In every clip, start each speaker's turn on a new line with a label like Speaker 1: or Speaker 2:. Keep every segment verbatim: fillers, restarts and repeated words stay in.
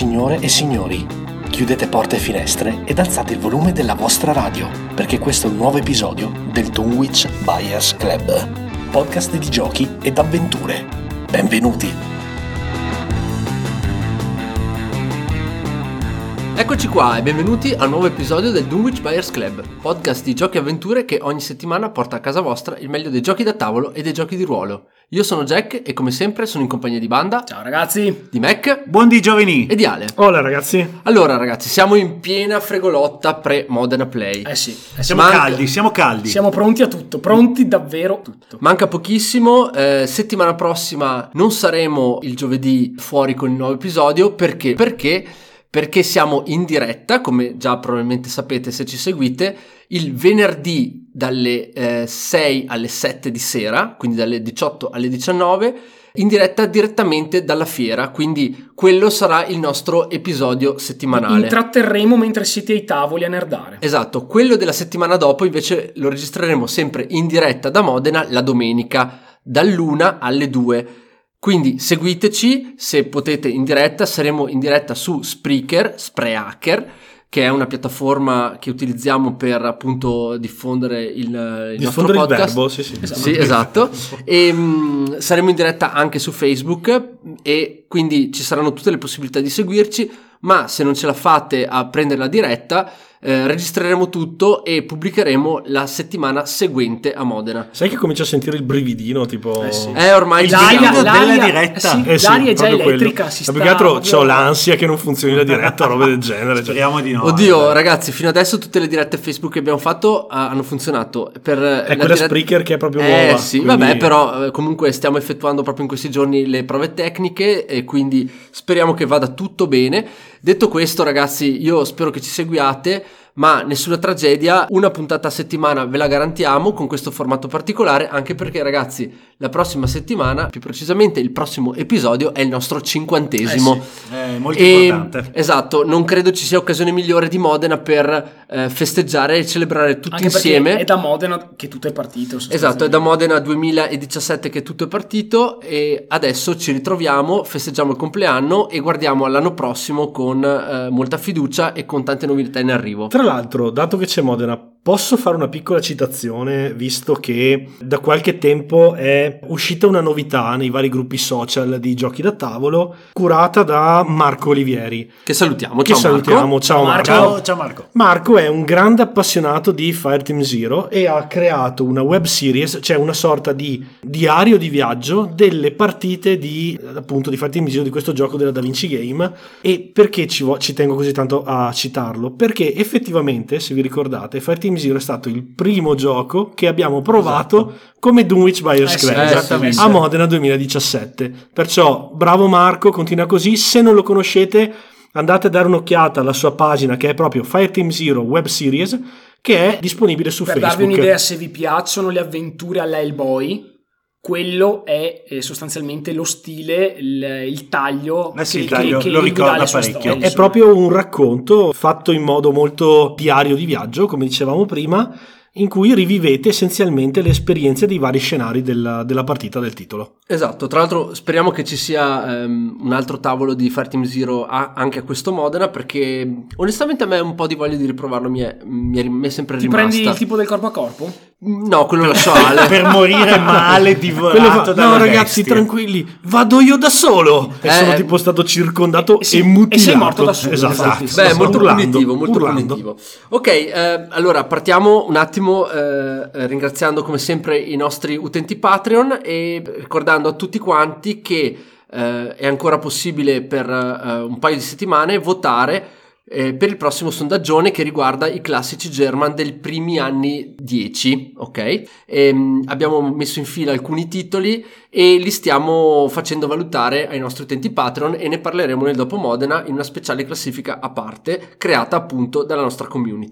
Speaker 1: Signore e signori, chiudete porte e finestre ed alzate il volume della vostra radio, perché questo è un nuovo episodio del Dunwich Buyers Club, podcast di giochi ed avventure. Benvenuti!
Speaker 2: Eccoci qua e benvenuti al nuovo episodio del Dunwich Buyers Club, podcast di giochi e avventure che ogni settimana porta a casa vostra il meglio dei giochi da tavolo e dei giochi di ruolo. Io sono Jack e come sempre sono in compagnia di Banda.
Speaker 3: Ciao ragazzi.
Speaker 2: Di Mac.
Speaker 4: Buondì giovani.
Speaker 2: E di Ale.
Speaker 5: Hola ragazzi.
Speaker 2: Allora ragazzi, siamo in piena fregolotta pre-Modena Play.
Speaker 3: Eh sì, eh sì.
Speaker 4: Siamo
Speaker 2: Manca...
Speaker 4: caldi, siamo caldi.
Speaker 3: Siamo pronti a tutto, pronti davvero tutto.
Speaker 2: Manca pochissimo, eh, settimana prossima non saremo il giovedì fuori con il nuovo episodio, perché? Perché... Perché siamo in diretta, come già probabilmente sapete se ci seguite, il venerdì dalle eh, sei alle sette di sera, quindi dalle diciotto alle diciannove, in diretta direttamente dalla fiera, quindi quello sarà il nostro episodio settimanale.
Speaker 3: Intratterremo mentre siete ai tavoli a nerdare.
Speaker 2: Esatto, quello della settimana dopo invece lo registreremo sempre in diretta da Modena la domenica, dall'una alle due. Quindi seguiteci, se potete in diretta, saremo in diretta su Spreaker, Spreaker, che è una piattaforma che utilizziamo per appunto diffondere il, il
Speaker 5: diffondere
Speaker 2: nostro podcast.
Speaker 5: Il verbo, sì, sì.
Speaker 2: Esatto. Sì, esatto. E mh, saremo in diretta anche su Facebook e quindi ci saranno tutte le possibilità di seguirci, ma se non ce la fate a prendere la diretta, Eh, registreremo tutto e pubblicheremo la settimana seguente a Modena.
Speaker 5: Sai che comincio a sentire il brividino, tipo
Speaker 3: Eh sì.
Speaker 2: Eh, ormai
Speaker 3: l'aria,
Speaker 2: diciamo,
Speaker 3: l'aria,
Speaker 4: della diretta.
Speaker 3: eh sì,
Speaker 5: Eh sì,
Speaker 3: l'aria è già
Speaker 5: proprio
Speaker 3: elettrica,
Speaker 5: quello.
Speaker 3: si
Speaker 5: Ma
Speaker 3: sta
Speaker 5: più che altro
Speaker 3: proprio-
Speaker 5: c'ho l'ansia che non funzioni la diretta, robe del genere.
Speaker 4: Speriamo di no.
Speaker 2: Oddio,
Speaker 4: eh.
Speaker 2: ragazzi, fino adesso tutte le dirette Facebook che abbiamo fatto uh, hanno funzionato. Per
Speaker 5: È
Speaker 2: la
Speaker 5: quella
Speaker 2: diretta...
Speaker 5: Spreaker che è proprio
Speaker 2: Eh
Speaker 5: nuova.
Speaker 2: sì,
Speaker 5: quindi-
Speaker 2: vabbè, però eh, comunque stiamo effettuando proprio in questi giorni le prove tecniche e quindi speriamo che vada tutto bene. Detto questo, ragazzi, io spero che ci seguiate, ma nessuna tragedia, una puntata a settimana ve la garantiamo con questo formato particolare, anche perché ragazzi la prossima settimana, più precisamente il prossimo episodio, è il nostro cinquantesimo.
Speaker 3: Eh sì,
Speaker 4: È molto
Speaker 2: E,
Speaker 4: importante.
Speaker 2: esatto, non credo ci sia occasione migliore di Modena per eh, festeggiare e celebrare tutti
Speaker 3: Anche
Speaker 2: insieme.
Speaker 3: perché è da Modena che tutto è partito.
Speaker 2: Esatto, è da Modena duemiladiciassette che tutto è partito e adesso ci ritroviamo, festeggiamo il compleanno e guardiamo all'anno prossimo con eh, molta fiducia e con tante novità in arrivo.
Speaker 5: Tra l'altro, dato che c'è Modena, posso fare una piccola citazione, visto che da qualche tempo è uscita una novità nei vari gruppi social di giochi da tavolo, curata da Marco Olivieri.
Speaker 2: Che salutiamo,
Speaker 5: Che
Speaker 2: ciao
Speaker 5: salutiamo,
Speaker 2: Marco.
Speaker 5: ciao Marco.
Speaker 4: Ciao, ciao Marco.
Speaker 5: Marco è un grande appassionato di Fireteam Zero e ha creato una web series, cioè una sorta di diario di viaggio delle partite di appunto di Fireteam Zero, di questo gioco della Da Vinci Game. E perché ci, vo- ci tengo così tanto a citarlo? Perché effettivamente, se vi ricordate, Fireteam Zero è stato il primo gioco che abbiamo provato
Speaker 4: Esatto.
Speaker 5: come Dunwich Buyers
Speaker 3: Eh sì,
Speaker 5: Club
Speaker 2: eh,
Speaker 4: esattamente.
Speaker 5: a Modena duemiladiciassette. Perciò bravo Marco, continua così. Se non lo conoscete, andate a dare un'occhiata alla sua pagina, che è proprio Fireteam Zero Web Series, che è disponibile su
Speaker 3: Per
Speaker 5: Facebook.
Speaker 3: darvi un'idea, se vi piacciono le avventure alla Hellboy, quello è eh, sostanzialmente lo stile, il, il taglio
Speaker 4: Eh sì,
Speaker 3: che,
Speaker 4: il taglio
Speaker 3: che, che
Speaker 4: lo
Speaker 3: Lego dà
Speaker 4: ricorda
Speaker 3: alle sue
Speaker 4: parecchio.
Speaker 3: storie,
Speaker 5: È
Speaker 3: insomma.
Speaker 5: proprio un racconto fatto in modo molto diario di viaggio, come dicevamo prima, in cui rivivete essenzialmente le esperienze dei vari scenari della, della partita del titolo.
Speaker 2: Esatto, tra l'altro speriamo che ci sia um, un altro tavolo di Fireteam Zero a- anche a questo Modena, perché onestamente a me un po' di voglia di riprovarlo mi è, mi è, mi è sempre
Speaker 3: Ti
Speaker 2: rimasta.
Speaker 3: prendi il tipo del corpo a corpo?
Speaker 2: No, quello lo lascio Ale.
Speaker 4: Per morire male,
Speaker 5: Quello
Speaker 4: divorato
Speaker 5: fa,
Speaker 4: dalle
Speaker 5: no ragazzi,
Speaker 4: bestie.
Speaker 5: tranquilli, vado io da solo. E
Speaker 2: Eh,
Speaker 5: sono tipo stato circondato
Speaker 3: e sì,
Speaker 5: e mutilato.
Speaker 3: e sei morto da solo,
Speaker 5: Esatto.
Speaker 3: infatti.
Speaker 5: Sto
Speaker 2: Beh, molto
Speaker 5: urlando,
Speaker 2: punitivo, molto
Speaker 5: urlando.
Speaker 2: punitivo. Ok, eh, allora partiamo un attimo eh, ringraziando come sempre i nostri utenti Patreon e ricordando a tutti quanti che eh, è ancora possibile per eh, un paio di settimane votare eh, per il prossimo sondaggione che riguarda i classici German dei primi anni dieci, ok? E, mh, abbiamo messo in fila alcuni titoli e li stiamo facendo valutare ai nostri utenti Patreon e ne parleremo nel dopo Modena in una speciale classifica a parte creata appunto dalla nostra community.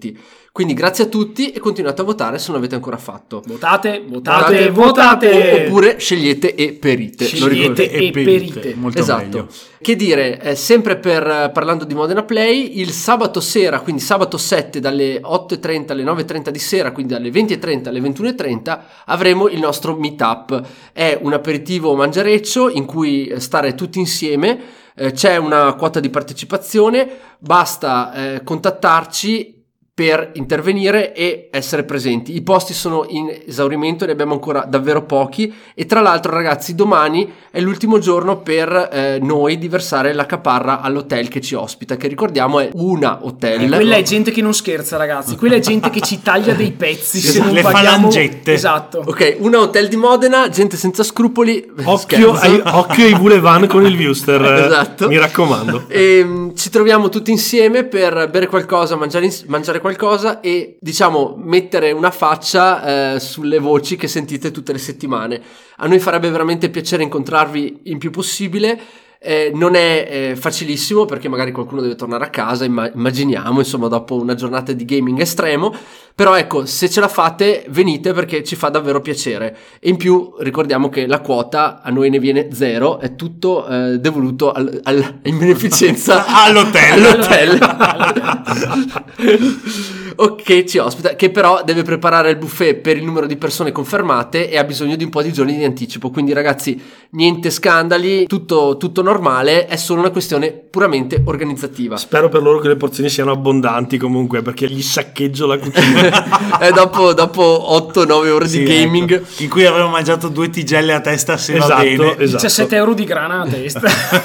Speaker 2: Quindi grazie a tutti e continuate a votare se non avete ancora fatto.
Speaker 3: Votate, votate, votate.
Speaker 2: Oppure scegliete e perite.
Speaker 3: Scegliete e perite.
Speaker 4: Molto
Speaker 2: Esatto.
Speaker 4: meglio.
Speaker 2: Che dire, eh, sempre per parlando di Modena Play, il sabato sera, quindi sabato sette dalle otto e trenta alle nove e trenta di sera, quindi dalle venti e trenta alle ventuno e trenta, avremo il nostro meetup. È un aperitivo mangiareccio in cui stare tutti insieme, eh, c'è una quota di partecipazione, basta eh, contattarci per intervenire e essere presenti. I posti sono in esaurimento, ne abbiamo ancora davvero pochi e tra l'altro ragazzi domani è l'ultimo giorno per eh, noi di versare la caparra all'hotel che ci ospita, che ricordiamo è Una Hotel.
Speaker 3: Eh, quella è gente che non scherza ragazzi, quella è gente che ci taglia dei pezzi se non
Speaker 4: le
Speaker 3: paghiamo.
Speaker 4: falangette.
Speaker 3: Esatto.
Speaker 2: Ok, Una Hotel di Modena, gente senza scrupoli.
Speaker 5: Occhio
Speaker 2: Scherzo.
Speaker 5: ai, occhio ai Boulevard con il Wuster, eh,
Speaker 2: Esatto.
Speaker 5: mi raccomando.
Speaker 2: E, mh, ci troviamo tutti insieme per bere qualcosa, mangiare, ins- mangiare qualcosa e diciamo mettere una faccia eh, sulle voci che sentite tutte le settimane. A noi farebbe veramente piacere incontrarvi il più possibile. Eh, non è eh, facilissimo perché magari qualcuno deve tornare a casa, imma- immaginiamo, insomma, dopo una giornata di gaming estremo. Però ecco, se ce la fate venite perché ci fa davvero piacere. E in più ricordiamo che la quota a noi ne viene zero, è tutto eh, devoluto al, al, in beneficenza
Speaker 4: all'hotel.
Speaker 2: all'hotel. Ok, ci ospita, che però deve preparare il buffet per il numero di persone confermate e ha bisogno di un po' di giorni di anticipo. Quindi ragazzi, niente scandali, tutto, tutto normale, è solo una questione puramente organizzativa.
Speaker 5: Spero per loro che le porzioni siano abbondanti comunque, perché gli saccheggio la cucina.
Speaker 2: eh, dopo, dopo otto nove ore
Speaker 4: Sì,
Speaker 2: di gaming,
Speaker 4: ecco. In cui avremo mangiato due tigelle a testa se
Speaker 5: Esatto,
Speaker 4: va bene.
Speaker 5: esatto.
Speaker 3: diciassette euro di grana a testa.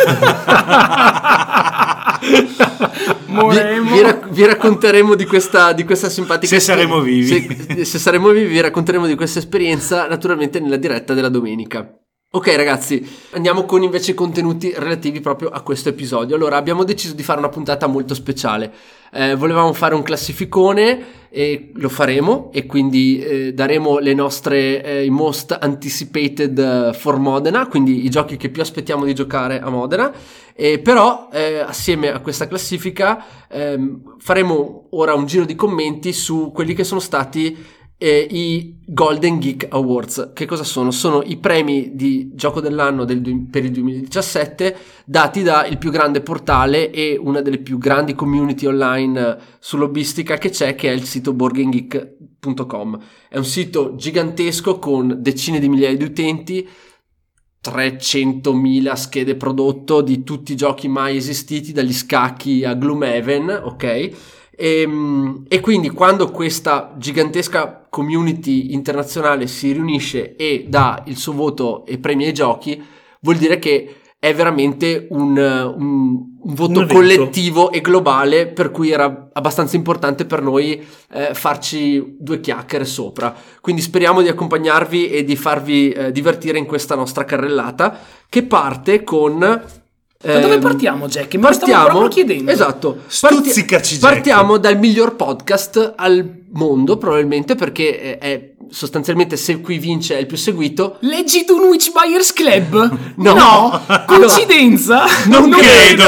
Speaker 2: vi, vi, rac- vi racconteremo di questa, di questa simpatica
Speaker 4: Se saremo vivi.
Speaker 2: se, se saremo vivi vi racconteremo di questa esperienza naturalmente nella diretta della domenica. Ok ragazzi, andiamo con invece i contenuti relativi proprio a questo episodio. Allora abbiamo deciso di fare una puntata molto speciale, eh, volevamo fare un classificone e lo faremo e quindi eh, daremo le nostre eh, most anticipated for Modena, quindi i giochi che più aspettiamo di giocare a Modena. Eh, però eh, assieme a questa classifica ehm, faremo ora un giro di commenti su quelli che sono stati eh, i Golden Geek Awards. Che cosa sono? Sono i premi di gioco dell'anno del, per il duemiladiciassette dati da il più grande portale e una delle più grandi community online sull'hobbistica che c'è, che è il sito board game geek punto com. È un sito gigantesco con decine di migliaia di utenti, trecentomila schede prodotto di tutti i giochi mai esistiti, dagli scacchi a Gloomhaven, ok? E, e quindi quando questa gigantesca community internazionale si riunisce e dà il suo voto e premia i giochi, vuol dire che è veramente un, un, un voto
Speaker 5: Un
Speaker 2: collettivo e globale, per cui era abbastanza importante per noi eh, farci due chiacchiere sopra. Quindi speriamo di accompagnarvi e di farvi eh, divertire in questa nostra carrellata che parte con...
Speaker 3: Da dove partiamo, Jack? Me lo stavo
Speaker 2: Partiamo,
Speaker 3: proprio chiedendo.
Speaker 2: esatto.
Speaker 4: Stuzzicaci, Jack.
Speaker 2: Partiamo dal miglior podcast al mondo, probabilmente, perché è, è sostanzialmente, se qui vince è il più seguito.
Speaker 3: Leggi Dunwich Buyers Club?
Speaker 2: No.
Speaker 3: Coincidenza?
Speaker 2: Non,
Speaker 4: Non credo.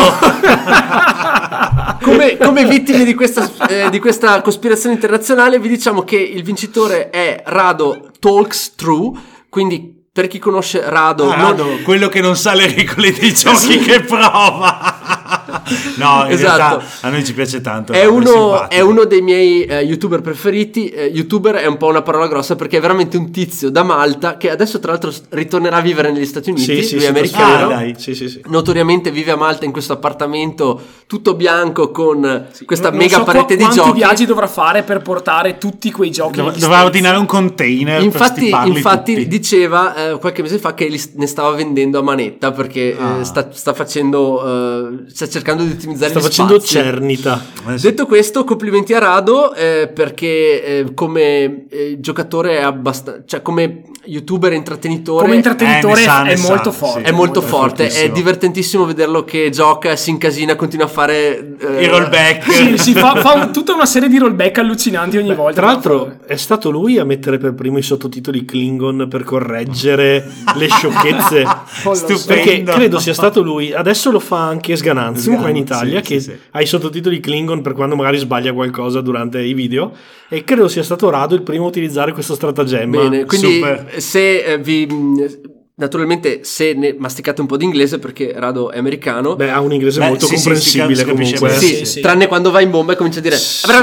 Speaker 2: come, come vittime di questa, eh, di questa cospirazione internazionale, vi diciamo che il vincitore è Rado Talks True, quindi per chi conosce Rado,
Speaker 4: Ah,
Speaker 2: non-
Speaker 4: Rado, quello che non sa le regole dei giochi che prova. No, in
Speaker 2: Esatto.
Speaker 4: realtà a noi ci piace tanto.
Speaker 2: È
Speaker 4: Rado,
Speaker 2: uno,
Speaker 4: simpatico.
Speaker 2: è uno dei miei eh, youtuber preferiti. eh, Youtuber è un po' una parola grossa perché è veramente un tizio da Malta che adesso tra l'altro ritornerà a vivere negli Stati Uniti.
Speaker 5: Sì, sì,
Speaker 2: lui
Speaker 5: sì,
Speaker 2: è americano.
Speaker 4: ah, dai.
Speaker 5: Sì, sì, sì.
Speaker 2: Notoriamente vive a Malta in questo appartamento tutto bianco con questa
Speaker 3: Non
Speaker 2: mega
Speaker 3: so
Speaker 2: parete
Speaker 3: qua-
Speaker 2: di
Speaker 3: quanti
Speaker 2: giochi.
Speaker 3: viaggi dovrà fare per portare tutti quei giochi
Speaker 4: Dov-
Speaker 3: negli
Speaker 4: Dovrà
Speaker 3: States?
Speaker 4: ordinare un container
Speaker 2: Infatti,
Speaker 4: per stipparli
Speaker 2: infatti
Speaker 4: tutti.
Speaker 2: diceva eh, qualche mese fa che li- ne stava vendendo a manetta perché
Speaker 4: Ah.
Speaker 2: eh, sta, sta facendo eh, sta cercando di ottimizzare
Speaker 5: Sta
Speaker 2: gli
Speaker 5: facendo
Speaker 2: spazi.
Speaker 5: cernita.
Speaker 4: Eh, sì.
Speaker 2: Detto questo, complimenti a Rado eh, perché eh, come eh, giocatore è abbastanza, cioè come youtuber e intrattenitore
Speaker 3: Come intrattenitore
Speaker 4: Eh, ne sa, ne
Speaker 3: è
Speaker 4: sa,
Speaker 3: molto
Speaker 4: sì.
Speaker 3: forte.
Speaker 2: è molto
Speaker 4: È
Speaker 2: forte, è
Speaker 4: fortissimo.
Speaker 2: divertentissimo vederlo che gioca, si incasina, continua a fare eh,
Speaker 4: I rollback.
Speaker 3: Sì, sì, fa, fa un- tutta una serie di rollback allucinanti ogni volta.
Speaker 5: Tra l'altro è stato lui a mettere per primo i sottotitoli Klingon per correggere le sciocchezze.
Speaker 3: Oh, lo so.
Speaker 5: Perché
Speaker 4: Stupendo.
Speaker 5: credo sia stato lui. Adesso lo fa anche Sgananzi. Comunque qua in Italia,
Speaker 4: sì,
Speaker 5: che
Speaker 4: sì, sì.
Speaker 5: ha i sottotitoli Klingon per quando magari sbaglia qualcosa durante i video, e credo sia stato Rado il primo a utilizzare questo stratagemma.
Speaker 2: Bene, quindi
Speaker 4: Super.
Speaker 2: se eh, vi... Naturalmente se ne masticate un po' di inglese, perché Rado è americano,
Speaker 5: Beh, ha un inglese
Speaker 4: Beh,
Speaker 5: molto
Speaker 4: sì, sì,
Speaker 5: comprensibile
Speaker 4: si capisce
Speaker 5: comunque.
Speaker 4: bene.
Speaker 2: sì,
Speaker 3: sì, sì.
Speaker 2: tranne quando va in bomba e comincia a dire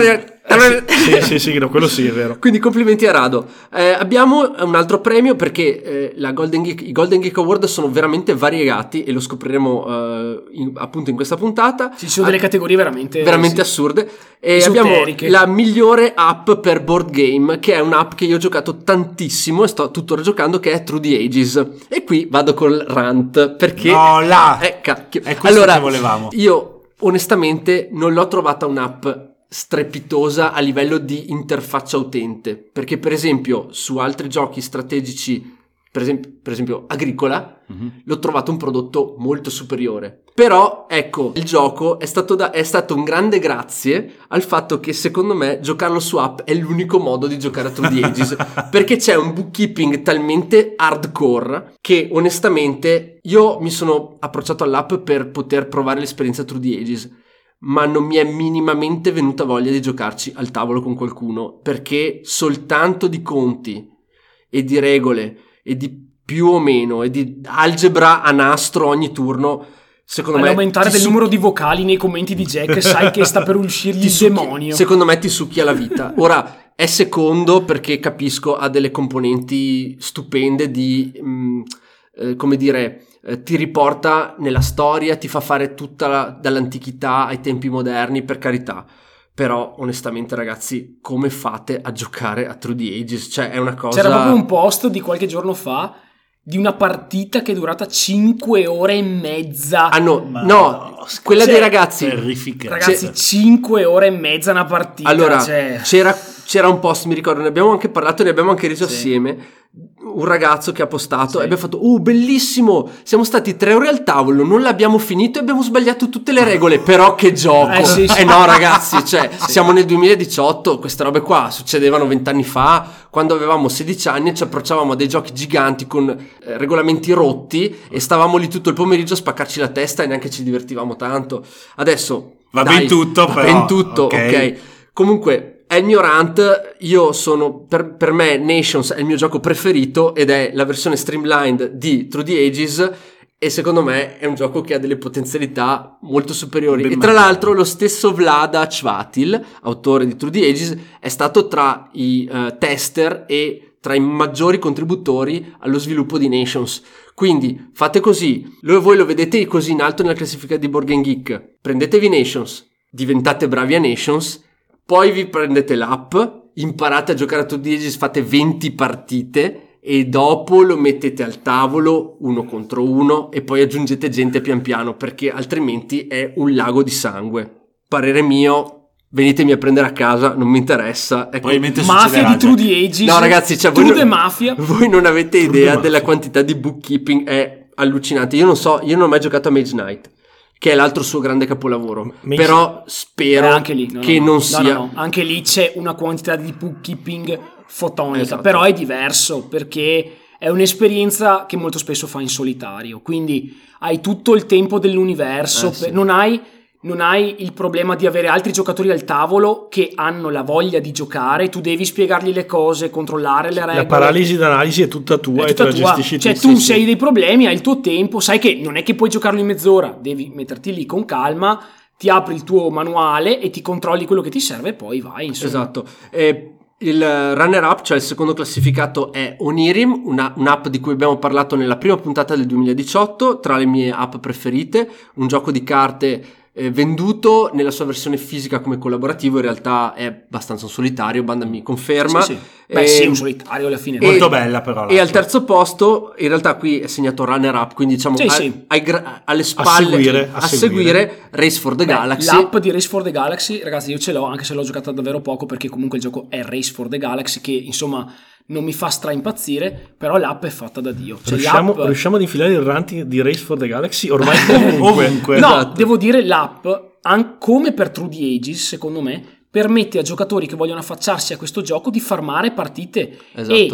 Speaker 5: Sì, sì, sì, no, quello sì, è vero.
Speaker 2: quindi complimenti a Rado. Eh, abbiamo un altro premio perché eh, la Golden Geek, i Golden Geek Award sono veramente variegati e lo scopriremo eh, in- appunto in questa puntata.
Speaker 3: Ci sono delle categorie veramente
Speaker 2: veramente
Speaker 3: sì.
Speaker 2: assurde, e
Speaker 3: Esoteriche.
Speaker 2: abbiamo la migliore app per board game, che è un'app che io ho giocato tantissimo e sto tuttora giocando, che è Through the Ages, e qui vado col rant perché
Speaker 4: No, là!
Speaker 2: eh, cacchio.
Speaker 4: È questo
Speaker 2: allora
Speaker 4: che volevamo.
Speaker 2: io onestamente non l'ho trovata un'app strepitosa a livello di interfaccia utente, perché per esempio su altri giochi strategici, per esempio, per esempio Agricola,
Speaker 4: Mhm.
Speaker 2: l'ho trovato un prodotto molto superiore. Però ecco, il gioco è stato, da, è stato un grande grazie al fatto che secondo me giocarlo su app è l'unico modo di giocare a Through the Ages, perché c'è un bookkeeping talmente hardcore che onestamente io mi sono approcciato all'app per poter provare l'esperienza Through the Ages, ma non mi è minimamente venuta voglia di giocarci al tavolo con qualcuno, perché soltanto di conti e di regole e di più o meno e di algebra a nastro ogni turno, secondo me
Speaker 3: All'aumentare
Speaker 2: ti
Speaker 3: del
Speaker 2: su-
Speaker 3: numero di vocali nei commenti di Jack sai che sta per uscirgli
Speaker 2: ti
Speaker 3: il
Speaker 2: succhi-
Speaker 3: demonio.
Speaker 2: secondo me ti succhia la vita. Ora è secondo perché capisco ha delle componenti stupende di mh, eh, come dire, eh, ti riporta nella storia, ti fa fare tutta la, dall'antichità ai tempi moderni, per carità. Però onestamente ragazzi, come fate a giocare a Through the Ages? Cioè è una cosa...
Speaker 3: C'era proprio un post di qualche giorno fa di una partita che è durata cinque ore e mezza.
Speaker 2: Ah no,
Speaker 4: Ma
Speaker 2: no,
Speaker 4: no,
Speaker 2: quella
Speaker 3: cioè,
Speaker 2: dei ragazzi...
Speaker 4: Terrificante.
Speaker 3: Ragazzi, cinque ore e mezza una partita.
Speaker 2: Allora,
Speaker 3: cioè...
Speaker 2: c'era, c'era un post, mi ricordo, ne abbiamo anche parlato, ne abbiamo anche riso
Speaker 3: Sì.
Speaker 2: assieme, un ragazzo che ha postato
Speaker 3: Sì.
Speaker 2: e abbiamo fatto, oh bellissimo, siamo stati tre ore al tavolo, non l'abbiamo finito e abbiamo sbagliato tutte le regole, però che gioco.
Speaker 3: Eh, sì, sì.
Speaker 2: Eh no ragazzi, cioè siamo nel duemiladiciotto, queste robe qua succedevano vent'anni fa, quando avevamo sedici anni e ci approcciavamo a dei giochi giganti con eh, regolamenti rotti e stavamo lì tutto il pomeriggio a spaccarci la testa e neanche ci divertivamo tanto. Adesso
Speaker 4: Va
Speaker 2: dai,
Speaker 4: ben tutto,
Speaker 2: va
Speaker 4: però,
Speaker 2: ben tutto,
Speaker 4: ok.
Speaker 2: ok. Comunque è il mio rant. Io sono per, per me Nations è il mio gioco preferito ed è la versione streamlined di Through the Ages, e secondo me è un gioco che ha delle potenzialità molto superiori.
Speaker 4: Ben
Speaker 2: e tra
Speaker 4: magari.
Speaker 2: l'altro lo stesso Vlada Chvatil, autore di Through the Ages, è stato tra i uh, tester e tra i maggiori contributori allo sviluppo di Nations. Quindi fate così, lo, voi lo vedete così in alto nella classifica di Board Game Geek, prendetevi Nations, diventate bravi a Nations, poi vi prendete l'app, imparate a giocare a Through the Ages, fate venti partite e dopo lo mettete al tavolo uno contro uno e poi aggiungete gente pian piano, perché altrimenti è un lago di sangue. Parere mio, venitemi a prendere a casa, non mi interessa. Ecco.
Speaker 4: Probabilmente
Speaker 3: Mafia
Speaker 4: succederà,
Speaker 3: di True
Speaker 4: Jack.
Speaker 3: the Ages.
Speaker 2: No ragazzi, cioè, voi,
Speaker 3: True the
Speaker 2: non,
Speaker 3: Mafia.
Speaker 2: voi non avete
Speaker 5: True the
Speaker 2: idea
Speaker 5: Mafia.
Speaker 2: della quantità di bookkeeping, è allucinante. Io non so, io non ho mai giocato a Mage Knight, che è l'altro suo grande capolavoro,
Speaker 5: Mage-
Speaker 2: però spero
Speaker 3: Eh, anche lì, no,
Speaker 2: che
Speaker 3: no,
Speaker 2: non
Speaker 3: no,
Speaker 2: sia...
Speaker 3: no, no, anche lì c'è una quantità di bookkeeping fotonica,
Speaker 2: Esatto.
Speaker 3: però è diverso perché è un'esperienza che molto spesso fa in solitario, quindi hai tutto il tempo dell'universo,
Speaker 2: Eh, sì.
Speaker 3: per- non hai non hai il problema di avere altri giocatori al tavolo che hanno la voglia di giocare, tu devi spiegargli le cose, controllare le regole.
Speaker 5: La paralisi d'analisi è tutta tua
Speaker 3: È
Speaker 5: e
Speaker 3: tutta
Speaker 5: te la
Speaker 3: tua.
Speaker 5: gestisci
Speaker 3: Cioè
Speaker 5: tu.
Speaker 3: tu
Speaker 5: Sì,
Speaker 3: se
Speaker 5: sì.
Speaker 3: hai dei problemi, hai il tuo tempo, sai che non è che puoi giocarlo in mezz'ora, devi metterti lì con calma, ti apri il tuo manuale e ti controlli quello che ti serve e poi vai, insomma.
Speaker 2: Esatto. E il runner up, cioè il secondo classificato, è Onirim, una, un'app di cui abbiamo parlato nella prima puntata del duemiladiciotto, tra le mie app preferite, un gioco di carte eh, venduto nella sua versione fisica come collaborativo, in realtà è abbastanza un solitario, Banda mi conferma.
Speaker 3: Sì, sì. Beh
Speaker 2: E-
Speaker 3: sì, un solitario alla fine.
Speaker 2: e-
Speaker 4: Molto bella però.
Speaker 2: E
Speaker 4: l'app.
Speaker 2: al terzo posto, in realtà qui è segnato runner up, quindi diciamo
Speaker 3: Sì,
Speaker 2: ai-
Speaker 3: sì.
Speaker 2: ai gra- alle spalle
Speaker 5: seguire, a
Speaker 2: a
Speaker 5: seguire.
Speaker 2: seguire Race for the
Speaker 3: Beh,
Speaker 2: Galaxy.
Speaker 3: l'app di Race for the Galaxy, ragazzi, io ce l'ho, anche se l'ho giocata davvero poco, perché comunque il gioco è Race for the Galaxy, che insomma non mi fa stra impazzire, però l'app è fatta da Dio. Cioè,
Speaker 5: Riusciamo,
Speaker 3: l'app...
Speaker 5: riusciamo ad infilare il ranking di Race for the Galaxy ormai ovunque.
Speaker 4: Ovunque.
Speaker 3: No,
Speaker 2: Esatto.
Speaker 3: devo dire l'app, an- come per True the Ages, secondo me, permette a giocatori che vogliono affacciarsi a questo gioco di farmare partite.
Speaker 2: Esatto.
Speaker 3: E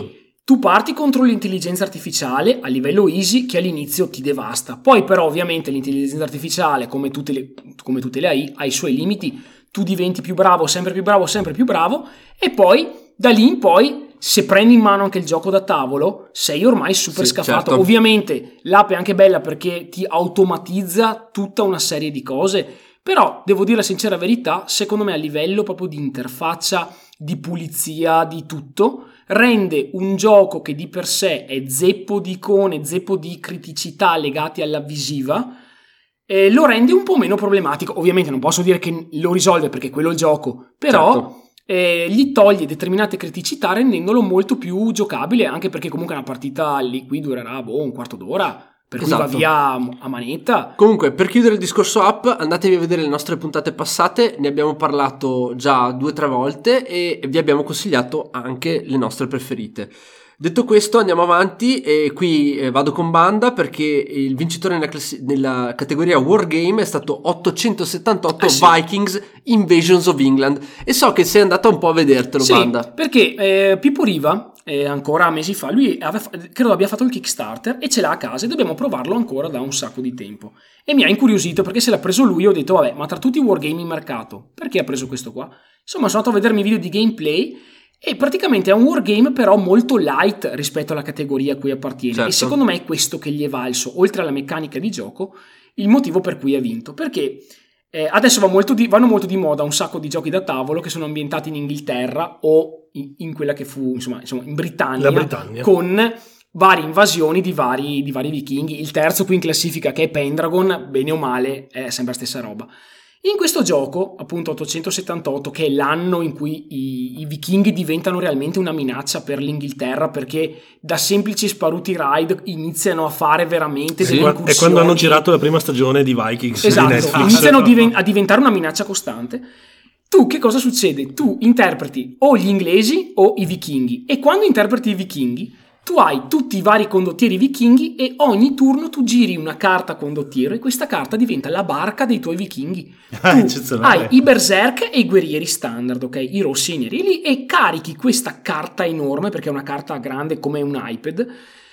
Speaker 3: Tu parti contro l'intelligenza artificiale a livello easy che all'inizio ti devasta. Poi però ovviamente l'intelligenza artificiale, come tutte le, come tutte le A I, ha i suoi limiti. Tu diventi più bravo, sempre più bravo, sempre più bravo e poi da lì in poi, se prendi in mano anche il gioco da tavolo, sei ormai super
Speaker 2: Sì,
Speaker 3: scafato.
Speaker 2: certo.
Speaker 3: Ovviamente l'app è anche bella perché ti automatizza tutta una serie di cose, però devo dire la sincera verità, secondo me a livello proprio di interfaccia, di pulizia, di tutto, rende un gioco che di per sé è zeppo di icone, zeppo di criticità legati alla visiva, eh, lo rende un po' meno problematico. Ovviamente non posso dire che lo risolve perché quello è il gioco, però
Speaker 2: Certo.
Speaker 3: eh, gli toglie determinate criticità rendendolo molto più giocabile, anche perché comunque una partita lì qui durerà boh, un quarto d'ora, per cui
Speaker 2: Esatto.
Speaker 3: va via a manetta.
Speaker 2: Comunque, per chiudere il discorso app, andatevi a vedere le nostre puntate passate, ne abbiamo parlato già due o tre volte e vi abbiamo consigliato anche le nostre preferite. Detto questo, andiamo avanti e qui eh, vado con banda perché il vincitore nella, classi- nella categoria Wargame è stato ottocentosettantotto
Speaker 3: Ah, sì.
Speaker 2: Vikings Invasions of England e so che sei andata un po' a vedertelo,
Speaker 3: Sì,
Speaker 2: banda.
Speaker 3: perché eh, Pippo Riva, eh, ancora mesi fa, lui aveva, credo abbia fatto il Kickstarter e ce l'ha a casa e dobbiamo provarlo ancora da un sacco di tempo. E mi ha incuriosito perché se l'ha preso lui ho detto vabbè, ma tra tutti i wargame in mercato, perché ha preso questo qua? Insomma, sono andato a vedermi video di gameplay e praticamente è un wargame però molto light rispetto alla categoria a cui appartiene.
Speaker 2: Certo.
Speaker 3: E secondo me è questo che gli è valso, oltre alla meccanica di gioco, il motivo per cui ha vinto. Perché eh, adesso va molto di, vanno molto di moda un sacco di giochi da tavolo che sono ambientati in Inghilterra o in, in quella che fu, insomma, insomma in Britannia,
Speaker 5: La Britannia.
Speaker 3: con varie invasioni di vari, di vari vichinghi. Il terzo qui in classifica, che è Pendragon, bene o male è sempre la stessa roba. In questo gioco, appunto ottocentosettantotto, che è l'anno in cui i, i vichinghi diventano realmente una minaccia per l'Inghilterra, perché da semplici sparuti raid iniziano a fare veramente
Speaker 2: Sì,
Speaker 3: delle
Speaker 5: Qua-
Speaker 3: incursioni.
Speaker 5: È quando hanno girato la prima stagione di Vikings di
Speaker 3: Esatto,
Speaker 5: Netflix.
Speaker 3: iniziano a, diven- a diventare una minaccia costante. Tu che cosa succede? Tu interpreti o gli inglesi o i vichinghi, e quando interpreti i vichinghi tu hai tutti i vari condottieri vichinghi e ogni turno tu giri una carta condottiero e questa carta diventa la barca dei tuoi vichinghi.
Speaker 4: Ah,
Speaker 3: Tu
Speaker 4: eccezionale.
Speaker 3: hai i berserk e i guerrieri standard, ok? I rossi e i neri lì, e carichi questa carta enorme, perché è una carta grande come un iPad,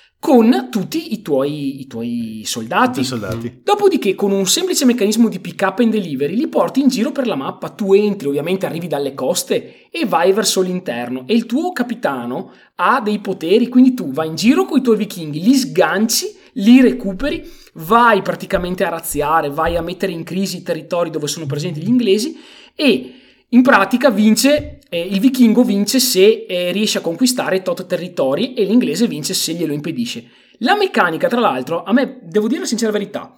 Speaker 3: con tutti i tuoi, i tuoi soldati.
Speaker 4: Tutti i soldati.
Speaker 3: Dopodiché, con un semplice meccanismo di pick up and delivery, li porti in giro per la mappa. Tu entri, ovviamente arrivi dalle coste e vai verso l'interno, e il tuo capitano ha dei poteri, quindi tu vai in giro con i tuoi vichinghi, li sganci, li recuperi, vai praticamente a razziare, vai a mettere in crisi i territori dove sono presenti gli inglesi, e in pratica vince, eh, il vichingo vince se eh, riesce a conquistare tot territori e l'inglese vince se glielo impedisce. La meccanica, tra l'altro, a me, devo dire la sincera verità,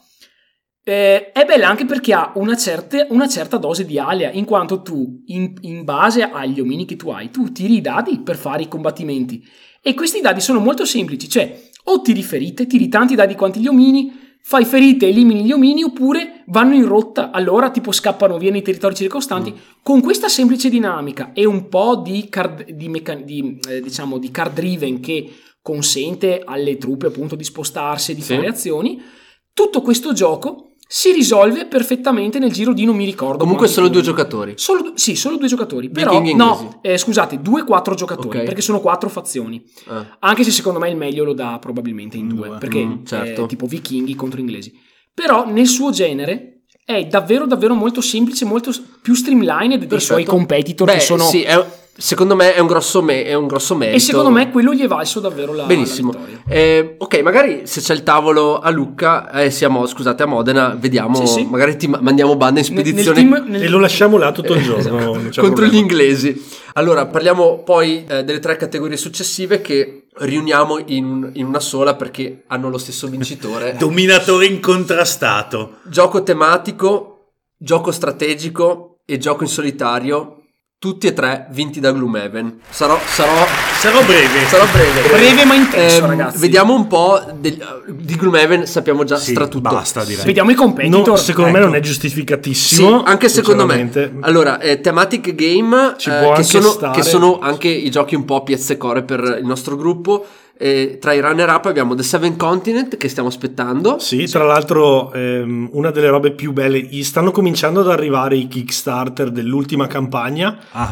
Speaker 3: eh, è bella anche perché ha una certa, una certa dose di alia, in quanto tu, in, in base agli omini che tu hai, tu tiri i dadi per fare i combattimenti, e questi dadi sono molto semplici, cioè o tiri ferite, tiri tanti dadi quanti gli omini, fai ferite, elimini gli omini, oppure vanno in rotta, allora tipo scappano via nei territori circostanti. Mm. Con questa semplice dinamica e un po' di card, di, meccan- di, eh, diciamo, di card driven che consente alle truppe appunto di spostarsi e di
Speaker 2: Sì.
Speaker 3: fare azioni, tutto questo gioco si risolve perfettamente nel giro di non mi ricordo
Speaker 2: Comunque
Speaker 3: quanti
Speaker 2: solo due
Speaker 3: turni.
Speaker 2: giocatori.
Speaker 3: Solo, sì, solo due giocatori. Però,
Speaker 2: Vichinghi inglesi.
Speaker 3: no, eh, scusate, due quattro giocatori,
Speaker 2: Ok.
Speaker 3: perché sono quattro fazioni.
Speaker 2: Ah.
Speaker 3: Anche se secondo me il meglio lo dà probabilmente in due,
Speaker 4: Due.
Speaker 3: perché
Speaker 2: Mm, certo.
Speaker 3: è tipo vichinghi contro inglesi. Però nel suo genere è davvero davvero molto semplice, molto s- più streamlined dei suoi
Speaker 2: Perfetto.
Speaker 3: competitor,
Speaker 2: Beh,
Speaker 3: che sono...
Speaker 2: sì, è- secondo me è un grosso, me- è un grosso merito.
Speaker 3: E secondo me quello gli è valso davvero la,
Speaker 2: Benissimo.
Speaker 3: la vittoria.
Speaker 2: Eh, ok, magari se c'è il tavolo a Lucca, eh, siamo, scusate, a Modena, vediamo,
Speaker 3: Sì, sì.
Speaker 2: magari ti ma- mandiamo banda in
Speaker 3: Nel- nel
Speaker 2: spedizione
Speaker 3: team- nel-
Speaker 5: E lo lasciamo là tutto il giorno. non c'è
Speaker 2: contro
Speaker 5: problema.
Speaker 2: gli inglesi. Allora, parliamo poi eh, delle tre categorie successive che riuniamo in, in una sola perché hanno lo stesso vincitore.
Speaker 4: Dominatore incontrastato.
Speaker 2: Gioco tematico, gioco strategico e gioco in solitario, tutti e tre vinti da Gloomhaven. Sarò, sarò,
Speaker 4: Sarò breve.
Speaker 2: sarò breve.
Speaker 3: Breve ma intenso,
Speaker 2: Ehm,
Speaker 3: ragazzi.
Speaker 2: Vediamo un po' del- di Gloomhaven, sappiamo già
Speaker 4: Sì,
Speaker 2: stratutto.
Speaker 4: basta direi.
Speaker 3: Vediamo i competitor.
Speaker 5: No, secondo me
Speaker 3: Ecco.
Speaker 5: non è
Speaker 2: Sì,
Speaker 5: giustificatissimo.
Speaker 2: anche secondo me.
Speaker 5: sinceramente.
Speaker 2: Allora, eh, thematic game,
Speaker 5: Ci
Speaker 2: eh,
Speaker 5: può
Speaker 2: che,
Speaker 5: anche
Speaker 2: sono,
Speaker 5: stare.
Speaker 2: che sono anche i giochi un po' piazzecore per il nostro gruppo. Eh, tra i runner up abbiamo The Seven Continent che stiamo aspettando.
Speaker 5: Sì, tra l'altro ehm, una delle robe più belle, stanno cominciando ad arrivare i Kickstarter dell'ultima campagna
Speaker 4: Ah,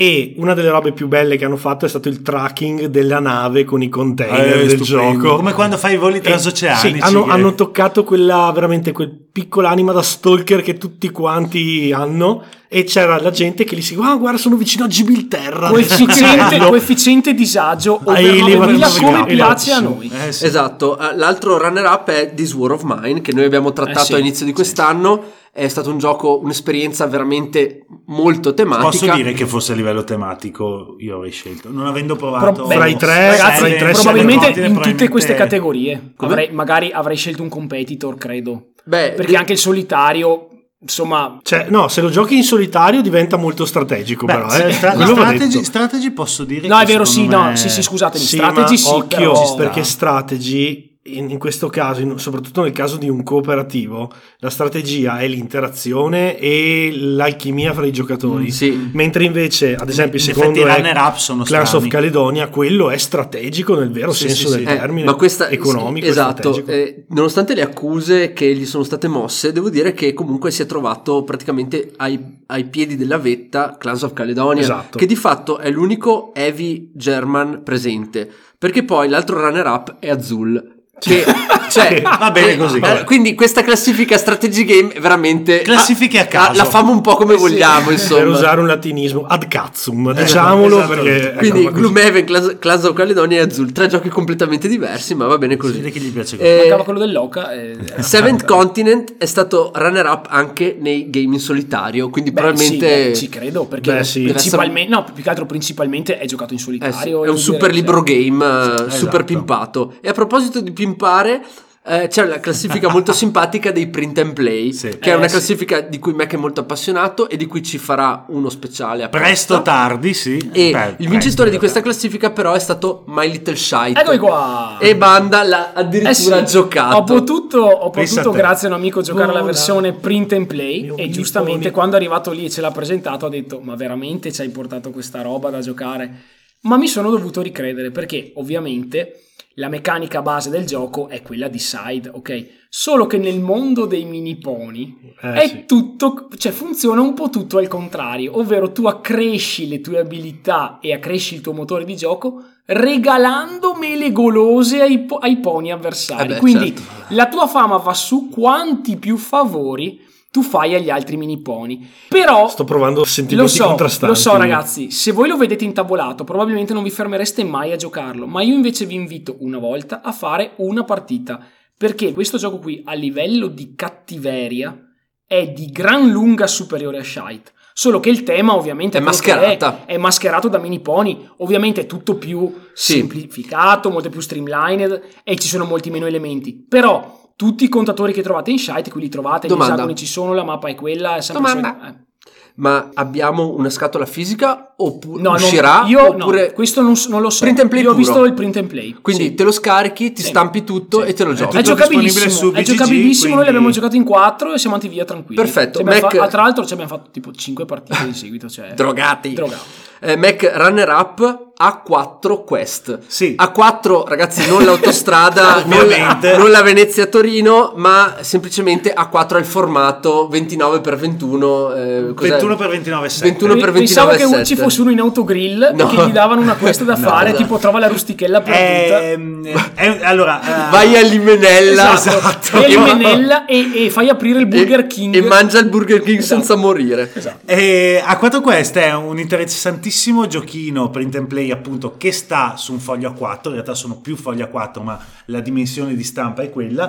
Speaker 5: E una delle robe più belle che hanno fatto è stato il tracking della nave con i container
Speaker 4: Eh,
Speaker 5: del
Speaker 4: stupendo.
Speaker 5: gioco.
Speaker 4: Come quando fai i voli
Speaker 5: E-
Speaker 4: transoceanici.
Speaker 5: sì, hanno,
Speaker 4: che-
Speaker 5: hanno toccato quella veramente quel piccola anima da stalker che tutti quanti hanno, e c'era la gente che li seguiva, ah, guarda, sono vicino a Gibilterra.
Speaker 3: Coefficiente,
Speaker 5: Bello.
Speaker 3: coefficiente disagio over
Speaker 5: Hai
Speaker 3: novemila,
Speaker 5: elevatissimo,
Speaker 3: come piace a
Speaker 5: elevatissimo.
Speaker 3: noi.
Speaker 4: Eh, sì.
Speaker 2: Esatto, eh, l'altro runner-up è This War of Mine, che noi abbiamo trattato
Speaker 3: Eh sì,
Speaker 2: a inizio di quest'anno. È stato un gioco, un'esperienza veramente molto tematica.
Speaker 4: Posso dire che fosse a livello tematico io avrei scelto, non avendo provato
Speaker 3: Pro-
Speaker 5: fra i tre,
Speaker 3: ragazzi,
Speaker 5: fra i tre
Speaker 3: probabilmente
Speaker 5: siamo
Speaker 3: in tutte queste categorie
Speaker 2: Come?
Speaker 3: avrei, magari avrei scelto un competitor, credo.
Speaker 2: Beh,
Speaker 3: Perché anche il solitario, insomma,
Speaker 5: Cioè, no, se lo giochi in solitario diventa molto strategico,
Speaker 4: Beh,
Speaker 5: però,
Speaker 4: sì,
Speaker 5: eh.
Speaker 4: stra-
Speaker 5: Quello va
Speaker 4: strategy,
Speaker 5: detto.
Speaker 4: strategy posso dire
Speaker 3: no,
Speaker 4: che
Speaker 3: è vero, sì,
Speaker 4: secondo
Speaker 3: no,
Speaker 4: me-
Speaker 3: sì, sì, scusatemi,
Speaker 5: Sì,
Speaker 3: strategy
Speaker 5: ma
Speaker 3: sì,
Speaker 5: occhio,
Speaker 3: però-
Speaker 5: perché strategy in, in questo caso, in- soprattutto nel caso di un cooperativo, la strategia è l'interazione e l'alchimia fra i giocatori.
Speaker 2: Mm, sì.
Speaker 5: Mentre invece, ad esempio, il
Speaker 4: In
Speaker 5: secondo
Speaker 4: effetti i
Speaker 5: è
Speaker 4: runner-up sono
Speaker 5: Clans
Speaker 4: strani.
Speaker 5: of Caledonia, quello è strategico nel vero
Speaker 4: Sì,
Speaker 5: senso
Speaker 4: sì,
Speaker 5: del
Speaker 4: sì.
Speaker 2: Eh,
Speaker 5: termine,
Speaker 2: ma questa,
Speaker 5: economico
Speaker 2: sì,
Speaker 5: e
Speaker 2: esatto,
Speaker 5: strategico.
Speaker 2: eh, nonostante le accuse che gli sono state mosse, devo dire che comunque si è trovato praticamente ai, ai piedi della vetta Clans of Caledonia,
Speaker 5: Esatto.
Speaker 2: che di fatto è l'unico heavy German presente, perché poi l'altro runner-up è Azul. Che, cioè,
Speaker 4: Va bene
Speaker 2: eh,
Speaker 4: così.
Speaker 2: eh, quindi questa classifica strategy game è veramente
Speaker 4: Classifiche a caso.
Speaker 2: la, la famo un po' come vogliamo,
Speaker 5: Per
Speaker 2: insomma.
Speaker 5: usare un latinismo, ad cazzum, diciamolo,
Speaker 4: esatto.
Speaker 5: perché
Speaker 2: Quindi
Speaker 5: ecco, ma così.
Speaker 2: Gloomhaven, Clans, Clans of Caledonia e Azul, tre giochi completamente diversi, ma va bene
Speaker 4: Si
Speaker 2: così.
Speaker 4: vede che gli piace così.
Speaker 2: Eh,
Speaker 3: mancava quello dell'Oca. e-
Speaker 2: Seventh Continent è stato runner up anche nei game in solitario, quindi
Speaker 3: Beh,
Speaker 2: probabilmente
Speaker 3: sì, beh, ci credo, perché
Speaker 5: Beh, sì.
Speaker 3: principalmente, no, più che altro principalmente è giocato in
Speaker 2: eh sì,
Speaker 3: solitario.
Speaker 2: è un
Speaker 3: devo
Speaker 2: super
Speaker 3: dire,
Speaker 2: libro
Speaker 3: cioè.
Speaker 2: game, eh,
Speaker 4: esatto.
Speaker 2: super pimpato. E a proposito di pimpare, eh, c'è la classifica molto simpatica dei print and play,
Speaker 4: Sì.
Speaker 2: che è
Speaker 3: Eh,
Speaker 2: una
Speaker 3: sì.
Speaker 2: classifica di cui Mac è molto appassionato e di cui ci farà uno speciale apposta.
Speaker 4: Presto o tardi, sì.
Speaker 2: E
Speaker 4: Beh,
Speaker 2: il vincitore
Speaker 4: presto,
Speaker 2: di questa classifica però è stato My Little Shite.
Speaker 3: Eccomi qua.
Speaker 2: E Banda l'ha addirittura
Speaker 3: Eh sì,
Speaker 2: giocato.
Speaker 3: Ho potuto, ho
Speaker 4: Pensa a
Speaker 3: potuto
Speaker 4: te.
Speaker 3: grazie a un amico, giocare alla
Speaker 5: Vola.
Speaker 3: versione print and play.
Speaker 5: Mio
Speaker 3: E
Speaker 5: mini
Speaker 3: giustamente,
Speaker 5: pony.
Speaker 3: quando è arrivato lì e ce l'ha presentato, ha detto: ma veramente ci hai portato questa roba da giocare? Ma mi sono dovuto ricredere, perché ovviamente la meccanica base del gioco è quella di side, ok? Solo che nel mondo dei mini pony
Speaker 5: Eh,
Speaker 3: è
Speaker 5: sì.
Speaker 3: tutto, cioè funziona un po' tutto al contrario, ovvero tu accresci le tue abilità e accresci il tuo motore di gioco regalando mele golose ai, po- ai pony avversari.
Speaker 2: Eh beh,
Speaker 3: Quindi
Speaker 2: certo.
Speaker 3: la tua fama va su quanti più favori tu fai agli altri mini pony. Però
Speaker 5: Sto provando
Speaker 3: lo
Speaker 5: sentimenti
Speaker 3: so,
Speaker 5: contrastanti.
Speaker 3: lo so ragazzi, se voi lo vedete intavolato probabilmente non vi fermereste mai a giocarlo, ma io invece vi invito una volta a fare una partita, perché questo gioco qui a livello di cattiveria è di gran lunga superiore a Shite. Solo che il tema ovviamente
Speaker 2: È
Speaker 3: quello che
Speaker 2: mascherata.
Speaker 3: È, è mascherato da mini pony, ovviamente è tutto più
Speaker 2: Sì.
Speaker 3: semplificato, molto più streamlined e ci sono molti meno elementi. Però tutti i contatori che trovate in Shite, qui li trovate,
Speaker 2: Domanda.
Speaker 3: gli esagoni ci sono, la mappa è quella, è sempre
Speaker 2: Domanda.
Speaker 3: solito- eh.
Speaker 2: Ma abbiamo una scatola fisica oppure
Speaker 3: No, non-
Speaker 2: uscirà?
Speaker 3: io
Speaker 2: oppure
Speaker 3: no, questo non, non lo so.
Speaker 2: Print and play
Speaker 3: Io ho
Speaker 2: puro.
Speaker 3: visto il print and play.
Speaker 2: Quindi
Speaker 3: sì.
Speaker 2: te lo scarichi, ti
Speaker 3: Sì.
Speaker 2: stampi tutto
Speaker 3: Sì.
Speaker 2: e te lo
Speaker 4: È
Speaker 2: giochi.
Speaker 3: È
Speaker 4: tutto
Speaker 3: giocabilissimo,
Speaker 4: disponibile su
Speaker 3: è
Speaker 4: B G G,
Speaker 3: giocabilissimo, noi
Speaker 4: quindi-
Speaker 3: l'abbiamo giocato in quattro e siamo andati via tranquilli.
Speaker 2: Perfetto,
Speaker 3: Ci abbiamo
Speaker 2: Mac-
Speaker 3: fa- ah, tra l'altro ci abbiamo fatto tipo cinque partite di seguito, cioè
Speaker 2: Drogati.
Speaker 3: Drogati.
Speaker 2: Eh, Mac runner up A quattro Quest.
Speaker 4: Sì.
Speaker 2: A quattro, ragazzi, non l'autostrada, non, la,
Speaker 4: Ovviamente.
Speaker 2: non la Venezia-Torino, ma semplicemente A quattro è il formato ventinove per ventuno. Eh, cos'è?
Speaker 4: ventuno per ventinove sette.
Speaker 2: ventuno per
Speaker 3: Pensavo
Speaker 2: ventinove
Speaker 3: che ci
Speaker 2: sette.
Speaker 3: fosse uno in autogrill
Speaker 2: No.
Speaker 3: che gli davano una quest da fare,
Speaker 2: esatto.
Speaker 3: tipo trova la rustichella perduta.
Speaker 4: Ehm, eh, allora, eh,
Speaker 2: Vai a Limenella
Speaker 3: Esatto. E Limenella e, e fai aprire il Burger King.
Speaker 2: e mangia il Burger King
Speaker 3: Esatto.
Speaker 2: senza morire.
Speaker 3: Esatto.
Speaker 4: Eh, A quattro Quest è un interessantissimo giochino print and play, appunto, che sta su un foglio A quattro, in realtà sono più fogli A quattro, ma la dimensione di stampa è quella,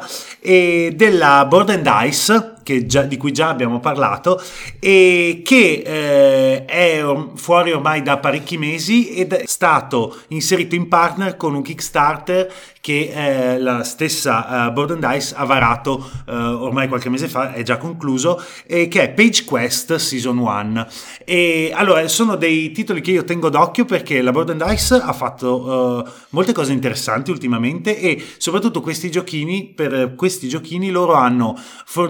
Speaker 4: e della Board and Dice, che già, di cui già abbiamo parlato, e che eh, è or- fuori ormai da parecchi mesi ed è stato inserito in partner con un Kickstarter che eh, la stessa uh, Board and Dice ha varato uh, ormai qualche mese fa, è già concluso, e che è Page Quest Season uno. E allora sono dei titoli che io tengo d'occhio perché la Board and Dice ha fatto uh, molte cose interessanti ultimamente, e soprattutto questi giochini, per questi giochini loro hanno fornito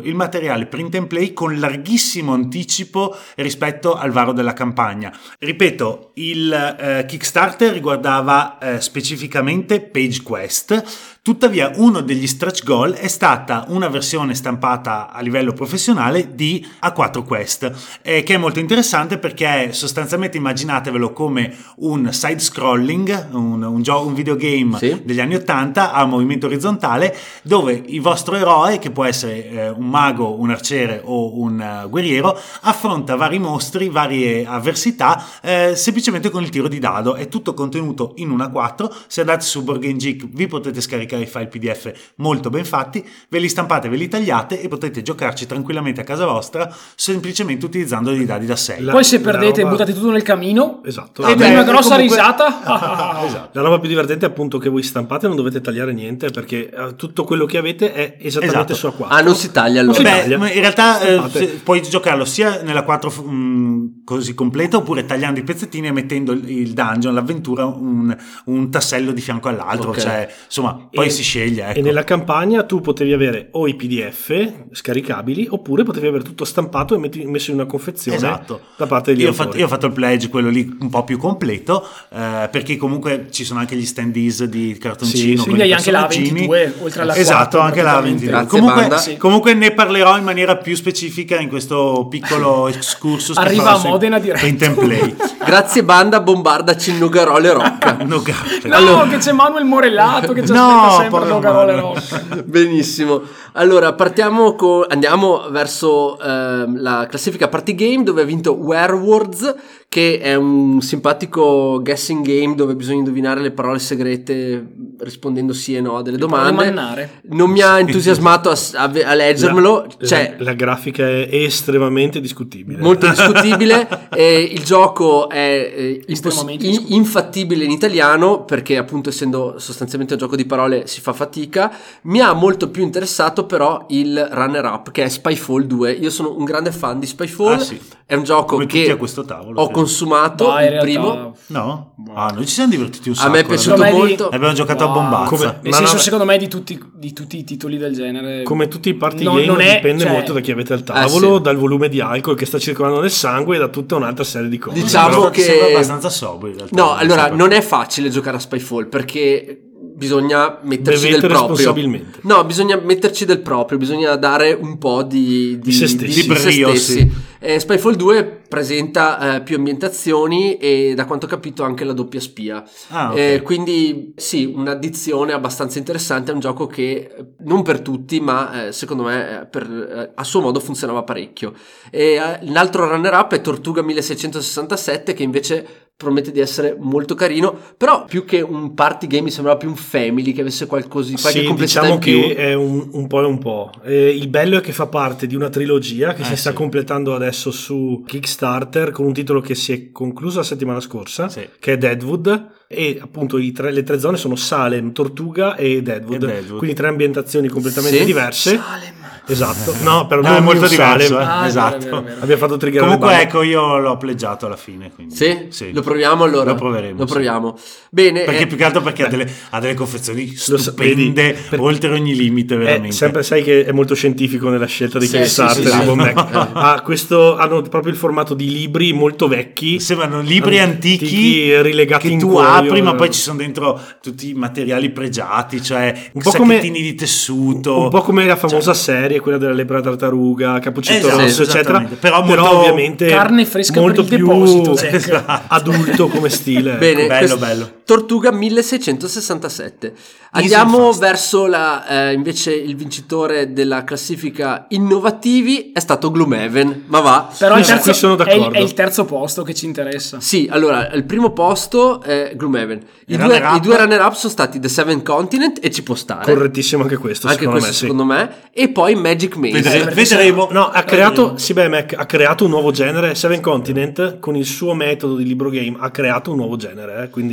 Speaker 4: il materiale print and play con larghissimo anticipo rispetto al varo della campagna. Ripeto, il eh, Kickstarter riguardava eh, specificamente Page Quest. Tuttavia uno degli stretch goal è stata una versione stampata a livello professionale di A quattro Quest, eh, che è molto interessante perché sostanzialmente immaginatevelo come un side scrolling, un, un, gioco, un videogame sì. degli anni ottanta a movimento orizzontale, dove il vostro eroe, che può essere eh, un mago, un arciere o un uh, guerriero, affronta vari mostri, varie avversità eh, semplicemente con il tiro di dado. È tutto contenuto in un A quattro. Se andate su Board Game Geek vi potete scaricare i file P D F molto ben fatti, ve li stampate, ve li tagliate e potete giocarci tranquillamente a casa vostra semplicemente utilizzando dei dadi da sei.
Speaker 3: La, Poi se perdete roba... buttate tutto nel camino.
Speaker 5: Esatto.
Speaker 3: Ed è una grossa
Speaker 5: comunque...
Speaker 3: risata.
Speaker 5: Esatto. La roba più divertente è appunto che voi stampate non dovete tagliare niente perché tutto quello che avete è esattamente esatto. su A quattro.
Speaker 2: Ah, non si taglia allora.
Speaker 5: Non si
Speaker 4: Beh,
Speaker 5: taglia.
Speaker 4: In realtà eh, puoi giocarlo sia nella quattro mh, così completa oppure tagliando i pezzettini e mettendo il dungeon, l'avventura un, un tassello di fianco all'altro, okay. cioè insomma poi
Speaker 5: e,
Speaker 4: si sceglie, ecco.
Speaker 5: E nella campagna tu potevi avere o i P D F scaricabili oppure potevi avere tutto stampato e metti, messo in una confezione
Speaker 4: esatto.
Speaker 5: da parte degli
Speaker 4: io
Speaker 5: autori.
Speaker 4: Ho fatto, io ho fatto il pledge, quello lì un po' più completo, eh, perché comunque ci sono anche gli standees di cartoncino,
Speaker 5: sì,
Speaker 3: quindi hai anche la ventidue oltre alla
Speaker 4: esatto,
Speaker 3: quattro,
Speaker 4: anche la ventidue.
Speaker 2: Grazie,
Speaker 4: comunque,
Speaker 2: sì.
Speaker 4: comunque ne parlerò in maniera più specifica in questo piccolo excursus.
Speaker 3: Arriva a Modena diretto.
Speaker 4: Print and play.
Speaker 2: Grazie banda, bombardaci in Nogarole Rocca.
Speaker 4: Nogarole.
Speaker 3: No,
Speaker 2: allora...
Speaker 3: che c'è Manuel Morellato che ci
Speaker 4: no,
Speaker 3: aspetta sempre Nogarole Rocca.
Speaker 2: Benissimo. Allora partiamo con andiamo verso ehm, la classifica party game, dove ha vinto Werewolves, che è un simpatico guessing game dove bisogna indovinare le parole segrete rispondendo sì e no a delle domande. Non mi ha entusiasmato a, a, a leggermelo.
Speaker 5: La,
Speaker 2: cioè,
Speaker 5: la, la grafica è estremamente discutibile.
Speaker 2: Molto discutibile. eh, il gioco è eh, impos- in, infattibile in italiano perché appunto essendo sostanzialmente un gioco di parole si fa fatica. Mi ha molto più interessato però il runner up, che è Spyfall due. Io sono un grande fan di Spyfall.
Speaker 4: Ah, sì.
Speaker 2: È un gioco
Speaker 4: come
Speaker 2: che
Speaker 4: a questo tavolo,
Speaker 2: ho consumato
Speaker 3: no,
Speaker 2: il
Speaker 3: realtà...
Speaker 2: primo.
Speaker 4: No? Ah, noi ci siamo divertiti un sacco.
Speaker 2: A me è piaciuto
Speaker 3: me
Speaker 2: molto.
Speaker 4: Abbiamo giocato wow. a bombazza.
Speaker 5: Come,
Speaker 3: nel senso, no, secondo me di tutti, di tutti i titoli del genere,
Speaker 5: come tutti i party
Speaker 3: non,
Speaker 5: game
Speaker 3: non è,
Speaker 5: dipende
Speaker 3: cioè...
Speaker 5: molto da chi avete al tavolo,
Speaker 2: eh, sì.
Speaker 5: dal volume di alcol che sta circolando nel sangue e da tutta un'altra serie di cose.
Speaker 2: Diciamo
Speaker 4: però
Speaker 2: che
Speaker 4: sembra abbastanza sobrio in realtà.
Speaker 2: No, allora non è facile giocare a Spyfall perché bisogna metterci
Speaker 5: Bevete
Speaker 2: del proprio.
Speaker 5: responsabilmente.
Speaker 2: No, bisogna metterci del proprio, bisogna dare un po' di, di,
Speaker 5: di se stessi.
Speaker 2: Di, di se
Speaker 4: brio,
Speaker 2: stessi.
Speaker 4: Sì.
Speaker 2: Eh, Spyfall due presenta eh, più ambientazioni e da quanto ho capito anche la doppia spia.
Speaker 4: Ah, okay.
Speaker 2: eh, quindi sì, un'addizione abbastanza interessante. È un gioco che non per tutti, ma eh, secondo me per, eh, a suo modo funzionava parecchio. E eh, l'altro runner up è Tortuga milleseicentosessantasette, che invece promette di essere molto carino, però più che un party game mi sembrava più un family, che avesse qualcosa, qualche
Speaker 5: sì,
Speaker 2: complessità
Speaker 5: diciamo
Speaker 2: in più.
Speaker 5: che è un, un po' e un po'. Eh, il bello è che fa parte di una trilogia che
Speaker 4: eh,
Speaker 5: si sta
Speaker 4: sì.
Speaker 5: completando adesso su Kickstarter con un titolo che si è concluso la settimana scorsa,
Speaker 4: sì.
Speaker 5: che è Deadwood, e appunto i tre, le tre zone sono Salem, Tortuga e Deadwood,
Speaker 4: e Deadwood.
Speaker 5: quindi tre ambientazioni completamente
Speaker 2: sì.
Speaker 5: diverse.
Speaker 3: Salem.
Speaker 5: Esatto, no, però
Speaker 4: no,
Speaker 5: non
Speaker 4: è molto diverso,
Speaker 5: Salem.
Speaker 4: eh?
Speaker 3: Ah,
Speaker 4: esatto.
Speaker 3: vero, vero, vero.
Speaker 5: Abbiamo fatto triggerare
Speaker 4: Comunque ecco, io l'ho pleggiato alla fine, quindi.
Speaker 2: Sì?
Speaker 4: sì?
Speaker 2: Lo proviamo allora?
Speaker 4: Lo proveremo.
Speaker 2: Lo
Speaker 4: sì.
Speaker 2: proviamo. Bene.
Speaker 4: Perché
Speaker 2: eh,
Speaker 4: più che altro perché ha delle, ha delle confezioni
Speaker 5: Lo
Speaker 4: stupende,
Speaker 5: vedi, per-
Speaker 4: oltre ogni limite, veramente.
Speaker 5: Eh, sempre sai che è molto scientifico nella scelta di
Speaker 2: Sì,
Speaker 5: Kickstarter.
Speaker 2: sì, sì,
Speaker 5: di
Speaker 2: sì.
Speaker 5: Bob Mac. Ah, questo hanno proprio il formato di libri molto vecchi.
Speaker 4: Sembrano libri antichi,
Speaker 5: antichi rilegati
Speaker 4: che
Speaker 5: in
Speaker 4: tu
Speaker 5: cuoio.
Speaker 4: apri, ma poi ci sono dentro tutti i materiali pregiati, cioè
Speaker 5: Un po'
Speaker 4: sacchettini
Speaker 5: come-
Speaker 4: di tessuto.
Speaker 5: Un po' come la famosa serie, quella della lepre tartaruga, Cappuccetto
Speaker 4: Esatto,
Speaker 5: Rosso, eccetera.
Speaker 4: esattamente. Però molto-
Speaker 5: ovviamente
Speaker 3: Carne fresca
Speaker 5: molto
Speaker 3: per il
Speaker 5: più
Speaker 3: deposito, Jack.
Speaker 4: Esatto.
Speaker 5: adulto come stile.
Speaker 2: Bene,
Speaker 4: bello,
Speaker 2: questo-
Speaker 4: bello.
Speaker 2: Tortuga milleseicentosessantasette. Andiamo
Speaker 4: Easy
Speaker 2: verso la, eh, invece il vincitore della classifica innovativi è stato Gloomhaven, ma va.
Speaker 3: Però
Speaker 5: Qui
Speaker 3: il terzo,
Speaker 5: qui sono
Speaker 3: è, il,
Speaker 5: d'accordo.
Speaker 3: è il terzo posto che ci interessa.
Speaker 2: Sì, allora, il primo posto è Gloomhaven. I,
Speaker 4: Il
Speaker 2: due,
Speaker 4: runner-up?
Speaker 2: i due runner-up sono stati The Seven Continent, e ci può stare.
Speaker 5: Correttissimo anche questo,
Speaker 2: Anche
Speaker 5: secondo
Speaker 2: questo
Speaker 5: me, sì.
Speaker 2: secondo me. E poi Magic Maze.
Speaker 4: Vedremo.
Speaker 3: perché
Speaker 4: vedremo.
Speaker 5: No, ha creato, sì, beh, Mac ha creato un nuovo genere. Seven Continent, con il suo metodo di libro game, ha creato un nuovo genere, eh, quindi ecco.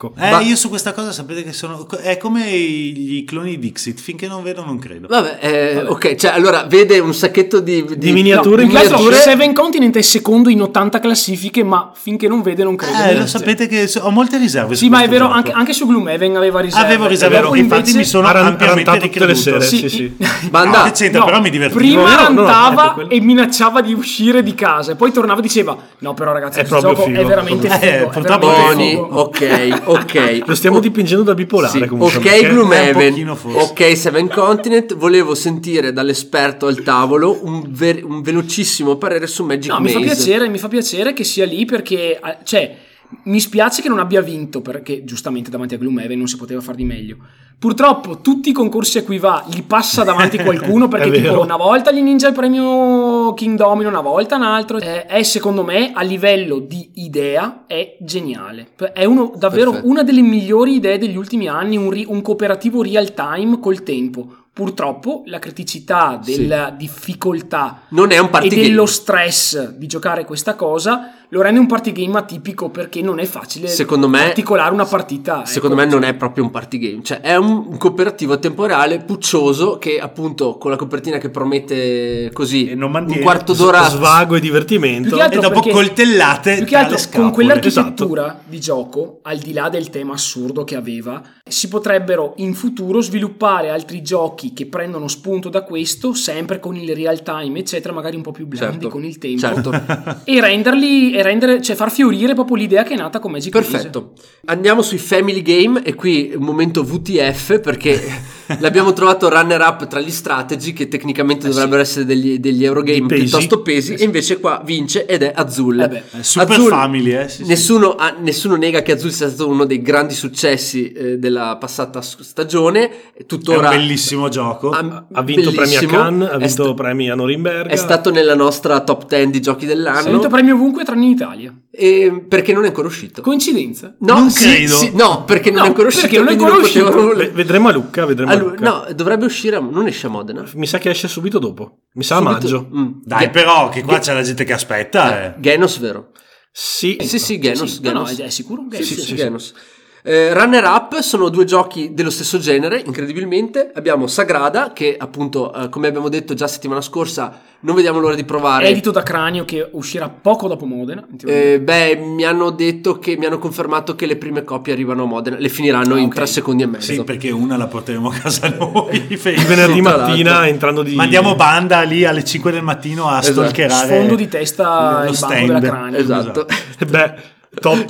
Speaker 5: ecco.
Speaker 4: Eh,
Speaker 2: Ma-
Speaker 4: io su questa cosa sapete che sono... È come gli cloni di Dixit, finché non vedo non credo.
Speaker 2: Vabbè, eh, ok, cioè allora vede un sacchetto di,
Speaker 5: Di miniature
Speaker 3: Più
Speaker 5: in
Speaker 3: che altro
Speaker 5: miniature.
Speaker 3: Seven Continent è secondo in ottanta classifiche, ma finché non vede non credo.
Speaker 4: Eh, lo
Speaker 3: Grazie.
Speaker 4: sapete che so- ho molte riserve
Speaker 3: Sì,
Speaker 4: su
Speaker 3: ma è
Speaker 4: questo
Speaker 3: vero,
Speaker 4: gioco.
Speaker 3: anche, anche su Gloomhaven aveva riserve.
Speaker 4: Avevo riserve,
Speaker 3: Dopo
Speaker 4: infatti
Speaker 3: invece-
Speaker 4: mi sono
Speaker 5: Ha ran-
Speaker 4: ampiamente
Speaker 5: rantato tutte le
Speaker 4: ricreduto.
Speaker 5: sere.
Speaker 3: Sì,
Speaker 5: Sì, sì.
Speaker 2: Banda,
Speaker 4: No, che c'entra,
Speaker 3: No,
Speaker 4: però mi divertivo.
Speaker 3: prima
Speaker 5: No, no, no,
Speaker 3: rantava
Speaker 5: quello-
Speaker 3: e minacciava di uscire di casa e poi tornava e diceva no però ragazzi
Speaker 5: È
Speaker 3: questo
Speaker 5: proprio
Speaker 3: gioco
Speaker 5: figo,
Speaker 3: è veramente
Speaker 4: proprio
Speaker 3: figo,
Speaker 4: figo.
Speaker 3: è
Speaker 4: Eh, purtroppo
Speaker 3: veramente
Speaker 2: Boni,
Speaker 3: figo.
Speaker 2: ok, ok.
Speaker 5: Lo stiamo
Speaker 2: Oh,
Speaker 5: dipingendo da bipolare
Speaker 2: sì,
Speaker 5: comunque.
Speaker 2: ok
Speaker 5: perché-
Speaker 4: È
Speaker 2: Gloomhaven,
Speaker 4: un pochino forse.
Speaker 2: ok Seven Continent. Volevo sentire dall'esperto al tavolo un, ver- un velocissimo parere su Magic
Speaker 3: No, mi
Speaker 2: Maze.
Speaker 3: fa piacere, mi fa piacere che sia lì perché eh, cioè mi spiace che non abbia vinto perché giustamente davanti a Gloomhaven non si poteva far di meglio. Purtroppo tutti i concorsi a cui va gli passa davanti qualcuno perché
Speaker 5: È
Speaker 3: tipo
Speaker 5: vero.
Speaker 3: una volta gli ninja il premio King Domino, una volta un altro. Eh, è secondo me a livello di idea è geniale. È uno, davvero
Speaker 2: Perfetto.
Speaker 3: una delle migliori idee degli ultimi anni, un, ri- un cooperativo real time col tempo. Purtroppo la criticità della difficoltà
Speaker 2: Non è un party
Speaker 3: e dello
Speaker 2: game.
Speaker 3: stress di giocare questa cosa lo rende un party game atipico perché non è facile
Speaker 2: Secondo me-
Speaker 3: articolare una partita.
Speaker 2: Secondo
Speaker 3: ecco.
Speaker 2: me non è proprio un party game, cioè è un, un cooperativo a tempo reale puccioso che appunto con la copertina che promette così
Speaker 4: E non
Speaker 2: un
Speaker 4: mantiene.
Speaker 2: quarto d'ora
Speaker 5: Svago e divertimento.
Speaker 3: Più che altro
Speaker 4: E dopo
Speaker 3: perché-
Speaker 4: coltellate
Speaker 3: più che
Speaker 4: tra
Speaker 3: altro
Speaker 4: le scapole.
Speaker 3: con quell'architettura di gioco, al di là del tema assurdo che aveva, si potrebbero in futuro sviluppare altri giochi che prendono spunto da questo, sempre con il real time, eccetera, magari un po' più blandi
Speaker 2: Certo,
Speaker 3: con il tempo.
Speaker 2: certo.
Speaker 3: E renderli e rendere, cioè far fiorire proprio l'idea che è nata con Magic Maze.
Speaker 2: Perfetto. Andiamo sui family game e qui un momento V T F perché l'abbiamo trovato runner up tra gli strategy che tecnicamente dovrebbero essere degli, degli Eurogame
Speaker 5: Di pesi.
Speaker 2: piuttosto pesi e invece qua vince ed è Azul.
Speaker 3: Eh beh.
Speaker 4: Eh, Super
Speaker 2: Azul-
Speaker 4: Family, eh. Sì, sì.
Speaker 2: Nessuno, ha- nessuno nega che Azul sia stato uno dei grandi successi eh, della passata s- stagione,
Speaker 4: È
Speaker 2: tuttora
Speaker 4: un bellissimo gioco.
Speaker 2: ha,
Speaker 5: Ha vinto premi a
Speaker 2: bellissimo.
Speaker 5: Cannes, ha
Speaker 2: È
Speaker 5: vinto
Speaker 2: sta-
Speaker 5: premi a Norimberga.
Speaker 2: è stato nella nostra top dieci di giochi
Speaker 3: Ha
Speaker 2: dell'anno
Speaker 3: vinto premi ovunque tranne in Italia.
Speaker 2: e perché non è ancora uscito.
Speaker 3: Coincidenza?
Speaker 2: No,
Speaker 4: Non
Speaker 2: sì,
Speaker 4: credo.
Speaker 2: sì, no, perché non
Speaker 3: No,
Speaker 2: è ancora uscito.
Speaker 3: perché non è
Speaker 2: quindi
Speaker 3: ancora uscito.
Speaker 2: potevano-
Speaker 5: Ve- vedremo a Lucca, vedremo a
Speaker 2: Ah, lui-
Speaker 5: Lucca.
Speaker 2: no, dovrebbe uscire, a- non esce a Modena.
Speaker 5: Mi sa che esce subito dopo. Mi sa a
Speaker 2: Subito-
Speaker 5: maggio.
Speaker 2: Mm.
Speaker 4: Dai,
Speaker 2: Ge-
Speaker 4: però, che qua
Speaker 2: Ge-
Speaker 4: c'è la gente che aspetta. Eh.
Speaker 2: Genos, vero?
Speaker 5: Sì.
Speaker 2: Sì, sì, Genos.
Speaker 3: Sì, no, no,
Speaker 2: Genos.
Speaker 3: è, è sicuro?
Speaker 2: Sì, sì,
Speaker 5: sì,
Speaker 2: sì,
Speaker 5: sì.
Speaker 2: Genos. Eh, runner up sono due giochi dello stesso genere, incredibilmente. Abbiamo Sagrada, che appunto, eh, come abbiamo detto già settimana scorsa, non vediamo l'ora di provare.
Speaker 3: Edito da Cranio che uscirà poco dopo Modena. in teoria.
Speaker 2: Eh, beh, mi hanno detto che mi hanno confermato che le prime copie arrivano a Modena, le finiranno
Speaker 3: Ah,
Speaker 2: in
Speaker 3: ok.
Speaker 2: tre secondi e mezzo.
Speaker 4: Sì, perché una la porteremo a casa noi.
Speaker 5: Il venerdì
Speaker 2: Sì, tra
Speaker 5: mattina
Speaker 2: l'altro.
Speaker 5: entrando di...
Speaker 4: Mandiamo banda lì alle cinque del mattino a
Speaker 2: Esatto.
Speaker 4: stalkerare
Speaker 3: Sfondo di testa
Speaker 4: lo
Speaker 3: il banco
Speaker 4: stand.
Speaker 3: della Cranio.
Speaker 2: Esatto.
Speaker 5: Beh, top.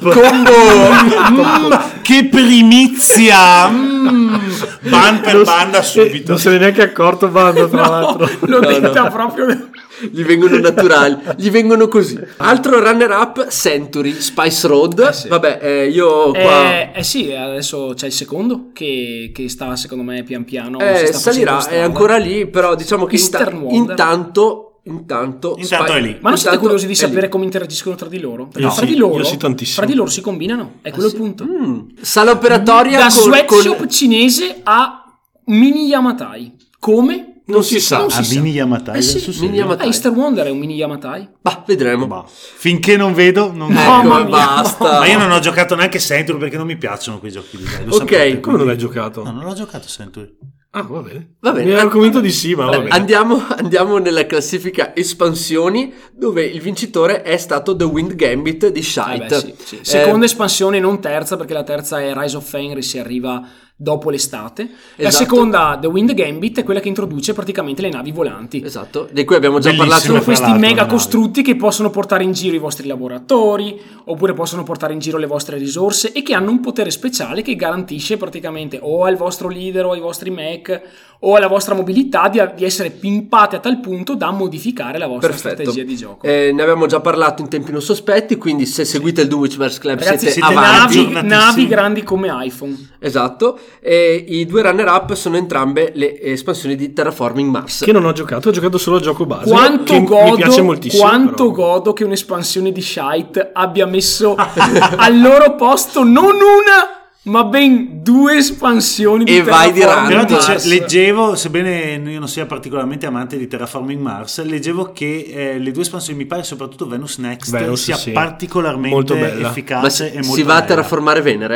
Speaker 2: Combo!
Speaker 4: Mm, che primizia! Mm. Ban per
Speaker 5: Non-
Speaker 4: banda
Speaker 5: eh,
Speaker 4: subito.
Speaker 5: Non se ne è neanche accorto Bando, tra
Speaker 3: No,
Speaker 5: l'altro.
Speaker 3: l'ho
Speaker 2: No,
Speaker 3: detta
Speaker 2: no.
Speaker 3: proprio.
Speaker 2: Gli vengono naturali, gli vengono così. Altro runner up, Century, Spice Road.
Speaker 3: sì.
Speaker 2: Vabbè, eh, io qua
Speaker 3: Eh, eh sì, adesso c'è il secondo che, che sta secondo me pian piano.
Speaker 2: eh,
Speaker 3: si sta
Speaker 2: salirà,
Speaker 3: facendo
Speaker 2: è
Speaker 3: strada.
Speaker 2: ancora lì, però diciamo che inta-
Speaker 3: Eastern Wonder.
Speaker 2: intanto, intanto,
Speaker 4: Intanto
Speaker 2: Spy-
Speaker 4: è lì.
Speaker 3: Ma non siete
Speaker 2: intanto
Speaker 3: curiosi di
Speaker 2: è
Speaker 3: sapere
Speaker 2: lì.
Speaker 3: come interagiscono tra di loro? Perché
Speaker 5: Io
Speaker 3: fra
Speaker 5: sì,
Speaker 3: di loro,
Speaker 5: io sì tantissimo.
Speaker 3: fra di loro si combinano, è quello il punto.
Speaker 2: Mm. Sala operatoria
Speaker 3: Da
Speaker 2: con,
Speaker 3: sweatshop
Speaker 2: con-
Speaker 3: cinese a mini Yamatai. Come?
Speaker 2: non si sa.
Speaker 3: Non si
Speaker 4: A
Speaker 3: sa.
Speaker 4: Mini Yamatai.
Speaker 3: Eh sì,
Speaker 4: sul
Speaker 2: Mini
Speaker 4: serio?
Speaker 2: Yamatai.
Speaker 3: Ah, Eastern Wonder è un mini Yamatai.
Speaker 2: Bah, vedremo.
Speaker 4: Bah, finché non vedo, non
Speaker 3: No,
Speaker 2: Ecco,
Speaker 3: mamma mia.
Speaker 2: basta.
Speaker 4: Ma io non ho giocato neanche Century perché non mi piacciono quei giochi lì. dai, lo
Speaker 2: Ok.
Speaker 4: sapete,
Speaker 5: Come non
Speaker 4: quindi-
Speaker 5: hai giocato?
Speaker 4: No, non ho giocato Century.
Speaker 5: Ah, va bene.
Speaker 2: Va bene.
Speaker 5: Mi ero convinto di sì, ma va bene.
Speaker 2: Andiamo, andiamo nella classifica espansioni dove il vincitore è stato The Wind Gambit di
Speaker 3: Eh
Speaker 2: Shite.
Speaker 3: beh, sì, sì.
Speaker 2: Eh,
Speaker 3: Seconda espansione, non terza, perché la terza è Rise of Fenris e arriva dopo l'estate. La
Speaker 2: Esatto.
Speaker 3: seconda, The Wind Gambit, è quella che introduce praticamente le navi volanti.
Speaker 2: esatto, di cui abbiamo già
Speaker 4: Bellissimo,
Speaker 2: parlato.
Speaker 3: Sono
Speaker 4: fra
Speaker 3: questi
Speaker 4: l'altro,
Speaker 3: mega
Speaker 4: le navi.
Speaker 3: costrutti che possono portare in giro i vostri lavoratori, oppure possono portare in giro le vostre risorse e che hanno un potere speciale che garantisce praticamente o al vostro leader o ai vostri mech o alla vostra mobilità di, di essere pimpate a tal punto da modificare la vostra
Speaker 2: Perfetto.
Speaker 3: strategia di gioco.
Speaker 2: Eh, ne abbiamo già parlato in tempi non sospetti, quindi se seguite il Dunwich Club
Speaker 3: Ragazzi,
Speaker 2: siete,
Speaker 4: siete
Speaker 2: avanti.
Speaker 3: navi,
Speaker 4: aggiornatissimi.
Speaker 3: navi grandi come iPhone.
Speaker 2: Esatto. E i due runner up sono entrambe le espansioni di Terraforming Mars.
Speaker 5: Che non ho giocato, ho giocato solo al gioco base.
Speaker 3: Quanto
Speaker 5: che mi
Speaker 3: godo,
Speaker 5: piace moltissimo.
Speaker 3: quanto
Speaker 5: però.
Speaker 3: godo che un'espansione di Shite abbia messo al loro posto non una, ma ben due espansioni di
Speaker 2: E vai di
Speaker 3: Terraforming
Speaker 2: random.
Speaker 4: Però
Speaker 3: Mars.
Speaker 4: dice- leggevo, sebbene io non sia particolarmente amante di Terraforming Mars, leggevo che eh, le due espansioni, mi pare soprattutto Venus Next,
Speaker 5: Venus,
Speaker 4: sia
Speaker 5: sì.
Speaker 4: particolarmente
Speaker 5: Molto bella.
Speaker 2: Ma
Speaker 4: efficace
Speaker 2: si,
Speaker 4: e molto
Speaker 2: si va a
Speaker 4: bella.
Speaker 2: terraformare Venere?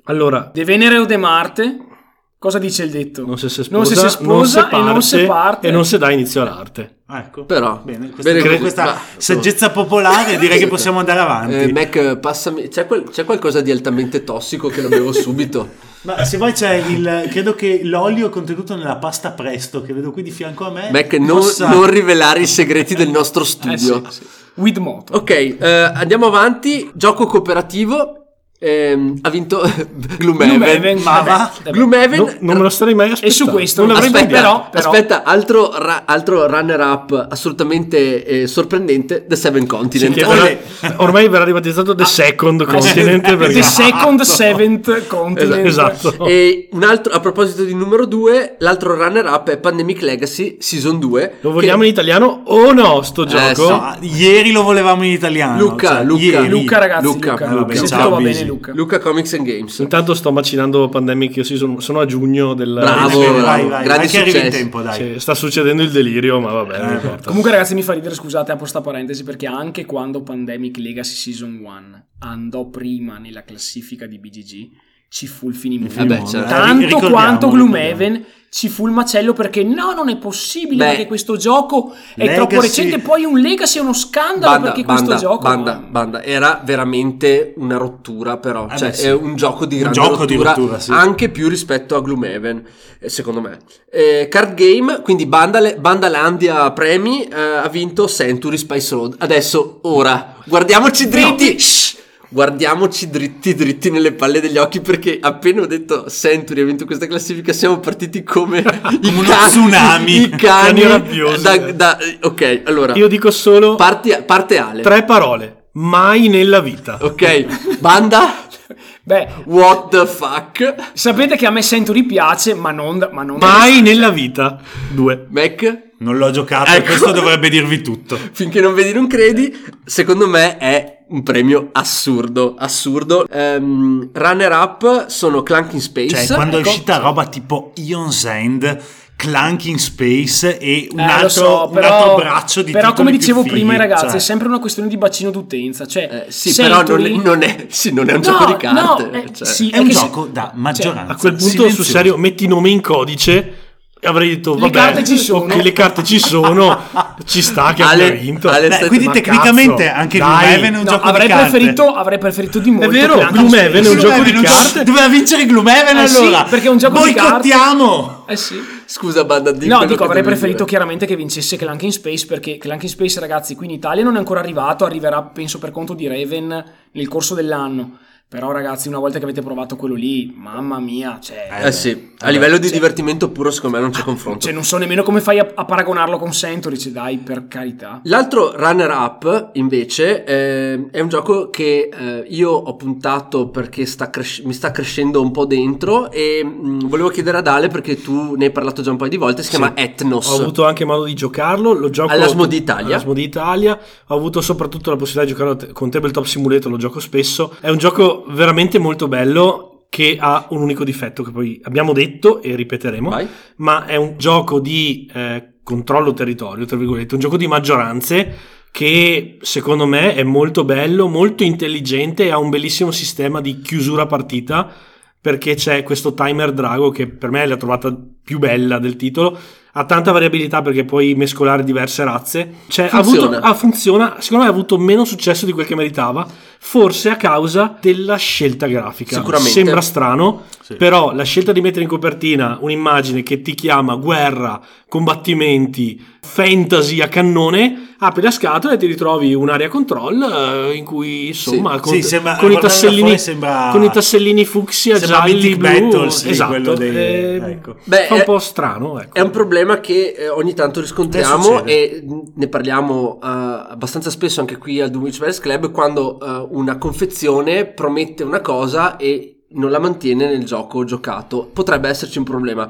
Speaker 5: Allora,
Speaker 3: De Venere o De Marte? Cosa dice il detto?
Speaker 5: non si sposa,
Speaker 3: non si sposa
Speaker 5: non si
Speaker 3: e non si
Speaker 5: parte,
Speaker 3: parte.
Speaker 5: e non si dà inizio all'arte.
Speaker 4: Ecco.
Speaker 2: Però,
Speaker 4: bene, questa,
Speaker 2: bene così.
Speaker 4: questa
Speaker 2: Ma-
Speaker 4: saggezza popolare direi che possiamo andare avanti.
Speaker 2: Eh, Mac, passami. C'è, quel- c'è qualcosa di altamente tossico che lo bevo subito.
Speaker 4: Ma se vuoi c'è il, credo che l'olio contenuto nella pasta Presto che vedo qui di fianco a me.
Speaker 2: Mac, non,
Speaker 4: possa-
Speaker 2: non rivelare i segreti del nostro
Speaker 3: Eh,
Speaker 2: studio.
Speaker 3: sì, sì. With Moto.
Speaker 2: Ok, eh, andiamo avanti. Gioco cooperativo. Ehm, ha vinto Gloomhaven.
Speaker 3: Gloomhaven,
Speaker 4: ma
Speaker 3: vabbè,
Speaker 4: va?
Speaker 3: vabbè.
Speaker 2: Gloomhaven.
Speaker 5: No, non me lo starei mai aspettando.
Speaker 3: E su questo
Speaker 5: non l'avrei mai
Speaker 2: Aspetta,
Speaker 5: detto.
Speaker 3: però- però-
Speaker 2: aspetta, altro, ra- altro runner up assolutamente eh, sorprendente, The Seven Continent.
Speaker 5: Che verrà- ormai verrà ribattezzato The Second Continent perché
Speaker 3: The Second Seventh Continent.
Speaker 5: esatto.
Speaker 2: E un altro, a proposito di numero due, l'altro runner up è Pandemic Legacy Season due.
Speaker 5: Lo vogliamo in italiano o no sto gioco?
Speaker 2: sì.
Speaker 4: No, ieri lo volevamo in italiano.
Speaker 2: Luca,
Speaker 4: cioè,
Speaker 2: Luca,
Speaker 4: ieri.
Speaker 3: Luca, ragazzi,
Speaker 2: Luca.
Speaker 3: Luca.
Speaker 2: Eh,
Speaker 4: vabbè,
Speaker 3: Se
Speaker 4: ciao,
Speaker 3: tutto va
Speaker 4: Bisi.
Speaker 3: bene, Luca.
Speaker 2: Luca Comics and Games.
Speaker 5: Intanto sto macinando Pandemic, io sì, sono, sono a giugno del...
Speaker 2: Bravo,
Speaker 4: Bene,
Speaker 2: bravo.
Speaker 4: vai, vai,
Speaker 2: grandi
Speaker 4: vai che arrivi in
Speaker 2: successi.
Speaker 4: tempo, dai.
Speaker 5: Sì, sta succedendo il delirio, ma vabbè, non importa.
Speaker 3: Comunque ragazzi mi fa ridere, scusate, apro sta parentesi, perché anche quando Pandemic Legacy Season uno andò prima nella classifica di B G G ci fu il finimondo.
Speaker 2: Vabbè,
Speaker 4: Mondo,
Speaker 2: certo.
Speaker 4: eh,
Speaker 3: Tanto
Speaker 4: ricordiamo,
Speaker 3: quanto
Speaker 4: ricordiamo.
Speaker 3: Gloomhaven ci fu il macello perché no, non è possibile,
Speaker 2: Beh,
Speaker 3: perché questo gioco è
Speaker 4: Legacy-
Speaker 3: troppo recente, poi un Legacy è uno scandalo
Speaker 2: Banda,
Speaker 3: perché
Speaker 2: banda,
Speaker 3: questo gioco
Speaker 2: banda, banda. Era veramente una rottura, però.
Speaker 4: Eh
Speaker 2: cioè,
Speaker 4: beh, sì.
Speaker 2: è un gioco di
Speaker 4: Un
Speaker 2: grande
Speaker 4: gioco di
Speaker 2: rottura,
Speaker 4: rottura, sì.
Speaker 2: anche più rispetto a Gloomhaven, eh, secondo me. Eh, card game, quindi Bandale, Bandalandia Premi, eh, ha vinto Century Spice Road. Adesso, ora, guardiamoci dritti. Shh! Guardiamoci dritti dritti nelle palle degli occhi, perché appena ho detto Century ha vinto questa classifica siamo partiti come i
Speaker 4: Uno
Speaker 2: cani,
Speaker 4: tsunami.
Speaker 2: i cani
Speaker 5: Cani rabbiosi.
Speaker 2: da, da- ok, allora
Speaker 5: Io dico solo
Speaker 2: parti, parte Ale.
Speaker 5: tre parole. Mai nella vita.
Speaker 2: Ok, Banda,
Speaker 3: Beh,
Speaker 2: what the fuck?
Speaker 3: sapete che a me Century piace, ma non... Ma non
Speaker 5: Mai nella vita. Due.
Speaker 2: Mac,
Speaker 4: Non l'ho giocato,
Speaker 2: Ecco.
Speaker 4: questo dovrebbe dirvi tutto.
Speaker 2: finché non vedi non credi, secondo me è un premio assurdo, assurdo. Ehm, runner up sono Clanking Space.
Speaker 4: Cioè, quando
Speaker 3: ecco.
Speaker 4: è uscita roba tipo Ion's End, Clank in Space e un,
Speaker 3: Eh,
Speaker 4: altro,
Speaker 3: lo so,
Speaker 4: un
Speaker 3: però,
Speaker 4: altro braccio di
Speaker 3: però come
Speaker 4: titoli più
Speaker 3: dicevo
Speaker 4: fighi,
Speaker 3: prima ai ragazzi
Speaker 4: cioè.
Speaker 3: è sempre una questione di bacino d'utenza, cioè
Speaker 2: Eh, sì, però non è,
Speaker 3: Century-
Speaker 2: non è- sì, non è un
Speaker 3: No,
Speaker 2: gioco di carte.
Speaker 3: no, eh,
Speaker 2: cioè.
Speaker 3: sì,
Speaker 4: È un
Speaker 3: che se-
Speaker 4: gioco da maggioranza.
Speaker 5: A quel punto,
Speaker 4: silenzioso.
Speaker 5: sul serio, metti nome in codice. E avrei detto,
Speaker 3: Le
Speaker 5: vabbè,
Speaker 3: carte ci sono.
Speaker 5: ok, le carte ci sono, ci sta che
Speaker 2: Ale-
Speaker 5: abbia vinto.
Speaker 2: Ale-
Speaker 4: Beh, quindi
Speaker 5: Ma
Speaker 4: tecnicamente
Speaker 5: cazzo,
Speaker 4: anche
Speaker 5: dai.
Speaker 4: Gloomhaven è un
Speaker 3: No,
Speaker 4: gioco
Speaker 3: avrei
Speaker 4: di carte.
Speaker 3: preferito, avrei preferito di molto
Speaker 5: È vero,
Speaker 3: Clanking
Speaker 5: Gloomhaven
Speaker 3: Space.
Speaker 5: è un gioco di
Speaker 4: Gloomhaven,
Speaker 5: carte.
Speaker 4: Doveva vincere Gloomhaven
Speaker 3: Eh sì,
Speaker 4: allora.
Speaker 3: perché è un gioco di carte.
Speaker 4: Boicottiamo.
Speaker 3: Eh sì.
Speaker 2: Scusa, Banda, di
Speaker 3: No,
Speaker 2: quello
Speaker 3: dico,
Speaker 2: che
Speaker 3: avrei
Speaker 2: devi
Speaker 3: preferito
Speaker 2: dire.
Speaker 3: chiaramente che vincesse Clanking Space, perché Clanking Space, ragazzi, qui in Italia non è ancora arrivato, arriverà penso per conto di Raven nel corso dell'anno. Però ragazzi, una volta che avete provato quello lì, mamma mia, cioè,
Speaker 2: Eh sì, a livello di
Speaker 3: Cioè-
Speaker 2: divertimento puro secondo me non c'è confronto.
Speaker 3: cioè non so nemmeno come fai a, a paragonarlo con Century, cioè, dai, per carità.
Speaker 2: L'altro runner up invece eh, è un gioco che eh, io ho puntato perché sta cres- mi sta crescendo un po' dentro e mh, volevo chiedere ad Ale, perché tu ne hai parlato già un paio di volte, si chiama Ethnos.
Speaker 5: Ho avuto anche modo di giocarlo, lo gioco
Speaker 2: All'Asmodee Italia.
Speaker 5: all'Asmodee Italia. Ho avuto soprattutto la possibilità di giocarlo con Tabletop Simulator, lo gioco spesso. È un gioco veramente molto bello che ha un unico difetto che poi abbiamo detto e ripeteremo,
Speaker 2: Vai.
Speaker 5: ma è un gioco di eh, controllo territorio, tra virgolette, un gioco di maggioranze che secondo me è molto bello, molto intelligente e ha un bellissimo sistema di chiusura partita, perché c'è questo timer drago che per me è la trovata più bella del titolo. Ha tanta variabilità perché puoi mescolare diverse razze. Cioè, ha
Speaker 2: Funziona.
Speaker 5: avuto, ah, funziona. Secondo me ha avuto meno successo di quel che meritava, forse a causa della scelta grafica.
Speaker 2: Sicuramente.
Speaker 5: Sembra strano,
Speaker 4: Sì.
Speaker 5: però la scelta di mettere in copertina un'immagine che ti chiama guerra, combattimenti, fantasy a cannone, apri la scatola e ti ritrovi un'area control eh, in cui insomma
Speaker 2: Sì.
Speaker 5: con,
Speaker 4: Sì, sembra-
Speaker 5: con i
Speaker 4: guardando da
Speaker 5: tassellini
Speaker 4: fuori sembra-
Speaker 5: con i tassellini fucsia,
Speaker 4: Sembra
Speaker 5: gialli,
Speaker 4: Mythic
Speaker 5: blu,
Speaker 4: Battle, sì,
Speaker 5: esatto,
Speaker 4: quello dei-
Speaker 5: eh,
Speaker 4: ecco.
Speaker 2: Beh,
Speaker 5: fa un
Speaker 2: è-
Speaker 5: po' strano, ecco.
Speaker 2: È un problema che eh, ogni tanto
Speaker 4: Che
Speaker 2: riscontriamo
Speaker 4: succede?
Speaker 2: e ne parliamo eh, abbastanza spesso anche qui al Dunwich Buyers Club, quando eh, una confezione promette una cosa e non la mantiene nel gioco giocato. Potrebbe esserci un problema.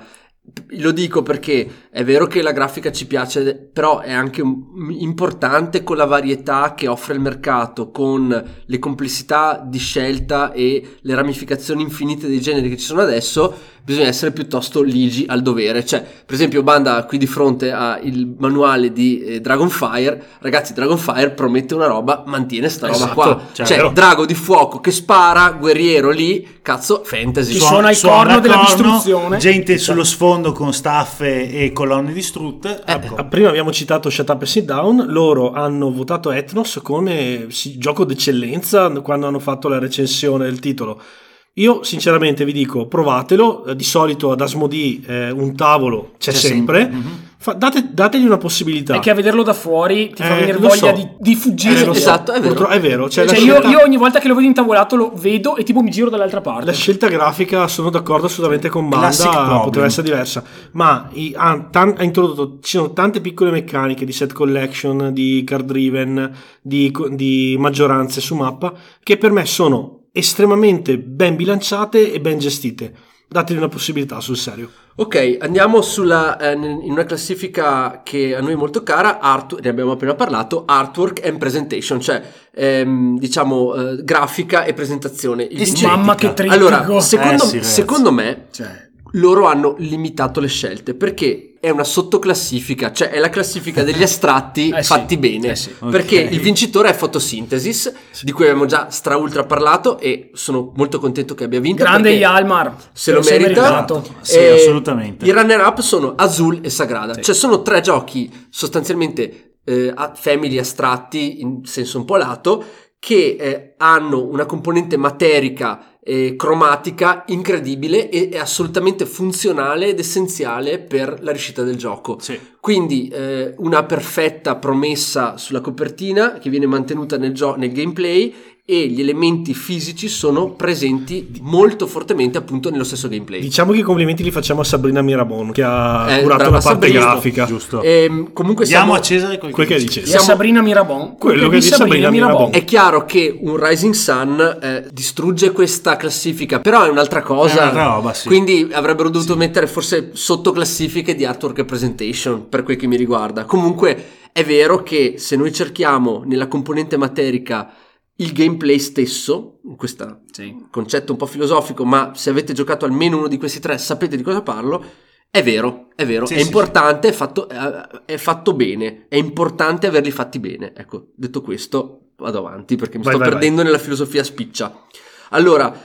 Speaker 2: lo dico perché è vero che la grafica ci piace, però è anche un, importante con la varietà che offre il mercato, con le complessità di scelta e le ramificazioni infinite dei generi che ci sono adesso. Bisogna essere piuttosto ligi al dovere. Cioè, per esempio, Banda qui di fronte ha il manuale di eh, Dragonfire. Ragazzi, Dragonfire promette una roba, mantiene sta roba
Speaker 5: esatto,
Speaker 2: qua.
Speaker 5: cioè,
Speaker 2: Cioè,
Speaker 5: vero.
Speaker 2: drago di fuoco che spara, guerriero lì, cazzo, fantasy.
Speaker 3: Ci suona il corno della distruzione.
Speaker 4: Gente sullo sfondo con staffe e colonne distrutte.
Speaker 2: Eh,
Speaker 4: Ecco.
Speaker 5: Prima abbiamo citato Shut Up and Sit Down. Loro hanno votato Ethnos come sì, gioco d'eccellenza quando hanno fatto la recensione del titolo. Io sinceramente vi dico, provatelo. Di solito ad Asmodee eh, un tavolo c'è,
Speaker 4: C'è
Speaker 5: sempre,
Speaker 4: sempre. Mm-hmm.
Speaker 5: Fa, date, dategli una possibilità.
Speaker 3: È che a vederlo da fuori ti fa
Speaker 5: Eh,
Speaker 3: venire
Speaker 5: lo
Speaker 3: voglia
Speaker 5: so.
Speaker 3: di, di fuggire.
Speaker 5: Eh, lo so.
Speaker 2: Esatto, è vero.
Speaker 5: Purtroppo- è vero. Cioè,
Speaker 3: Cioè,
Speaker 5: la,
Speaker 3: io,
Speaker 5: scelta,
Speaker 3: io ogni volta che lo vedo intavolato lo vedo e tipo mi giro dall'altra parte.
Speaker 5: la scelta grafica sono d'accordo assolutamente con
Speaker 4: Classic
Speaker 5: Banda,
Speaker 4: problem.
Speaker 5: poteva essere diversa, ma i- ha, tan- ha introdotto, ci sono tante piccole meccaniche di set collection, di card driven, di, co- di maggioranze su mappa che per me sono estremamente ben bilanciate e ben gestite. Dategli una possibilità, sul serio.
Speaker 2: Ok, andiamo sulla, eh, in una classifica che a noi è molto cara, art, ne abbiamo appena parlato, artwork and presentation, cioè ehm, diciamo eh, grafica e presentazione. Il
Speaker 4: Estetica.
Speaker 3: Mamma che trittico.
Speaker 2: Allora, secondo,
Speaker 4: Eh sì, ragazzi.
Speaker 2: secondo me
Speaker 3: Cioè,
Speaker 2: loro hanno limitato le scelte perché è una sottoclassifica, cioè è la classifica degli astratti
Speaker 3: Eh sì,
Speaker 2: fatti bene,
Speaker 3: eh sì.
Speaker 2: perché
Speaker 4: Ok.
Speaker 2: il vincitore è Photosynthesis, di cui abbiamo già stra ultra parlato e sono molto contento che abbia vinto.
Speaker 3: grande
Speaker 2: perché
Speaker 3: Yalmar.
Speaker 2: se lo
Speaker 3: sei
Speaker 2: merita.
Speaker 3: meritato.
Speaker 4: Sì,
Speaker 2: E
Speaker 4: assolutamente.
Speaker 2: I runner up sono Azul e Sagrada, cioè sono tre giochi sostanzialmente eh, a- family astratti in senso un po' lato che eh, hanno una componente materica e cromatica incredibile e è assolutamente funzionale ed essenziale per la riuscita del gioco.
Speaker 4: Sì.
Speaker 2: Quindi eh, una perfetta promessa sulla copertina che viene mantenuta nel, gio- nel gameplay, e gli elementi fisici sono presenti molto fortemente appunto nello stesso gameplay.
Speaker 5: Diciamo che i complimenti li facciamo a Sabrina Mirabon, che ha
Speaker 2: Eh,
Speaker 5: curato
Speaker 2: brava
Speaker 5: la parte
Speaker 2: Sabrina,
Speaker 5: grafica.
Speaker 4: Giusto.
Speaker 2: Ehm, comunque
Speaker 4: Diamo
Speaker 2: siamo,
Speaker 4: a Cesare quel,
Speaker 5: Quel che
Speaker 4: dice.
Speaker 5: dice.
Speaker 3: E a Sabrina Mirabon.
Speaker 5: Quello che
Speaker 3: di
Speaker 5: dice Sabrina Mirabon.
Speaker 2: è chiaro che un Rising Sun eh, distrugge questa classifica, però è un'altra cosa.
Speaker 4: È un'altra roba, sì.
Speaker 2: Quindi avrebbero dovuto mettere forse sotto classifiche di artwork e presentation, per quel che mi riguarda. Comunque è vero che se noi cerchiamo nella componente materica il gameplay stesso, questo concetto un po' filosofico, ma se avete giocato almeno uno di questi tre sapete di cosa parlo. È vero, è vero,
Speaker 4: Sì,
Speaker 2: è
Speaker 4: sì,
Speaker 2: importante, È, fatto, è fatto bene, è importante averli fatti bene. Ecco, detto questo, vado avanti perché mi
Speaker 5: Vai,
Speaker 2: sto
Speaker 5: vai,
Speaker 2: perdendo nella filosofia spiccia. Allora,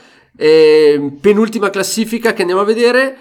Speaker 2: eh, penultima classifica che andiamo a vedere,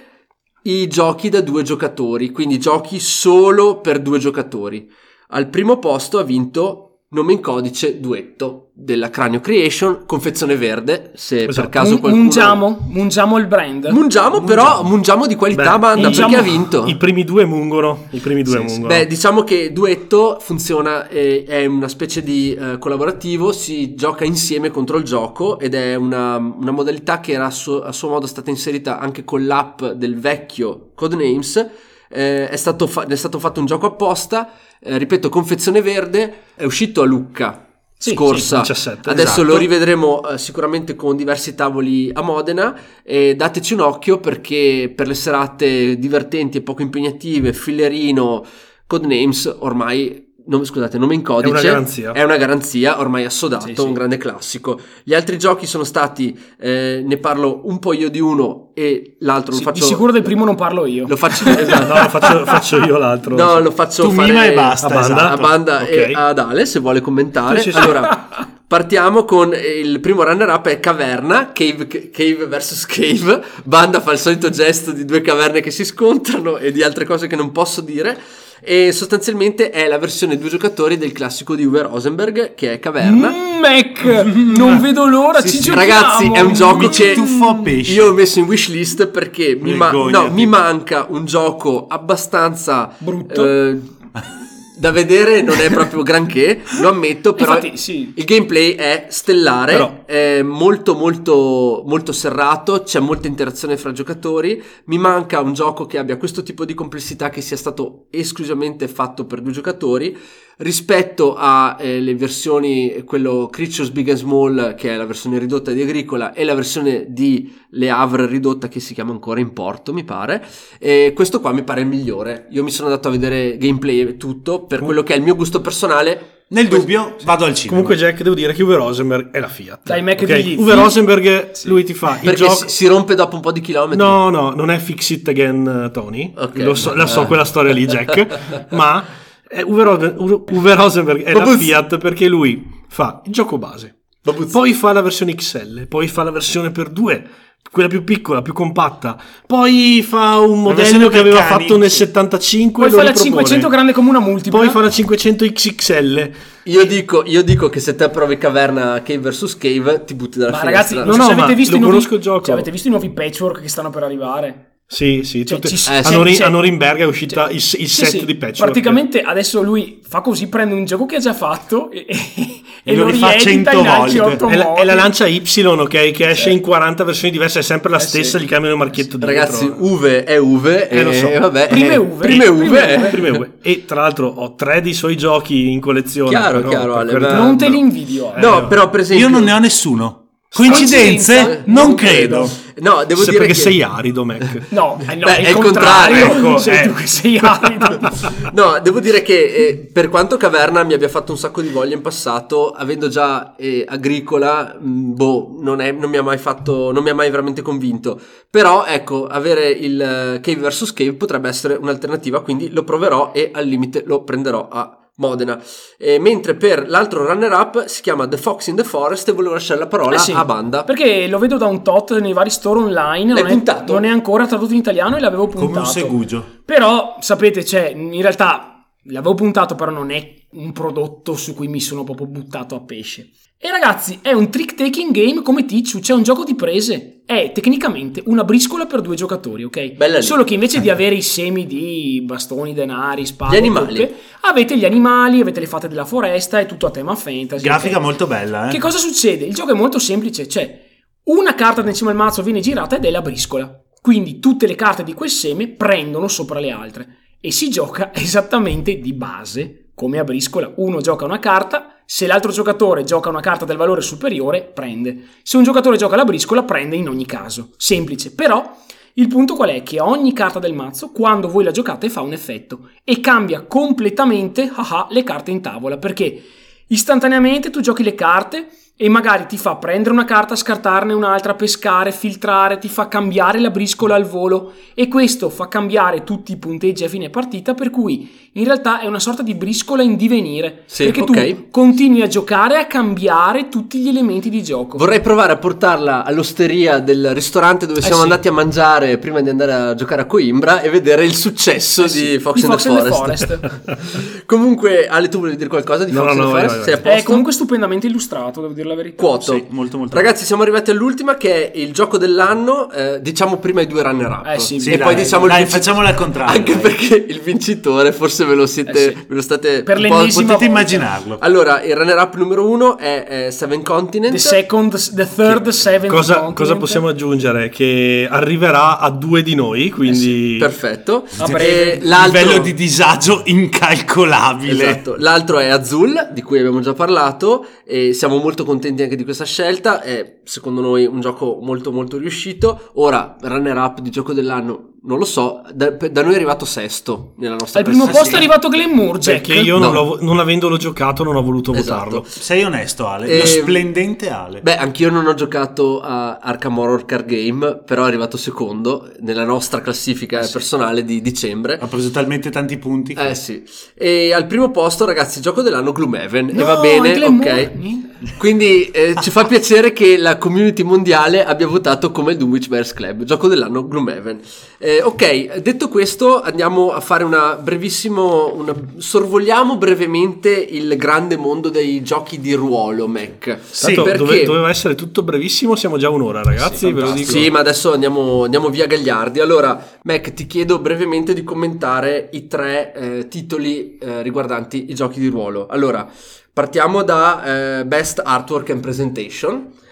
Speaker 2: i giochi da due giocatori, quindi giochi solo per due giocatori. Al primo posto ha vinto Nome in Codice Duetto della Cranio Creation, confezione verde, se
Speaker 5: Esatto.
Speaker 2: per caso
Speaker 3: Mun-
Speaker 2: qualcuno...
Speaker 3: Mungiamo, mungiamo il brand.
Speaker 2: Mungiamo, però mungiamo di qualità,
Speaker 5: Beh,
Speaker 2: Banda,
Speaker 3: Mungiamo-
Speaker 2: perché ha vinto.
Speaker 5: I primi due mungono. I primi due
Speaker 4: Sì, sì.
Speaker 5: mungono.
Speaker 2: Beh, diciamo che Duetto funziona, eh, è una specie di eh, collaborativo, si gioca insieme contro il gioco ed è una, una modalità che era a suo, a suo modo stata inserita anche con l'app del vecchio Codenames. Eh, è, stato fa- è stato fatto un gioco apposta, eh, ripeto, confezione verde, è uscito a Lucca
Speaker 5: Sì,
Speaker 2: scorsa,
Speaker 5: sì, diciassette,
Speaker 2: adesso
Speaker 5: esatto.
Speaker 2: lo rivedremo eh, sicuramente con diversi tavoli a Modena, e dateci un occhio perché per le serate divertenti e poco impegnative, Fillerino, Codenames ormai, no, scusate, Nome in Codice
Speaker 5: È una garanzia.
Speaker 2: è una garanzia ormai assodato,
Speaker 3: Sì, sì.
Speaker 2: un grande classico. Gli altri giochi sono stati, eh, ne parlo un po' io di uno e l'altro
Speaker 3: Sì,
Speaker 2: lo faccio,
Speaker 3: di sicuro del primo non parlo io.
Speaker 2: lo faccio esatto.
Speaker 5: No, lo faccio, faccio io l'altro.
Speaker 2: No, lo faccio
Speaker 4: Tu
Speaker 2: fare
Speaker 4: mima e basta,
Speaker 5: a Banda.
Speaker 2: a
Speaker 4: esatto.
Speaker 2: Banda
Speaker 5: Ok.
Speaker 2: e ad Ale se vuole commentare.
Speaker 5: Sì, sì, sì.
Speaker 2: Allora, partiamo con il primo runner up, è Caverna, Cave, Cave versus Cave. Banda fa il solito gesto di due caverne che si scontrano e di altre cose che non posso dire. E sostanzialmente è la versione due giocatori del classico di Uwe Rosenberg, che è Caverna.
Speaker 3: Mm, Mac, non vedo l'ora,
Speaker 4: Sì,
Speaker 3: ci
Speaker 4: sì.
Speaker 3: giochiamo.
Speaker 2: Ragazzi, è un gioco
Speaker 4: Mi
Speaker 2: che
Speaker 4: tuffo a pesce.
Speaker 2: io ho messo in wishlist perché mi, ma-
Speaker 4: Vergognati.
Speaker 2: no, mi manca un gioco abbastanza
Speaker 3: Brutto.
Speaker 2: eh, da vedere, non è proprio granché, lo ammetto, però
Speaker 3: Infatti, sì.
Speaker 2: il gameplay è stellare,
Speaker 5: Però-
Speaker 2: è molto molto molto serrato, c'è molta interazione fra giocatori. Mi manca un gioco che abbia questo tipo di complessità, che sia stato esclusivamente fatto per due giocatori. rispetto alle versioni, quello Creatures Big and Small, che è la versione ridotta di Agricola, e la versione di Le Havre ridotta, che si chiama ancora in porto, mi pare. E questo qua mi pare il migliore. Io mi sono andato a vedere gameplay e tutto, per quello che è il mio gusto personale.
Speaker 4: Nel dubbio vado al cinema.
Speaker 5: Comunque Jack, devo dire che Uwe Rosenberg è la Fiat.
Speaker 3: Dai, Mac
Speaker 5: okay?
Speaker 3: digli,
Speaker 5: Uwe
Speaker 3: sì.
Speaker 5: Rosenberg, sì. Lui ti fa il
Speaker 2: perché
Speaker 5: gioco...
Speaker 2: si, si rompe dopo un po' di chilometri.
Speaker 5: No, no, non è Fix It Again, Tony.
Speaker 2: Okay.
Speaker 5: Lo so, la so quella storia lì, Jack. Ma eh, Uwe, Rosen, Uwe Rosenberg è
Speaker 2: Babuzz.
Speaker 5: la Fiat perché lui fa il gioco base,
Speaker 2: Babuzz.
Speaker 5: poi fa la versione X L, poi fa la versione per due, quella più piccola, più compatta, poi fa un
Speaker 4: versione
Speaker 5: modello che
Speaker 4: per
Speaker 5: aveva
Speaker 4: cani,
Speaker 5: fatto nel
Speaker 4: sì.
Speaker 5: settantacinque,
Speaker 3: Poi
Speaker 5: lo
Speaker 3: fa la
Speaker 5: ripropone.
Speaker 3: cinquecento grande come una multipla.
Speaker 5: Poi fa la cinquecento X X L.
Speaker 2: Io dico, io dico che se te provi Caverna Cave versus Cave ti butti dalla
Speaker 3: Ma ragazzi,
Speaker 2: finestra.
Speaker 3: non
Speaker 5: No,
Speaker 3: so
Speaker 5: no,
Speaker 3: se avete
Speaker 5: ma
Speaker 3: visto
Speaker 5: lo
Speaker 3: i nuovi,
Speaker 5: conosco il gioco.
Speaker 3: cioè, avete visto i nuovi patchwork che stanno per arrivare?
Speaker 5: Sì, sì,
Speaker 3: Cioè,
Speaker 5: tutte-
Speaker 3: ci-
Speaker 5: a,
Speaker 3: c'è-
Speaker 5: Nori-
Speaker 3: c'è-
Speaker 5: a Norimberga è uscita il, il
Speaker 3: Sì,
Speaker 5: set
Speaker 3: sì,
Speaker 5: di patchwork.
Speaker 3: praticamente adesso lui fa così, prende un gioco che ha già fatto e, e, e
Speaker 4: lo
Speaker 3: lo
Speaker 4: rifà
Speaker 3: riedita
Speaker 4: cento
Speaker 3: in altri
Speaker 4: volte.
Speaker 3: otto
Speaker 5: È la,
Speaker 3: modi.
Speaker 5: è la lancia Y, ok, che esce in quaranta versioni diverse, è sempre la
Speaker 3: Eh,
Speaker 5: stessa,
Speaker 3: sì.
Speaker 5: gli cambiano il marchietto dietro.
Speaker 2: Ragazzi, Uve è Uve
Speaker 5: Eh, lo so.
Speaker 2: e vabbè,
Speaker 3: Prime
Speaker 2: eh,
Speaker 3: Uve.
Speaker 2: prime Uve.
Speaker 3: Prime
Speaker 2: eh.
Speaker 5: Prime Uwe. E tra l'altro ho tre dei suoi giochi in collezione.
Speaker 2: Chiaro,
Speaker 5: però
Speaker 2: chiaro,
Speaker 5: per
Speaker 2: Ale,
Speaker 5: quel
Speaker 2: ma-
Speaker 5: tempo-
Speaker 3: Non te
Speaker 2: no.
Speaker 3: li invidio. eh.
Speaker 2: No, però per esempio
Speaker 4: Io non ne ho nessuno. Coincidenze?
Speaker 3: Coincidenza?
Speaker 4: Non
Speaker 3: Non
Speaker 4: credo.
Speaker 3: credo.
Speaker 2: No, devo
Speaker 5: Se
Speaker 2: dire
Speaker 5: perché
Speaker 2: che
Speaker 5: sei arido, Mac.
Speaker 3: No, eh, no,
Speaker 2: Beh,
Speaker 3: è
Speaker 2: è
Speaker 3: il
Speaker 2: il
Speaker 3: contrario.
Speaker 2: contrario,
Speaker 5: ecco,
Speaker 3: sei
Speaker 5: eh.
Speaker 3: tu che sei arido.
Speaker 2: No, devo dire che eh, per quanto Caverna mi abbia fatto un sacco di voglia in passato, avendo già eh, Agricola, mh, boh, non, è, non mi ha mai fatto, non mi ha mai veramente convinto. Però ecco, avere il eh, Cave versus Cave potrebbe essere un'alternativa, quindi lo proverò e al limite lo prenderò a Modena. Eh, mentre per l'altro runner-up si chiama The Fox in the Forest e volevo lasciare la parola
Speaker 3: Eh sì,
Speaker 2: a Banda.
Speaker 3: perché lo vedo da un tot nei vari store online,
Speaker 2: L'hai
Speaker 3: non è,
Speaker 2: puntato?
Speaker 3: non è ancora tradotto in italiano e l'avevo puntato.
Speaker 4: Come un segugio.
Speaker 3: Però, sapete, cioè, in realtà l'avevo puntato, però non è un prodotto su cui mi sono proprio buttato a pesce. E ragazzi, è un trick-taking game come Ticciu, c'è un gioco di prese. È tecnicamente una briscola per due giocatori, ok?
Speaker 2: Bella lì.
Speaker 3: Solo che invece di avere i semi di bastoni, denari, spade,
Speaker 2: Gli animali.
Speaker 3: coppe, avete gli animali, avete le fate della foresta, è tutto a tema fantasy.
Speaker 4: Grafica
Speaker 3: ok?
Speaker 4: molto bella, eh.
Speaker 3: Che cosa succede? Il gioco è molto semplice, c'è una carta da insieme al mazzo viene girata ed è la briscola. Quindi tutte le carte di quel seme prendono sopra le altre e si gioca esattamente di base come a briscola. Uno gioca una carta, se l'altro giocatore gioca una carta del valore superiore, prende. Se un giocatore gioca la briscola, prende in ogni caso. Semplice, però il punto qual è? Che ogni carta del mazzo, quando voi la giocate, fa un effetto e cambia completamente haha, le carte in tavola, perché istantaneamente tu giochi le carte e magari ti fa prendere una carta, scartarne un'altra, pescare, filtrare, ti fa cambiare la briscola al volo e questo fa cambiare tutti i punteggi a fine partita, per cui in realtà è una sorta di briscola in divenire,
Speaker 2: Sì,
Speaker 3: perché
Speaker 2: ok.
Speaker 3: tu continui a giocare a cambiare tutti gli elementi di gioco.
Speaker 2: Vorrei provare a portarla all'osteria del ristorante dove siamo
Speaker 3: sì.
Speaker 2: andati a mangiare prima di andare a giocare a Coimbra e vedere il successo
Speaker 3: Eh sì,
Speaker 2: di Fox,
Speaker 3: di
Speaker 2: in
Speaker 3: Fox
Speaker 2: the
Speaker 3: and the
Speaker 2: Forest. Comunque, Ale, tu volevi dire qualcosa di
Speaker 5: No,
Speaker 2: Fox
Speaker 5: no,
Speaker 2: in the
Speaker 5: no,
Speaker 2: Forest?
Speaker 5: vai, vai,
Speaker 2: Sei a
Speaker 5: vai.
Speaker 3: È
Speaker 2: posto?
Speaker 3: comunque stupendamente illustrato, devo dire la verità.
Speaker 2: Quoto.
Speaker 4: Sì, molto, molto
Speaker 2: Ragazzi, siamo arrivati all'ultima che è il gioco dell'anno. eh, diciamo prima i due runner-up.
Speaker 3: Eh sì,
Speaker 4: Sì,
Speaker 2: e
Speaker 4: dai,
Speaker 2: poi diciamo il
Speaker 4: dai,
Speaker 2: vincitore.
Speaker 4: facciamolo al contrario.
Speaker 2: Anche
Speaker 4: dai.
Speaker 2: perché il vincitore, forse ve lo siete,
Speaker 3: Eh sì.
Speaker 2: ve lo state
Speaker 3: Per
Speaker 2: un po'-
Speaker 3: l'ennesima
Speaker 4: Potete
Speaker 3: volta.
Speaker 4: immaginarlo.
Speaker 2: Allora, il runner-up numero uno è, è Seven Continent.
Speaker 3: The second, the third, seventh
Speaker 5: Cosa,
Speaker 3: continent.
Speaker 5: cosa possiamo aggiungere? Che arriverà a due di noi, quindi...
Speaker 2: Perfetto.
Speaker 3: A breve.
Speaker 2: E l'altro-
Speaker 4: Livello di disagio incalcolabile.
Speaker 2: Esatto, l'altro è Azul, di cui abbiamo già parlato e siamo molto contenti anche di questa scelta, è secondo noi un gioco molto molto riuscito. Ora, runner up di gioco dell'anno, non lo so, da, da noi è arrivato sesto nella nostra
Speaker 3: Al primo
Speaker 2: classifica.
Speaker 3: posto è arrivato Glenmoor, Jack.
Speaker 5: Perché io non,
Speaker 2: No.
Speaker 5: l'ho- non avendolo giocato non ho voluto
Speaker 2: Esatto.
Speaker 5: votarlo.
Speaker 4: Sei onesto, Ale.
Speaker 2: Eh,
Speaker 4: Lo splendente Ale.
Speaker 2: Beh, anch'io non ho giocato a Arkham Horror Card Game, però è arrivato secondo nella nostra classifica personale di dicembre.
Speaker 4: Ha preso talmente tanti punti. che-
Speaker 2: Eh sì. E al primo posto, ragazzi, gioco dell'anno Gloomhaven. e
Speaker 3: No,
Speaker 2: va bene,
Speaker 3: Glenmoor.
Speaker 2: ok.
Speaker 3: Niente.
Speaker 2: Quindi eh, ci fa piacere che la community mondiale abbia votato come il Dunwich Bears Club, gioco dell'anno Gloomhaven. Eh, ok, detto questo, andiamo a fare una brevissimo. Una, sorvoliamo brevemente il grande mondo dei giochi di ruolo, Mac.
Speaker 4: Sì,
Speaker 5: Tanto
Speaker 2: perché?
Speaker 5: dove- doveva essere tutto brevissimo, siamo già un'ora, ragazzi, ve lo dico.
Speaker 2: Sì, ma adesso andiamo, andiamo via Gagliardi. Allora, Mac, ti chiedo brevemente di commentare i tre eh, titoli eh, riguardanti i giochi di ruolo. Allora, partiamo da eh, Best Artwork and Presentation.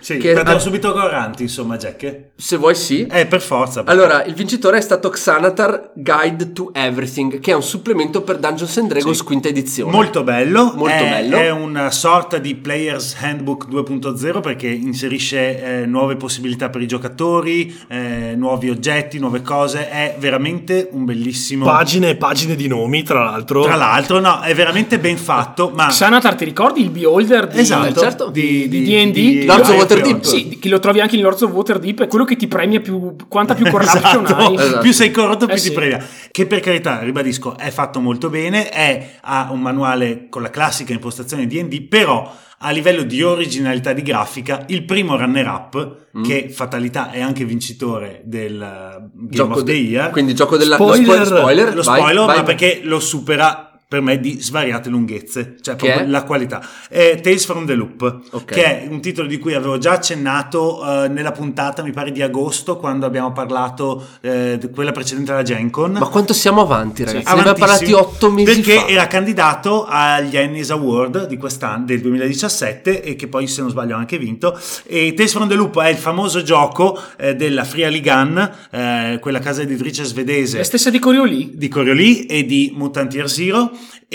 Speaker 4: Sì,
Speaker 2: che
Speaker 4: partiamo
Speaker 2: ha-
Speaker 4: subito con Ranti, insomma, Jack.
Speaker 2: se vuoi sì.
Speaker 4: Eh, per forza. perché-
Speaker 2: Allora, il vincitore è stato Xanatar Guide to Everything, che è un supplemento per Dungeons and Dragons
Speaker 4: Sì.
Speaker 2: quinta edizione.
Speaker 4: Molto bello,
Speaker 2: Molto
Speaker 4: è,
Speaker 2: bello.
Speaker 4: è una sorta di Player's Handbook due punto zero perché inserisce eh, nuove possibilità per i giocatori, eh, nuovi oggetti, nuove cose, è veramente un bellissimo...
Speaker 5: Pagine e pagine di nomi, tra l'altro.
Speaker 4: Tra l'altro, no, è veramente ben fatto, ma...
Speaker 3: Xanatar, ti ricordi il Beholder di,
Speaker 4: Esatto,
Speaker 2: certo.
Speaker 3: di
Speaker 4: di-
Speaker 3: D and D?
Speaker 4: di-
Speaker 2: Lords of
Speaker 4: di-
Speaker 2: Waterdeep.
Speaker 3: Sì, che lo trovi anche in Lords of Waterdeep, è quello che ti premia più quanta più corruption
Speaker 4: Esatto.
Speaker 3: hai.
Speaker 2: Esatto.
Speaker 4: Più sei corrotto più
Speaker 3: Eh
Speaker 4: ti
Speaker 3: sì.
Speaker 4: premia, che per carità, ribadisco, è fatto molto bene, è, ha un manuale con la classica impostazione D and D, però a livello di originalità di grafica il primo runner up
Speaker 2: Mm.
Speaker 4: che fatalità è anche vincitore del uh, Game
Speaker 2: Gioco
Speaker 4: of the
Speaker 2: de-
Speaker 4: Year,
Speaker 2: Quindi gioco della
Speaker 5: Spoiler.
Speaker 2: lo spo- spoiler,
Speaker 4: lo
Speaker 2: vai,
Speaker 4: spoiler,
Speaker 2: vai,
Speaker 4: ma
Speaker 2: vai.
Speaker 4: perché lo supera per me di svariate lunghezze, cioè
Speaker 2: Che
Speaker 4: proprio
Speaker 2: è?
Speaker 4: la qualità. È Tales from the Loop,
Speaker 2: Ok.
Speaker 4: che è un titolo di cui avevo già accennato eh, nella puntata, mi pare di agosto, quando abbiamo parlato eh, di quella precedente alla Gen Con.
Speaker 2: Ma quanto siamo avanti, ragazzi? Ne abbiamo
Speaker 4: Avantissimi,
Speaker 2: parlati otto mesi
Speaker 4: perché
Speaker 2: fa.
Speaker 4: era candidato agli Ennies Award di quest'anno, del duemiladiciassette, e che poi, se non sbaglio, ha anche vinto. E Tales from the Loop è il famoso gioco eh, della Fria Ligan, eh, quella casa editrice svedese
Speaker 3: La stessa di Coriolì.
Speaker 4: di Coriolì e di Mutant Year Zero,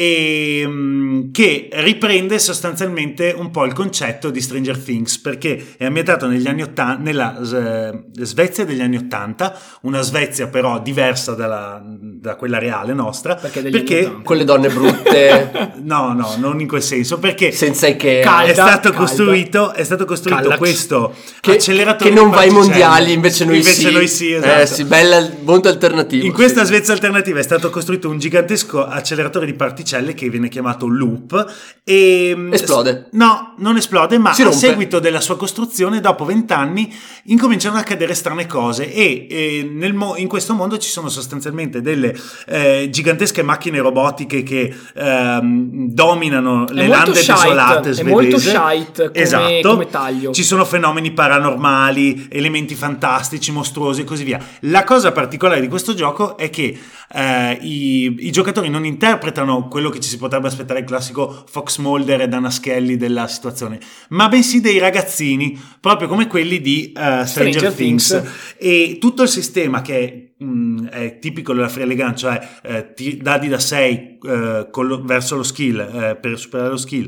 Speaker 4: e um, che riprende sostanzialmente un po' il concetto di Stranger Things, perché è ambientato negli anni ottanta, nella uh, Svezia degli anni ottanta, una Svezia però diversa dalla, da quella reale nostra,
Speaker 3: Perché degli
Speaker 4: perché
Speaker 3: anni ottanta.
Speaker 2: Con le donne brutte,
Speaker 4: no no non in quel senso, perché
Speaker 2: senza Ikea.
Speaker 3: Calda.
Speaker 4: è stato
Speaker 3: calda.
Speaker 4: costruito è stato costruito
Speaker 5: Callax.
Speaker 4: questo
Speaker 2: Che,
Speaker 4: acceleratore
Speaker 2: che non
Speaker 4: di
Speaker 2: va ai
Speaker 4: particelle.
Speaker 2: mondiali, invece noi
Speaker 4: invece
Speaker 2: sì.
Speaker 4: noi sì, esatto.
Speaker 2: Eh sì, bella, molto alternativo.
Speaker 4: In questa
Speaker 2: sì.
Speaker 4: Svezia alternativa è stato costruito un gigantesco acceleratore di particelle che viene chiamato Loop e
Speaker 2: Esplode.
Speaker 4: no, non esplode, ma
Speaker 2: Si
Speaker 4: a
Speaker 2: rompe.
Speaker 4: seguito della sua costruzione, dopo vent'anni incominciano ad accadere strane cose e, e nel mo- in questo mondo ci sono sostanzialmente delle eh, gigantesche macchine robotiche che ehm, dominano le
Speaker 3: molto
Speaker 4: lande
Speaker 3: shite,
Speaker 4: desolate
Speaker 3: è
Speaker 4: svedesi.
Speaker 3: molto shite come-
Speaker 4: esatto.
Speaker 3: come taglio.
Speaker 4: Ci sono fenomeni paranormali, elementi fantastici, mostruosi e così via. La cosa particolare di questo gioco è che eh, i, i giocatori non interpretano quello che ci si potrebbe aspettare, il classico Fox Mulder e Dana Scully della situazione, ma bensì dei ragazzini, proprio come quelli di eh, Stranger,
Speaker 3: Stranger
Speaker 4: Things.
Speaker 3: Things.
Speaker 4: E tutto il sistema che mh, è tipico della Free Legan, cioè eh, ti- dadi da sei eh, con lo- verso lo skill, eh, per superare lo skill,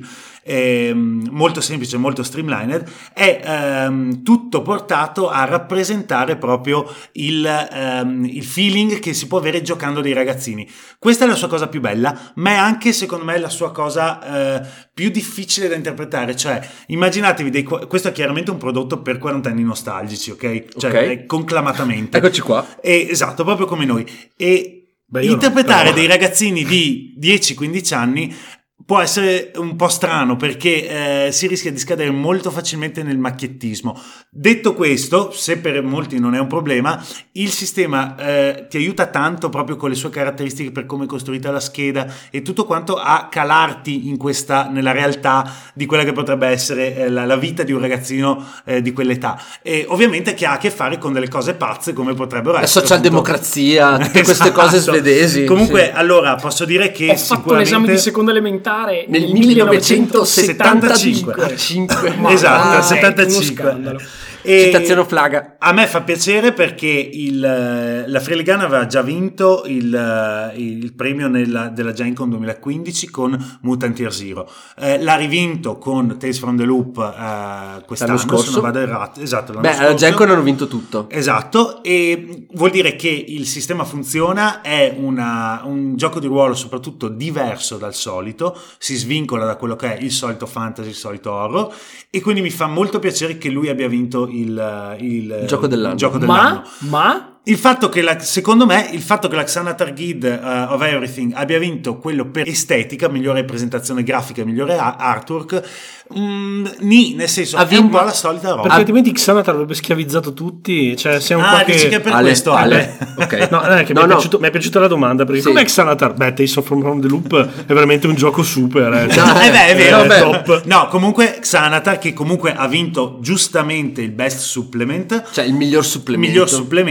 Speaker 4: ehm, molto semplice, molto streamlined, è ehm, tutto portato a rappresentare proprio il, ehm, il feeling che si può avere giocando dei ragazzini. Questa è la sua cosa più bella, ma è anche, secondo me, la sua cosa eh, più difficile da interpretare. Cioè, immaginatevi dei, questo è chiaramente un prodotto per quarantenni nostalgici, ok? Cioè,
Speaker 2: Ok.
Speaker 4: è conclamatamente.
Speaker 2: Eccoci qua.
Speaker 4: E, esatto, proprio come noi. E
Speaker 5: Beh, io no,
Speaker 4: interpretare
Speaker 5: però-
Speaker 4: dei ragazzini di dieci quindici anni può essere un po' strano, perché eh, si rischia di scadere molto facilmente nel macchiettismo. Detto questo, se per molti non è un problema, il sistema eh, ti aiuta tanto proprio con le sue caratteristiche, per come è costruita la scheda e tutto quanto, a calarti in questa, nella realtà di quella che potrebbe essere eh, la, la vita di un ragazzino eh, di quell'età, e ovviamente che ha a che fare con delle cose pazze come potrebbero
Speaker 2: La
Speaker 4: essere
Speaker 2: socialdemocrazia,
Speaker 4: appunto-
Speaker 2: tutte queste cose
Speaker 4: Esatto.
Speaker 2: svedesi.
Speaker 4: Comunque,
Speaker 2: Sì.
Speaker 4: allora posso dire che
Speaker 3: Ho fatto l'esame di seconda elementare
Speaker 2: Nel millenovecentosettantacinque.
Speaker 3: Ma
Speaker 4: Esatto,
Speaker 3: dai,
Speaker 4: al settantacinque.
Speaker 3: uno scandalo.
Speaker 4: E
Speaker 2: Citazione flaga.
Speaker 4: a me fa piacere perché il, la Free Legan aveva già vinto il, il premio nella, della Gen Con duemilaquindici con Mutant Year Zero. Eh, l'ha rivinto con Tales from the Loop eh, quest'anno,
Speaker 2: L'anno scorso.
Speaker 4: se non vado errato. Esatto, l'anno
Speaker 2: Beh,
Speaker 4: scorso.
Speaker 2: alla Gen Con hanno vinto tutto.
Speaker 4: Esatto, e vuol dire che il sistema funziona, è una, un gioco di ruolo soprattutto diverso dal solito, si svincola da quello che è il solito fantasy, il solito horror, e quindi mi fa molto piacere che lui abbia vinto il, il,
Speaker 2: Il gioco dell'anno.
Speaker 4: il gioco dell'anno.
Speaker 3: Ma, ma
Speaker 4: Il fatto che la, secondo me, il fatto che la Xanatar Guide uh, of Everything abbia vinto quello per estetica, migliore presentazione grafica, migliore a- artwork, mm, ni, nel senso,
Speaker 2: Ha
Speaker 4: è un
Speaker 2: vinto-
Speaker 4: po' la solita roba.
Speaker 5: Perché altrimenti Xanatar avrebbe schiavizzato tutti. Cioè, siamo
Speaker 4: Ah,
Speaker 5: qua che...
Speaker 4: dici che per
Speaker 2: Ale,
Speaker 4: questo
Speaker 2: Ale.
Speaker 4: Ale.
Speaker 2: Ok.
Speaker 5: No, non è che
Speaker 2: No,
Speaker 5: mi, è
Speaker 2: no.
Speaker 5: piaciuto- mi è piaciuta la domanda, perché
Speaker 2: Sì.
Speaker 5: com'è Xanatar? Beh, Tales from from the Loop è veramente un gioco super. Eh.
Speaker 2: No,
Speaker 4: Eh beh, è vero,
Speaker 5: Eh,
Speaker 4: beh.
Speaker 5: top.
Speaker 4: No, comunque Xanatar, che comunque ha vinto giustamente il best supplement,
Speaker 2: Cioè il miglior supplemento.
Speaker 4: miglior supplemento,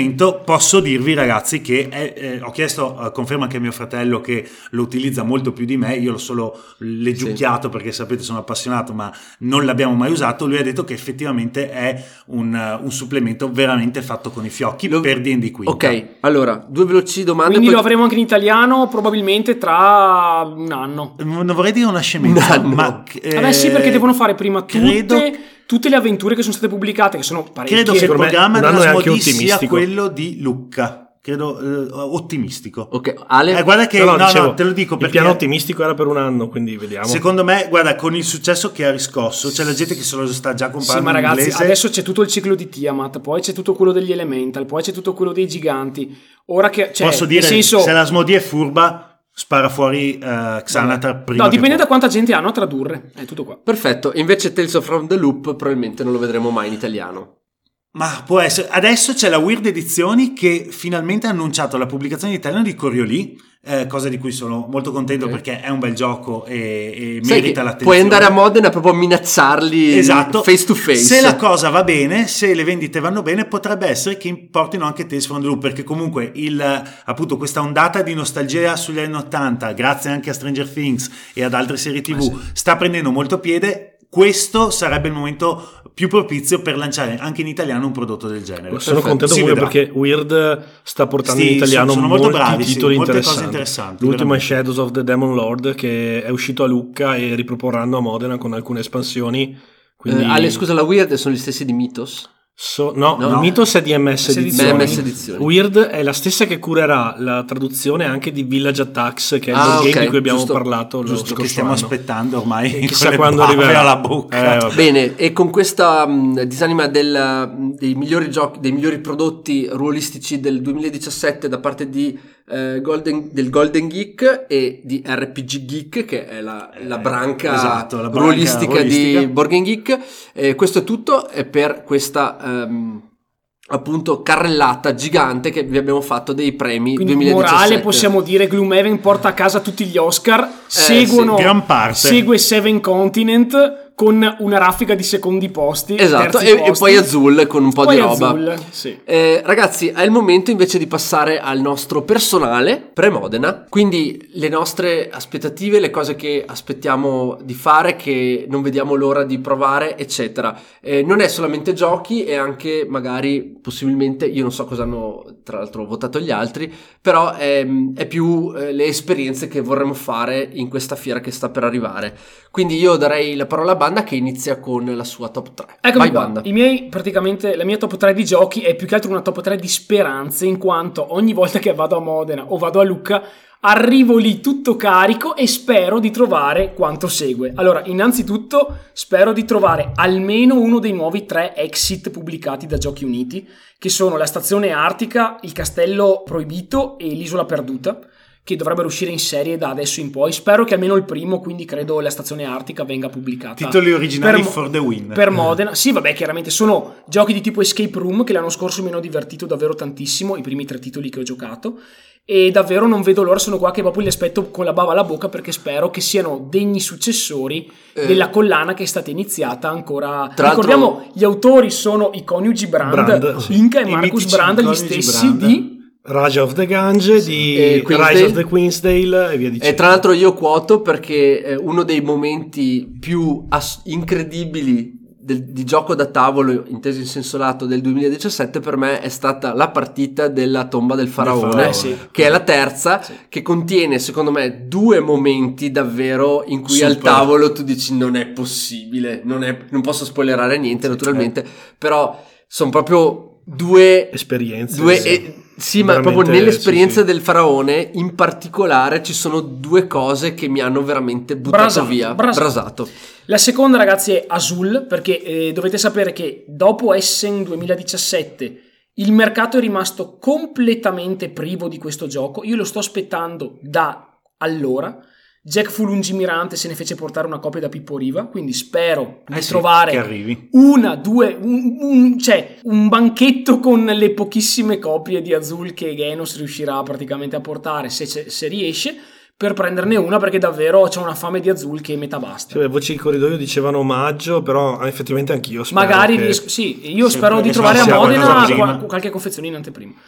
Speaker 4: posso dirvi ragazzi che è, eh, ho chiesto, uh, conferma anche mio fratello che lo utilizza molto più di me, io l'ho solo leggiucchiato sì. perché sapete sono appassionato, ma non l'abbiamo mai usato. Lui ha detto che effettivamente è un, uh, un supplemento veramente fatto con i fiocchi lo... per D and D Quinta.
Speaker 2: Ok, allora due veloci domande.
Speaker 3: Quindi
Speaker 2: poi...
Speaker 3: lo avremo anche in italiano probabilmente tra un anno.
Speaker 4: Non vorrei dire una scemenza, ma
Speaker 3: eh, Vabbè sì, perché devono fare prima
Speaker 4: credo...
Speaker 3: tutte tutte le avventure che sono state pubblicate, che sono parecchie.
Speaker 4: Credo che il programma dell'Asmodee sia
Speaker 5: ottimistico.
Speaker 4: quello di Lucca, credo eh, ottimistico.
Speaker 2: Ok, Ale?
Speaker 4: Eh, guarda che
Speaker 5: no, no,
Speaker 4: no,
Speaker 5: dicevo,
Speaker 4: no, te lo dico perché
Speaker 5: il piano ottimistico era per un anno, quindi vediamo.
Speaker 4: Secondo me, guarda, con il successo che ha riscosso, c'è la gente che se lo sta già comprando.
Speaker 3: Sì, ma ragazzi,
Speaker 4: in inglese.
Speaker 3: adesso c'è tutto il ciclo di Tiamat, poi c'è tutto quello degli Elemental, poi c'è tutto quello dei giganti. Ora che cioè,
Speaker 4: posso dire,
Speaker 3: nel senso...
Speaker 4: se l'Asmodee è furba, spara fuori uh, Xanatar prima.
Speaker 3: No, dipende
Speaker 4: può.
Speaker 3: da quanta gente hanno a tradurre. È tutto qua.
Speaker 2: Perfetto. Invece Tales of From the Loop probabilmente non lo vedremo mai in italiano.
Speaker 4: Ma può essere. Adesso c'è la Weird Edizioni che finalmente ha annunciato la pubblicazione in italiano di Coriolì, eh, cosa di cui sono molto contento okay. perché è un bel gioco e, e merita l'attenzione.
Speaker 2: Puoi andare a Modena proprio a minacciarli
Speaker 4: esatto.
Speaker 2: face to face.
Speaker 4: Se la cosa va bene, se le vendite vanno bene, potrebbe essere che portino anche Tales from the Loop, perché comunque il, appunto questa ondata di nostalgia sugli anni ottanta, grazie anche a Stranger Things e ad altre serie tv, eh sì. sta prendendo molto piede. Questo sarebbe il momento più propizio per lanciare anche in italiano un prodotto del genere.
Speaker 5: Sono
Speaker 4: Perfetto.
Speaker 5: contento comunque perché Weird sta portando sì, in italiano
Speaker 4: sono, sono
Speaker 5: molti
Speaker 4: bravi,
Speaker 5: titoli
Speaker 4: sì,
Speaker 5: interessanti.
Speaker 4: interessanti.
Speaker 5: L'ultimo è Shadows of the Demon Lord, che è uscito a Lucca e riproporranno a Modena con alcune espansioni. Quindi...
Speaker 2: Eh, Ale, scusa, la Weird sono gli stessi di Mythos?
Speaker 5: So, no,
Speaker 2: no,
Speaker 5: il Mythos è di M S Edizioni.
Speaker 2: M S Edizioni.
Speaker 5: Weird è la stessa che curerà la traduzione anche di Village Attacks, che è il
Speaker 2: ah,
Speaker 5: game
Speaker 2: okay.
Speaker 5: di cui abbiamo
Speaker 2: giusto,
Speaker 5: parlato.
Speaker 4: Giusto, che stiamo
Speaker 5: anno.
Speaker 4: aspettando ormai.
Speaker 5: E chissà quando arriverà
Speaker 4: alla bocca.
Speaker 5: Eh,
Speaker 2: Bene, e con questa um, disanima del, dei migliori giochi, dei migliori prodotti ruolistici del duemiladiciassette da parte di eh, Golden, del Golden Geek e di R P G Geek, che è la, la branca,
Speaker 4: esatto, la branca
Speaker 2: ruolistica,
Speaker 4: ruolistica
Speaker 2: di Board Game Geek. Eh, questo è tutto eh, per questa um, appunto carrellata gigante che vi abbiamo fatto dei premi.
Speaker 3: Quindi
Speaker 2: duemiladiciassette.
Speaker 3: morale possiamo dire Gloomhaven porta a casa tutti gli Oscar,
Speaker 2: eh,
Speaker 3: seguono
Speaker 4: sì, gran parte.
Speaker 3: segue Seven Continent con una raffica di secondi posti,
Speaker 2: esatto,
Speaker 3: terzi
Speaker 2: e,
Speaker 3: posti.
Speaker 2: e poi Azul con un po'
Speaker 3: poi
Speaker 2: di roba.
Speaker 3: Azul, sì.
Speaker 2: eh, ragazzi, è il momento invece di passare al nostro personale pre-Modena, quindi le nostre aspettative, le cose che aspettiamo di fare, che non vediamo l'ora di provare, eccetera. Eh, non è solamente giochi, è anche magari possibilmente, io non so cosa hanno tra l'altro votato gli altri, però è, è più eh, le esperienze che vorremmo fare in questa fiera che sta per arrivare. Quindi io darei la parola a Banda, che inizia con la sua top tre.
Speaker 3: Eccomi
Speaker 2: Vai,
Speaker 3: qua.
Speaker 2: Banda.
Speaker 3: I miei, praticamente, la mia top tre di giochi è più che altro una top tre di speranze, in quanto ogni volta che vado a Modena o vado a Lucca arrivo lì tutto carico e spero di trovare quanto segue. Allora, innanzitutto spero di trovare almeno uno dei nuovi tre exit pubblicati da Giochi Uniti, che sono la stazione artica, il castello proibito e l'isola perduta, che dovrebbero uscire in serie da adesso in poi. Spero che almeno il primo, quindi credo la stazione artica, venga pubblicata.
Speaker 4: Titoli originali
Speaker 3: per,
Speaker 4: for the win.
Speaker 3: Per Modena. Sì, vabbè, chiaramente sono giochi di tipo escape room che l'anno scorso mi hanno divertito davvero tantissimo, i primi tre titoli che ho giocato, e davvero non vedo l'ora, sono qua che proprio li aspetto con la bava alla bocca, perché spero che siano degni successori eh. della collana che è stata iniziata ancora. Tra Ricordiamo, l'altro... gli autori sono i coniugi Brand,
Speaker 5: Brand sì.
Speaker 3: Inca e Marcus Brand, gli stessi
Speaker 4: Brand.
Speaker 3: di
Speaker 5: Raja of the Gange, sì. di
Speaker 2: e
Speaker 5: Rise of the Queensdale e via dicendo.
Speaker 2: E tra l'altro io quoto perché eh, uno dei momenti più ass- incredibili del, di gioco da tavolo, inteso in senso lato, del duemiladiciassette per me è stata la partita della tomba del faraone,
Speaker 4: faraone.
Speaker 3: Eh, sì.
Speaker 2: che è la terza,
Speaker 3: sì.
Speaker 2: che contiene secondo me due momenti davvero in cui
Speaker 4: Super.
Speaker 2: al tavolo tu dici non è possibile, non, è, non posso spoilerare niente naturalmente, eh. però sono proprio due
Speaker 5: esperienze.
Speaker 2: Due,
Speaker 5: sì.
Speaker 2: e, sì, ma proprio
Speaker 5: Veramente,
Speaker 2: nell'esperienza
Speaker 5: sì, sì.
Speaker 2: del faraone in particolare ci sono due cose che mi hanno veramente buttato
Speaker 3: Brasato,
Speaker 2: via,
Speaker 3: brasato.
Speaker 2: brasato.
Speaker 3: La seconda, ragazzi, è Azul, perché eh, dovete sapere che dopo Essen duemiladiciassette il mercato è rimasto completamente privo di questo gioco. Io lo sto aspettando da allora. Jack fu lungimirante, se ne fece portare una copia da Pippo Riva, quindi spero di
Speaker 4: eh sì,
Speaker 3: trovare una, due, un, un, cioè un banchetto con le pochissime copie di Azul che Genos riuscirà praticamente a portare, se, se riesce, per prenderne una, perché davvero c'è una fame di Azul che metà basta.
Speaker 5: Cioè, voci di corridoio dicevano omaggio, però effettivamente anch'io spero
Speaker 3: magari
Speaker 5: che...
Speaker 3: riesco, sì, io
Speaker 4: sì,
Speaker 3: spero di trovare a
Speaker 4: siamo
Speaker 3: Modena
Speaker 4: prima.
Speaker 3: qualche confezione in anteprima.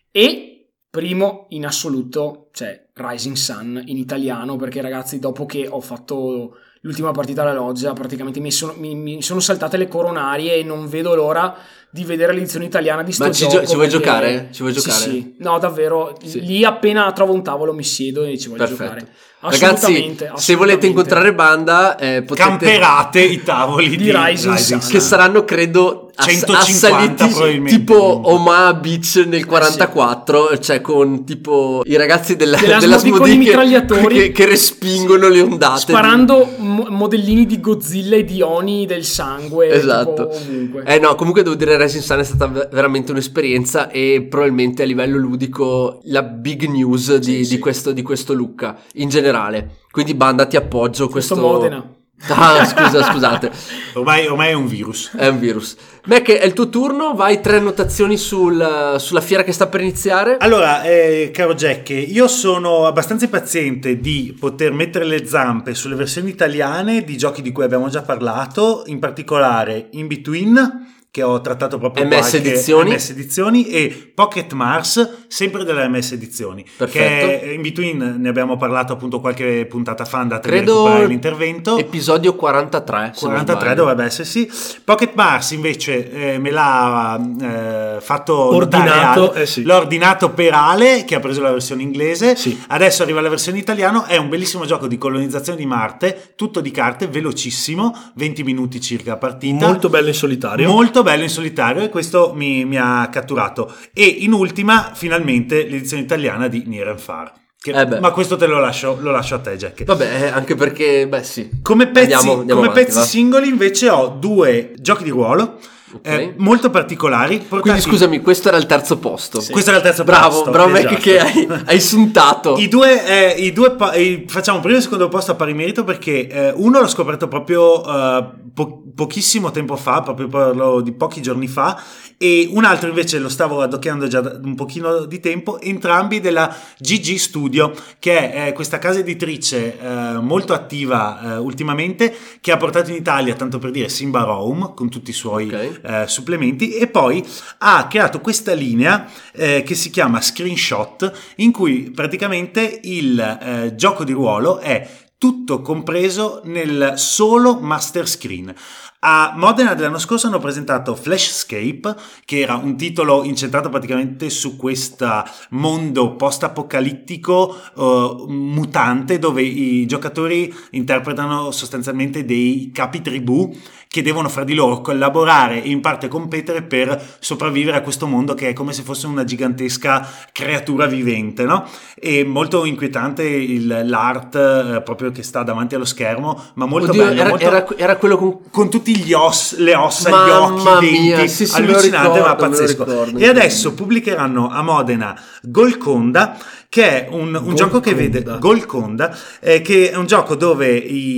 Speaker 3: E primo in assoluto c'è Rising Sun in italiano, perché ragazzi, dopo che ho fatto l'ultima partita alla Loggia, praticamente mi sono, mi, mi sono saltate le coronarie e non vedo l'ora di vedere l'edizione italiana di sto
Speaker 2: Ma
Speaker 3: gioco.
Speaker 2: ci, gio- ci vuoi
Speaker 3: perché...
Speaker 2: giocare? Ci vuoi giocare?
Speaker 3: Sì, sì. No, davvero,
Speaker 2: Sì.
Speaker 3: lì appena trovo un tavolo mi siedo e ci voglio
Speaker 2: Perfetto.
Speaker 3: giocare.
Speaker 2: Ragazzi,
Speaker 3: Assolutamente,
Speaker 2: se volete
Speaker 3: assolutamente.
Speaker 2: incontrare Banda, eh, potete...
Speaker 4: Camperate i tavoli di,
Speaker 3: Di Rising Sun.
Speaker 2: che saranno credo ass-
Speaker 4: centocinquanta
Speaker 2: assaliti
Speaker 4: probabilmente.
Speaker 2: tipo Omaha Beach nel quarantaquattro, cioè con tipo i ragazzi della,
Speaker 3: Della
Speaker 2: della
Speaker 3: Smodì con
Speaker 2: Smodì
Speaker 3: i
Speaker 2: che,
Speaker 3: mitragliatori.
Speaker 2: che, che respingono le ondate
Speaker 3: Sparando mo- modellini di Godzilla e di Oni del sangue.
Speaker 2: esatto.
Speaker 3: tipo ovunque.
Speaker 2: Eh no, comunque devo dire Rising Sun è stata ve- veramente un'esperienza e probabilmente a livello ludico la big news di,
Speaker 3: Sì,
Speaker 2: di
Speaker 3: sì.
Speaker 2: questo di questo Lucca in generale. Quindi Banda, ti appoggio questo,
Speaker 3: Questo Modena.
Speaker 2: Ah, scusa, scusate.
Speaker 4: Ormai, ormai è un virus.
Speaker 2: È un virus. Mac, è il tuo turno, vai, tre annotazioni sul, sulla fiera che sta per iniziare.
Speaker 4: Allora, eh, caro Jack, io sono abbastanza impaziente di poter mettere le zampe sulle versioni italiane di giochi di cui abbiamo già parlato, in particolare In Between, che ho trattato proprio
Speaker 2: M S
Speaker 4: qualche
Speaker 2: Edizioni.
Speaker 4: M S Edizioni, e Pocket Mars, sempre delle M S Edizioni.
Speaker 2: Perfetto.
Speaker 4: Che In Between ne abbiamo parlato appunto qualche puntata fa, andate a
Speaker 2: Credo
Speaker 4: recuperare l'intervento.
Speaker 2: episodio quarantatré. se non
Speaker 4: quarantatré
Speaker 2: sbaglio.
Speaker 4: dovrebbe essere, sì. Pocket Mars invece eh, me l'ha eh, fatto
Speaker 5: Ordinato,
Speaker 4: notare Ale.
Speaker 5: eh sì.
Speaker 4: L'ho ordinato per Ale, che ha preso la versione inglese.
Speaker 5: Sì.
Speaker 4: Adesso arriva la versione italiana. È un bellissimo gioco di colonizzazione di Marte, tutto di carte, velocissimo, venti minuti circa a partita.
Speaker 5: Molto bello in solitario.
Speaker 4: Molto bello in solitario, e questo mi, mi ha catturato. E in ultima, finalmente, l'edizione italiana di Near and Far. Che-
Speaker 2: Eh beh.
Speaker 4: ma questo te lo lascio, lo lascio a te, Jack.
Speaker 2: Vabbè, eh, anche perché, beh sì.
Speaker 4: Come pezzi,
Speaker 2: Andiamo- andiamo
Speaker 4: come
Speaker 2: avanti,
Speaker 4: pezzi
Speaker 2: va.
Speaker 4: singoli invece ho due giochi di ruolo
Speaker 2: Ok.
Speaker 4: eh, molto particolari. portati-
Speaker 2: Quindi scusami, questo era il terzo posto.
Speaker 4: Questo era il terzo
Speaker 2: Bravo,
Speaker 4: posto.
Speaker 2: bravo Mac,
Speaker 4: esatto.
Speaker 2: che hai, hai suntato.
Speaker 4: I due, eh, i due pa- eh, facciamo primo e secondo posto a pari merito, perché eh, uno l'ho scoperto proprio eh, po- pochissimo tempo fa, proprio parlo di pochi giorni fa, e un altro invece lo stavo addocchiando già da un pochino di tempo, entrambi della G G Studio, che è eh, questa casa editrice eh, molto attiva eh, ultimamente, che ha portato in Italia, tanto per dire, Simba Rome con tutti i suoi
Speaker 2: Ok.
Speaker 4: eh, supplementi, e poi ha creato questa linea eh, che si chiama Screenshot, in cui praticamente il eh, gioco di ruolo è tutto compreso nel solo master screen. A Modena dell'anno scorso hanno presentato Flashscape, che era un titolo incentrato praticamente su questo mondo post-apocalittico uh, mutante, dove i giocatori interpretano sostanzialmente dei capi tribù che devono fra di loro collaborare e in parte competere per sopravvivere a questo mondo che è come se fosse una gigantesca creatura vivente, no? E molto inquietante il, l'art eh, proprio che sta davanti allo schermo, ma molto
Speaker 2: Oddio,
Speaker 4: bello,
Speaker 2: era,
Speaker 4: molto...
Speaker 2: era, era quello con...
Speaker 4: con tutti gli oss, le ossa,
Speaker 2: Mamma
Speaker 4: gli occhi, i
Speaker 2: mia,
Speaker 4: denti,
Speaker 2: sì, sì, me lo
Speaker 4: allucinante,
Speaker 2: ricordo,
Speaker 4: ma
Speaker 2: me lo
Speaker 4: pazzesco.
Speaker 2: ricordo,
Speaker 4: E adesso pubblicheranno a Modena Golconda, che è un, un gioco che vede Golconda, eh, che è un gioco dove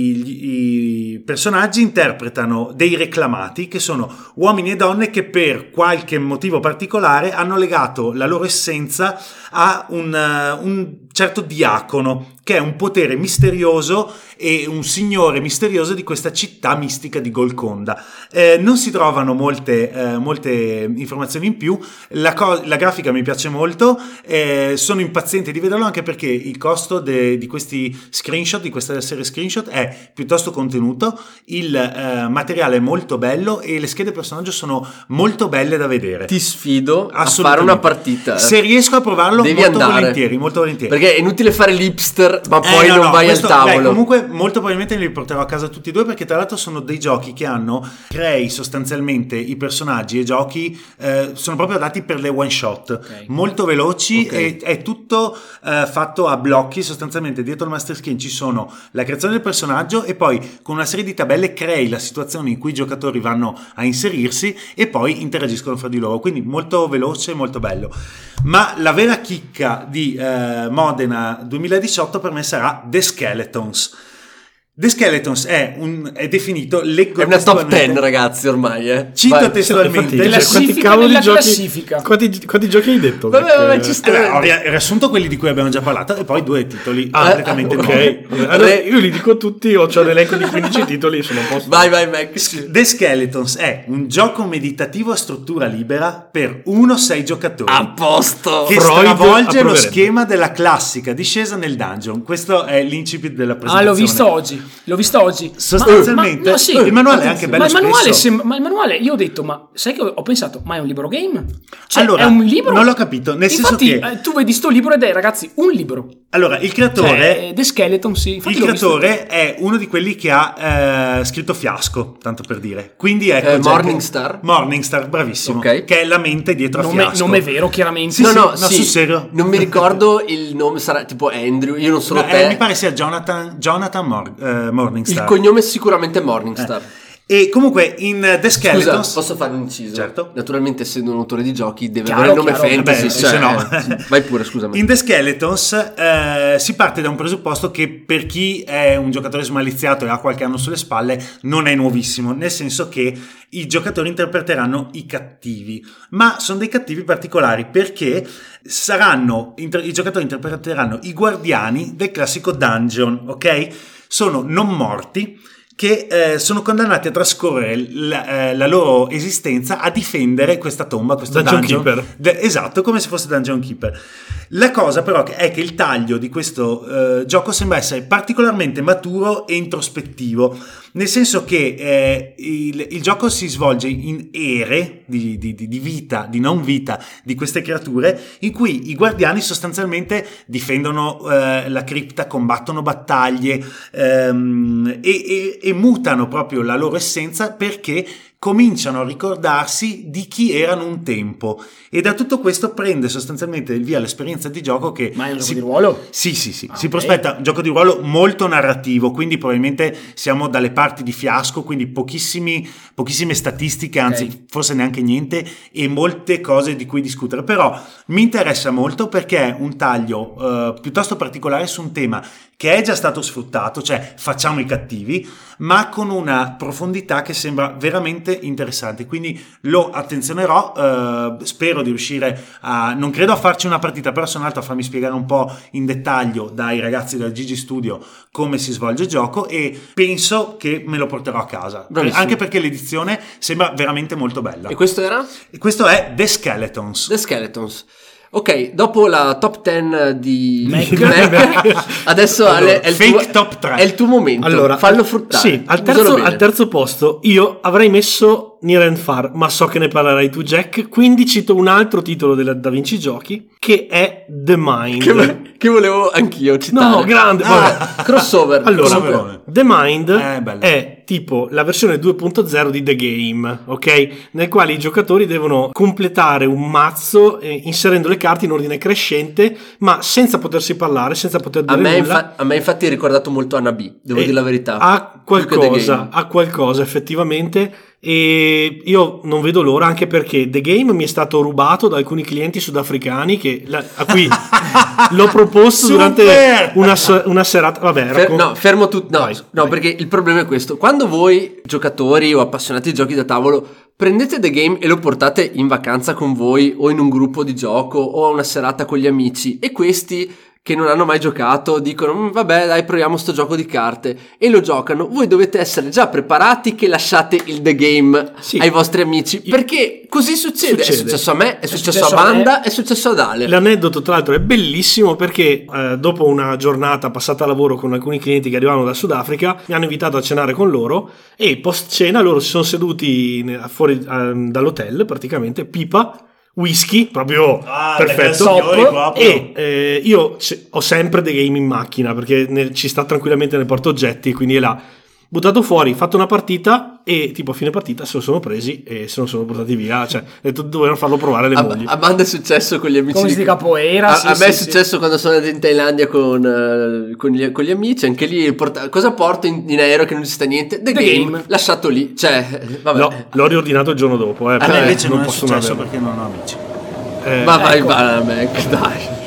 Speaker 4: i, i personaggi interpretano dei reclamati, che sono uomini e donne che per qualche motivo particolare hanno legato la loro essenza a un, uh, un certo diacono, che è un potere misterioso e un signore misterioso di questa città mistica di Golconda. Eh, non si trovano molte, eh, molte informazioni in più. La, co- la grafica mi piace molto, eh, sono impaziente di vederlo, anche perché il costo de- di questi screenshot, di questa serie screenshot, è piuttosto contenuto, il eh, materiale è molto bello e le schede personaggio sono molto belle da vedere.
Speaker 2: Ti sfido a fare
Speaker 4: Assolutamente.
Speaker 2: una partita.
Speaker 4: Se riesco a provarlo,
Speaker 2: Devi
Speaker 4: molto
Speaker 2: andare.
Speaker 4: volentieri, molto volentieri.
Speaker 2: Perché è inutile fare l'hipster, ma
Speaker 4: Eh,
Speaker 2: poi
Speaker 4: no,
Speaker 2: non
Speaker 4: no,
Speaker 2: vai
Speaker 4: questo-
Speaker 2: al tavolo.
Speaker 4: beh, comunque molto probabilmente li porterò a casa tutti e due, perché tra l'altro sono dei giochi che hanno, crei sostanzialmente i personaggi e giochi, eh, sono proprio dati per le one shot,
Speaker 3: Ok.
Speaker 4: molto veloci,
Speaker 2: Ok.
Speaker 4: e è tutto eh, fatto a blocchi. Sostanzialmente dietro il master screen ci sono la creazione del personaggio, e poi con una serie di tabelle crei la situazione in cui i giocatori vanno a inserirsi e poi interagiscono fra di loro, quindi molto veloce, molto bello. Ma la vera chicca di eh, Modena duemiladiciotto per me sarà The Skeletons. The Skeletons è, un, è definito, leggo
Speaker 2: è una top dieci, ragazzi, ormai, eh.
Speaker 4: Cito
Speaker 2: Vai.
Speaker 4: testualmente.
Speaker 3: Cioè, classifica nella classifica.
Speaker 5: Quanti, quanti giochi hai detto?
Speaker 2: Vabbè, vabbè, ci sta.
Speaker 4: Eh, ho riassunto quelli di cui abbiamo già parlato e poi due titoli
Speaker 5: Ah,
Speaker 4: completamente
Speaker 5: ok.
Speaker 4: nuovi.
Speaker 5: Allora, io li dico tutti, ho un elenco di quindici titoli, sono a posto.
Speaker 2: Vai, vai, Max.
Speaker 4: The Skeletons è un gioco meditativo a struttura libera per uno sei giocatori.
Speaker 2: A posto.
Speaker 4: Che
Speaker 5: Freud
Speaker 4: stravolge lo
Speaker 5: approverebbe.
Speaker 4: schema della classica discesa nel dungeon. Questo è l'incipit della
Speaker 3: Ah,
Speaker 4: presentazione.
Speaker 3: l'ho visto oggi. L'ho visto oggi.
Speaker 4: Sostanzialmente,
Speaker 3: ma, ma, sì,
Speaker 4: il manuale è anche bello
Speaker 3: ma il manuale,
Speaker 4: spesso.
Speaker 3: sem- ma il manuale, io ho detto, ma sai che ho, ho pensato, ma è un libro game? Cioè,
Speaker 4: Allora,
Speaker 3: è un libro?
Speaker 4: non l'ho capito, nel
Speaker 3: Infatti,
Speaker 4: senso che-
Speaker 3: eh, tu vedi sto libro ed è, ragazzi, un libro.
Speaker 4: Allora, il creatore,
Speaker 3: Cioè, The Skeleton, sì. Infatti
Speaker 4: il
Speaker 3: l'ho visto.
Speaker 4: creatore è uno di quelli che ha eh, scritto Fiasco, tanto per dire. Quindi ecco,
Speaker 2: Eh,
Speaker 4: già
Speaker 2: Morningstar?
Speaker 4: che- Morningstar, bravissimo.
Speaker 2: Ok.
Speaker 4: Che è la mente dietro a
Speaker 3: Nome,
Speaker 4: Fiasco.
Speaker 3: nome vero, chiaramente.
Speaker 4: Sì,
Speaker 2: no,
Speaker 4: sì,
Speaker 2: no,
Speaker 4: no,
Speaker 2: sì.
Speaker 4: sul serio.
Speaker 2: Non mi ricordo il nome, sarà tipo Andrew, io non sono
Speaker 4: No,
Speaker 2: te.
Speaker 4: eh, mi pare sia Jonathan, Jonathan Mor- eh, Morningstar.
Speaker 2: Il cognome è sicuramente Morningstar.
Speaker 4: E comunque in The
Speaker 2: Scusa,
Speaker 4: Skeletons...
Speaker 2: posso fare un inciso?
Speaker 4: Certo.
Speaker 2: Naturalmente, essendo un autore di giochi, deve
Speaker 3: Chiaro,
Speaker 2: avere il nome
Speaker 3: chiaro.
Speaker 2: fantasy.
Speaker 4: Vabbè,
Speaker 2: cioè,
Speaker 4: se no.
Speaker 2: eh, vai pure, scusami.
Speaker 4: In The Skeletons eh, si parte da un presupposto che per chi è un giocatore smaliziato e ha qualche anno sulle spalle non è nuovissimo, nel senso che i giocatori interpreteranno i cattivi, ma sono dei cattivi particolari perché saranno inter- i giocatori interpreteranno i guardiani del classico dungeon, ok? Sono non morti che eh, sono condannati a trascorrere la, eh, la loro esistenza a difendere questa tomba, questo
Speaker 5: Dungeon
Speaker 4: dungeon.
Speaker 5: Keeper.
Speaker 4: De- esatto, come se fosse Dungeon Keeper. La cosa però è che il taglio di questo eh, gioco sembra essere particolarmente maturo e introspettivo, nel senso che eh, il, il gioco si svolge in ere di, di, di vita, di non vita di queste creature, in cui i guardiani sostanzialmente difendono eh, la cripta, combattono battaglie ehm, e, e, e mutano proprio la loro essenza perché cominciano a ricordarsi di chi erano un tempo, e da tutto questo prende sostanzialmente il via l'esperienza di gioco che
Speaker 3: Ma è un gioco
Speaker 4: si,
Speaker 3: di ruolo?
Speaker 4: sì sì sì
Speaker 3: Ah,
Speaker 4: si
Speaker 3: ok.
Speaker 4: prospetta un gioco di ruolo molto narrativo, quindi probabilmente siamo dalle parti di Fiasco, quindi pochissimi, pochissime statistiche, anzi
Speaker 3: Ok.
Speaker 4: forse neanche niente, e molte cose di cui discutere, però mi interessa molto perché è un taglio eh, piuttosto particolare su un tema che è già stato sfruttato, cioè facciamo i cattivi, ma con una profondità che sembra veramente interessante, quindi lo attenzionerò, eh, spero di riuscire a, non credo a farci una partita, però sono andato a farmi spiegare un po' in dettaglio dai ragazzi del Gigi Studio come si svolge il gioco e penso che me lo porterò a casa,
Speaker 2: Bravissimo.
Speaker 4: anche perché l'edizione sembra veramente molto bella.
Speaker 2: E questo era?
Speaker 4: E questo è The Skeletons.
Speaker 2: The Skeletons. Ok, dopo la top dieci di
Speaker 3: Mac.
Speaker 2: Mac, adesso
Speaker 4: Allora,
Speaker 2: è, il
Speaker 4: fake
Speaker 2: tuo,
Speaker 4: top tre.
Speaker 2: è il tuo momento.
Speaker 5: Allora,
Speaker 2: fallo fruttare.
Speaker 5: Sì, al
Speaker 2: Usalo
Speaker 5: terzo,
Speaker 2: bene.
Speaker 5: al terzo posto io avrei messo Near and Far, ma so che ne parlerai tu, Jack, quindi cito un altro titolo della Da Vinci Giochi che è The Mind.
Speaker 2: Che, vo- che volevo anch'io citare.
Speaker 5: No, grande. vabbè.
Speaker 2: Ah, crossover.
Speaker 5: Allora,
Speaker 2: crossover.
Speaker 5: The Mind
Speaker 4: Eh, bello.
Speaker 5: è tipo la versione due punto zero di The Game, ok? Nel quale i giocatori devono completare un mazzo eh, inserendo le carte in ordine crescente, ma senza potersi parlare, senza poter
Speaker 2: A
Speaker 5: dire
Speaker 2: me,
Speaker 5: nulla.
Speaker 2: infa- a me infatti è ricordato molto Anna B, devo
Speaker 5: E
Speaker 2: dire la verità.
Speaker 5: Ha
Speaker 2: Più che The
Speaker 5: qualcosa,
Speaker 2: Game.
Speaker 5: ha qualcosa effettivamente, e io non vedo l'ora, anche perché The Game mi è stato rubato da alcuni clienti sudafricani che, la- a cui l'ho proposto
Speaker 4: Super!
Speaker 5: durante una, se- una serata. Vabbè,
Speaker 2: Fer-
Speaker 5: raccon-
Speaker 2: no, fermo tutto. No,
Speaker 5: Vai,
Speaker 2: no,
Speaker 5: vai.
Speaker 2: perché il problema è questo. Quando voi, giocatori o appassionati di giochi da tavolo, prendete The Game e lo portate in vacanza con voi o in un gruppo di gioco o a una serata con gli amici, e questi che non hanno mai giocato dicono "Mm, vabbè dai, proviamo sto gioco di carte", e lo giocano, voi dovete essere già preparati che lasciate il The Game
Speaker 5: Sì.
Speaker 2: ai vostri amici, perché così succede.
Speaker 5: Succede.
Speaker 2: È successo a me, è, successo,
Speaker 3: successo
Speaker 2: a
Speaker 3: a me.
Speaker 2: Banda, è successo ad Ale.
Speaker 5: L'aneddoto tra l'altro è bellissimo perché eh, dopo una giornata passata a lavoro con alcuni clienti che arrivavano dal Sudafrica mi hanno invitato a cenare con loro, e post cena loro si sono seduti ne- fuori eh, dall'hotel, praticamente pipa, whisky, proprio
Speaker 4: Ah, da
Speaker 5: perfetto,
Speaker 4: signori proprio.
Speaker 5: e eh, io ce- ho sempre The Game in macchina perché ne- ci sta tranquillamente nel portaoggetti, quindi è là, buttato fuori, fatto una partita, e tipo a fine partita se lo sono presi e se lo sono portati via, cioè ho detto dovevano farlo provare le
Speaker 2: A,
Speaker 5: mogli.
Speaker 2: a Banda è successo con gli amici
Speaker 3: Come si
Speaker 2: di
Speaker 3: di capoeira,
Speaker 2: A,
Speaker 3: sì,
Speaker 2: a me
Speaker 3: sì,
Speaker 2: è
Speaker 3: sì.
Speaker 2: successo quando sono andato in Thailandia con, eh, con, gli, con gli amici, anche lì porta- cosa porto in, in aereo che non ci sta niente? The,
Speaker 3: The
Speaker 2: game,
Speaker 3: Game.
Speaker 2: lasciato lì, cioè vabbè.
Speaker 5: No, l'ho riordinato il giorno dopo, eh,
Speaker 4: A me
Speaker 5: perché
Speaker 4: invece non, è
Speaker 5: posso
Speaker 4: successo
Speaker 5: averlo.
Speaker 4: perché non ho amici.
Speaker 5: Eh,
Speaker 2: Ma vai,
Speaker 3: ecco.
Speaker 2: va, Mac, dai.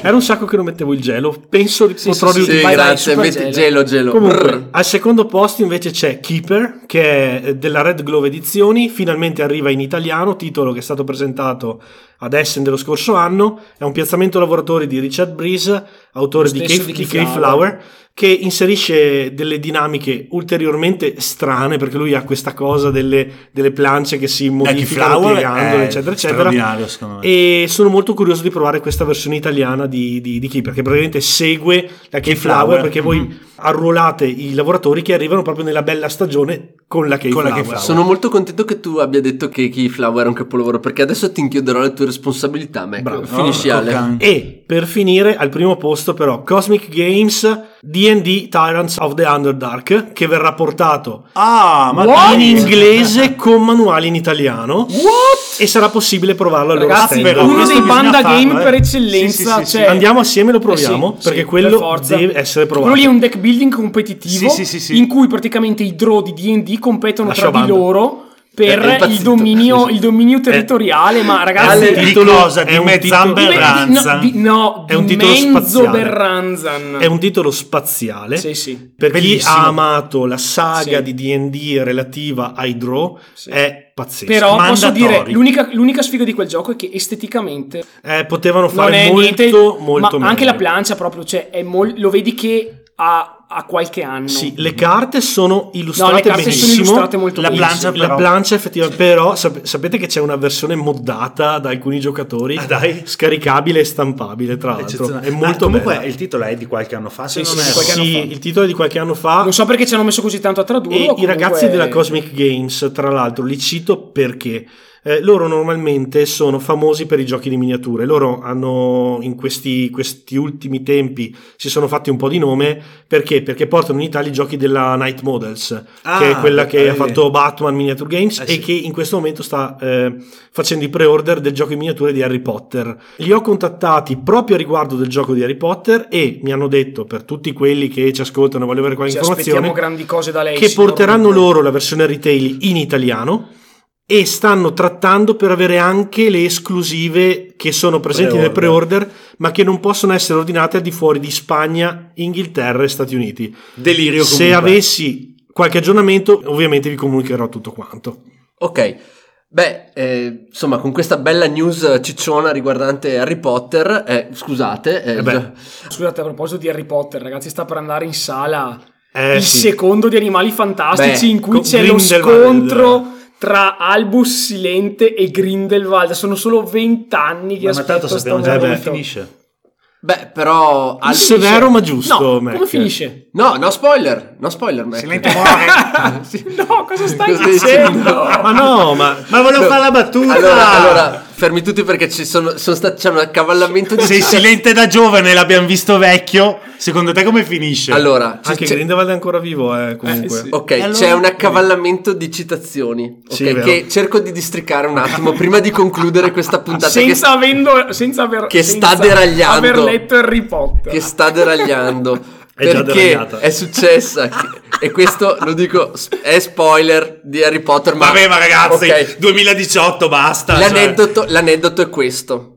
Speaker 5: Era un sacco che non mettevo il gelo. Penso
Speaker 3: Sì,
Speaker 5: potrò
Speaker 3: sì, sì,
Speaker 5: riutilizzare.
Speaker 2: Sì,
Speaker 3: vai,
Speaker 2: grazie,
Speaker 3: vai,
Speaker 2: metti
Speaker 3: super
Speaker 2: gelo, gelo.
Speaker 5: Comunque,
Speaker 2: Brr.
Speaker 5: al secondo posto invece c'è Keeper, che è della Red Glove Edizioni, finalmente arriva in italiano, titolo che è stato presentato ad Essen dello scorso anno, è un piazzamento lavoratori di Richard Breeze, autore
Speaker 3: Lo
Speaker 5: di
Speaker 3: stesso
Speaker 5: Cave,
Speaker 3: di
Speaker 5: di
Speaker 3: Keyflower.
Speaker 5: Keyflower, che inserisce delle dinamiche ulteriormente strane, perché lui ha questa cosa delle, delle plance che si modificano
Speaker 4: Keyflower
Speaker 5: piegandole,
Speaker 4: è
Speaker 5: eccetera, eccetera.
Speaker 4: straordinario, secondo me.
Speaker 5: E sono molto curioso di provare questa versione italiana di, di, di Keeper, che praticamente segue la Keyflower,
Speaker 4: Keyflower.
Speaker 5: perché voi
Speaker 4: Mm-hmm.
Speaker 5: arruolate i lavoratori che arrivano proprio nella bella stagione con la Keyflower.
Speaker 4: Keyflower.
Speaker 2: Sono molto contento che tu abbia detto che Keyflower è un capolavoro, perché adesso ti inchioderò le tue responsabilità, Mac.
Speaker 5: Bravo.
Speaker 2: Finisci,
Speaker 4: Oh,
Speaker 2: Ale.
Speaker 4: Coccan.
Speaker 5: E per finire, al primo posto però, Cosmic Games D and D Tyrants of the Underdark, che verrà portato
Speaker 4: Ah, ma
Speaker 3: What?
Speaker 5: in
Speaker 4: dai.
Speaker 5: inglese con manuali in italiano.
Speaker 3: What?
Speaker 5: E sarà possibile provarlo al loro
Speaker 3: Ragazzi,
Speaker 5: stand.
Speaker 4: però
Speaker 3: uno
Speaker 4: questo
Speaker 3: dei
Speaker 4: bisogna
Speaker 3: panda
Speaker 4: farlo,
Speaker 3: game
Speaker 4: eh.
Speaker 3: per eccellenza.
Speaker 4: Sì, sì, sì,
Speaker 3: cioè-
Speaker 4: sì.
Speaker 5: Andiamo assieme e lo proviamo,
Speaker 3: Eh sì,
Speaker 5: perché
Speaker 3: sì,
Speaker 5: quello
Speaker 3: per forza.
Speaker 5: deve essere provato.
Speaker 3: Quello lì è un deck building competitivo
Speaker 4: Sì, sì, sì, sì.
Speaker 3: in cui praticamente i draw di D and D competono
Speaker 5: Lascia
Speaker 3: tra di
Speaker 5: banda.
Speaker 3: loro per
Speaker 2: È impazzito.
Speaker 3: il dominio,
Speaker 2: Sì, sì.
Speaker 3: il dominio territoriale. Ma ragazzi,
Speaker 2: Ale-
Speaker 4: Di
Speaker 5: titolo-
Speaker 4: cosa?
Speaker 5: è
Speaker 4: Di
Speaker 5: un
Speaker 4: Mezzamber
Speaker 5: titolo-
Speaker 3: di-
Speaker 4: Ranzan?
Speaker 3: no, di, no,
Speaker 5: È un
Speaker 3: di
Speaker 5: titolo
Speaker 3: Menzo
Speaker 5: spaziale.
Speaker 3: Berranzan.
Speaker 5: È un titolo spaziale.
Speaker 3: Sì, sì.
Speaker 5: Per chi
Speaker 4: Bellissimo.
Speaker 5: ha amato la saga
Speaker 3: Sì.
Speaker 5: di D and D relativa ai draw,
Speaker 3: Sì.
Speaker 5: è pazzesco.
Speaker 3: Però posso
Speaker 4: Mandatori.
Speaker 3: dire, l'unica, l'unica sfiga di quel gioco è che esteticamente
Speaker 5: Eh, potevano
Speaker 3: non
Speaker 5: fare
Speaker 3: è
Speaker 5: molto,
Speaker 3: niente,
Speaker 5: molto
Speaker 3: ma anche
Speaker 5: meglio.
Speaker 3: la plancia proprio, cioè è mol- lo vedi che ha, ha qualche anno.
Speaker 5: Sì, le carte sono illustrate
Speaker 3: No, le carte
Speaker 5: benissimo.
Speaker 3: sono illustrate molto
Speaker 4: La
Speaker 3: bene.
Speaker 4: plancia
Speaker 5: La
Speaker 4: però-
Speaker 5: plancia effettivamente, però sap- sapete che c'è una versione moddata da alcuni giocatori,
Speaker 4: Ah, dai.
Speaker 5: scaricabile e stampabile tra l'altro.
Speaker 4: Eccezionale.
Speaker 5: È
Speaker 4: Ma
Speaker 5: molto
Speaker 4: comunque
Speaker 5: bella.
Speaker 4: il titolo è di qualche anno fa, se
Speaker 3: Sì,
Speaker 4: non
Speaker 3: sì,
Speaker 4: erro.
Speaker 3: di qualche anno
Speaker 5: Sì,
Speaker 3: fa.
Speaker 5: il titolo è di qualche anno fa.
Speaker 3: Non so perché ci hanno messo così tanto a tradurlo.
Speaker 5: E i
Speaker 3: comunque-
Speaker 5: ragazzi della Cosmic Games, tra l'altro, li cito perché eh, loro normalmente sono famosi per i giochi di miniature. Loro hanno in questi, questi ultimi tempi si sono fatti un po' di nome perché? Perché portano in Italia i giochi della Night Models,
Speaker 4: Ah,
Speaker 5: che è quella che
Speaker 4: eh,
Speaker 5: ha fatto Batman Miniature Games
Speaker 4: Eh,
Speaker 5: e
Speaker 4: sì.
Speaker 5: che in questo momento sta eh, facendo i pre-order del gioco in miniature di Harry Potter. Li ho contattati proprio a riguardo del gioco di Harry Potter e mi hanno detto, per tutti quelli che ci ascoltano e vogliono avere qualche
Speaker 3: Ci aspettiamo
Speaker 5: informazione,
Speaker 3: grandi cose da lei.
Speaker 5: che
Speaker 3: signor
Speaker 5: porteranno
Speaker 3: Luca.
Speaker 5: loro la versione retail in italiano e stanno trattando per avere anche le esclusive che sono presenti nel pre-order ma che non possono essere ordinate al di fuori di Spagna, Inghilterra e Stati Uniti.
Speaker 4: Delirio comunque.
Speaker 5: Se avessi qualche aggiornamento ovviamente vi comunicherò tutto quanto.
Speaker 2: Ok, beh, eh, insomma, con questa bella news cicciona riguardante Harry Potter, eh, scusate, eh,
Speaker 5: Eh beh.
Speaker 2: già-
Speaker 3: Scusate, a proposito di Harry Potter, ragazzi, sta per andare in sala
Speaker 5: Eh,
Speaker 3: il
Speaker 5: sì.
Speaker 3: secondo di Animali Fantastici
Speaker 2: Beh,
Speaker 3: in cui
Speaker 5: con
Speaker 3: c'è lo
Speaker 5: Grindelwald.
Speaker 3: scontro tra Albus Silente e Grindelwald. Sono solo vent'anni che
Speaker 4: Ma, ma tanto
Speaker 3: aspetto sto
Speaker 4: sappiamo già come
Speaker 3: momento.
Speaker 4: finisce.
Speaker 2: beh, però... al-
Speaker 5: Severo ma giusto,
Speaker 3: No,
Speaker 5: Mac.
Speaker 3: come finisce?
Speaker 2: No, no spoiler, no spoiler, Mac.
Speaker 4: Silente muore.
Speaker 2: Sì.
Speaker 3: No, cosa stai
Speaker 2: Cosa stai
Speaker 3: dicendo?
Speaker 5: Ma no, ma
Speaker 4: Ma volevo
Speaker 2: No.
Speaker 4: fare la battuta.
Speaker 2: Allora, allora, fermi tutti perché ci sono, sono stati, c'è un accavallamento di...
Speaker 4: Sei silente da giovane, l'abbiamo visto vecchio. Secondo te come finisce?
Speaker 2: Allora, c'è-
Speaker 5: anche
Speaker 2: c'è-
Speaker 5: Grindelwald è ancora vivo, eh, comunque.
Speaker 3: Eh, sì.
Speaker 2: ok,
Speaker 4: E allora-
Speaker 2: c'è un accavallamento di citazioni, ok,
Speaker 5: Sì, è vero.
Speaker 2: che cerco di districare un attimo prima di concludere questa puntata che,
Speaker 3: Senza, avendo, senza aver
Speaker 2: che
Speaker 3: senza
Speaker 2: sta deragliando.
Speaker 3: aver letto Harry Potter.
Speaker 2: che sta deragliando.
Speaker 5: È già
Speaker 2: Perché
Speaker 5: deragliata.
Speaker 2: è successa che- e questo lo dico, è spoiler di Harry Potter, ma
Speaker 4: Vabbè, ma ragazzi,
Speaker 2: ok.
Speaker 4: duemiladiciotto basta. cioè.
Speaker 2: L'aneddoto, l'aneddoto è questo.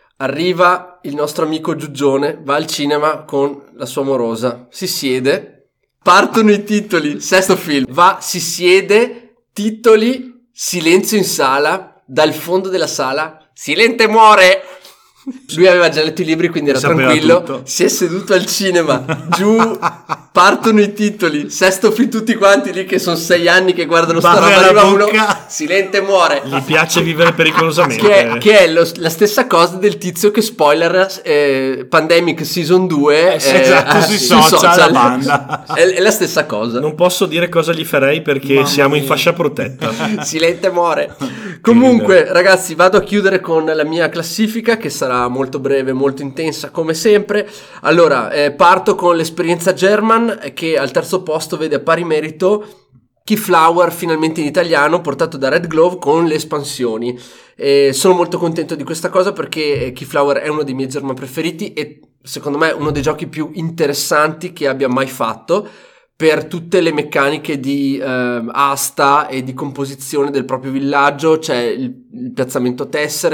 Speaker 2: Arriva il nostro amico Giugione, va al cinema con la sua morosa, si siede, partono i titoli, sesto film, va, si siede, titoli, silenzio in sala, dal fondo della sala, Silente muore! Lui aveva già letto i libri, quindi era
Speaker 5: Sapeva
Speaker 2: tranquillo,
Speaker 5: tutto.
Speaker 2: si è seduto al cinema, giù, partono i titoli, sesto film tutti quanti lì che sono sei anni che guardano sta
Speaker 4: Barre
Speaker 2: roba,
Speaker 4: alla
Speaker 2: arriva uno,
Speaker 4: bocca.
Speaker 2: Silente muore!
Speaker 5: Gli piace vivere pericolosamente.
Speaker 2: Che è, che è lo- la stessa cosa del tizio che spoiler eh, Pandemic Season due
Speaker 3: Eh sì,
Speaker 4: esatto, sui social, la banda.
Speaker 2: è, è la stessa cosa.
Speaker 5: Non posso dire cosa gli farei perché
Speaker 3: Mamma
Speaker 5: siamo in
Speaker 3: mia.
Speaker 5: fascia protetta.
Speaker 2: Silente muore. Comunque ragazzi, vado a chiudere con la mia classifica che sarà molto breve, molto intensa come sempre. Allora eh, parto con l'esperienza German, eh, che al terzo posto vede a pari merito Keyflower, finalmente in italiano, portato da Red Glove con le espansioni. Eh, sono molto contento di questa cosa perché eh, Keyflower è uno dei miei German preferiti e secondo me uno dei giochi più interessanti che abbia mai fatto, per tutte le meccaniche di eh, asta e di composizione del proprio villaggio. C'è il, il piazzamento tessere,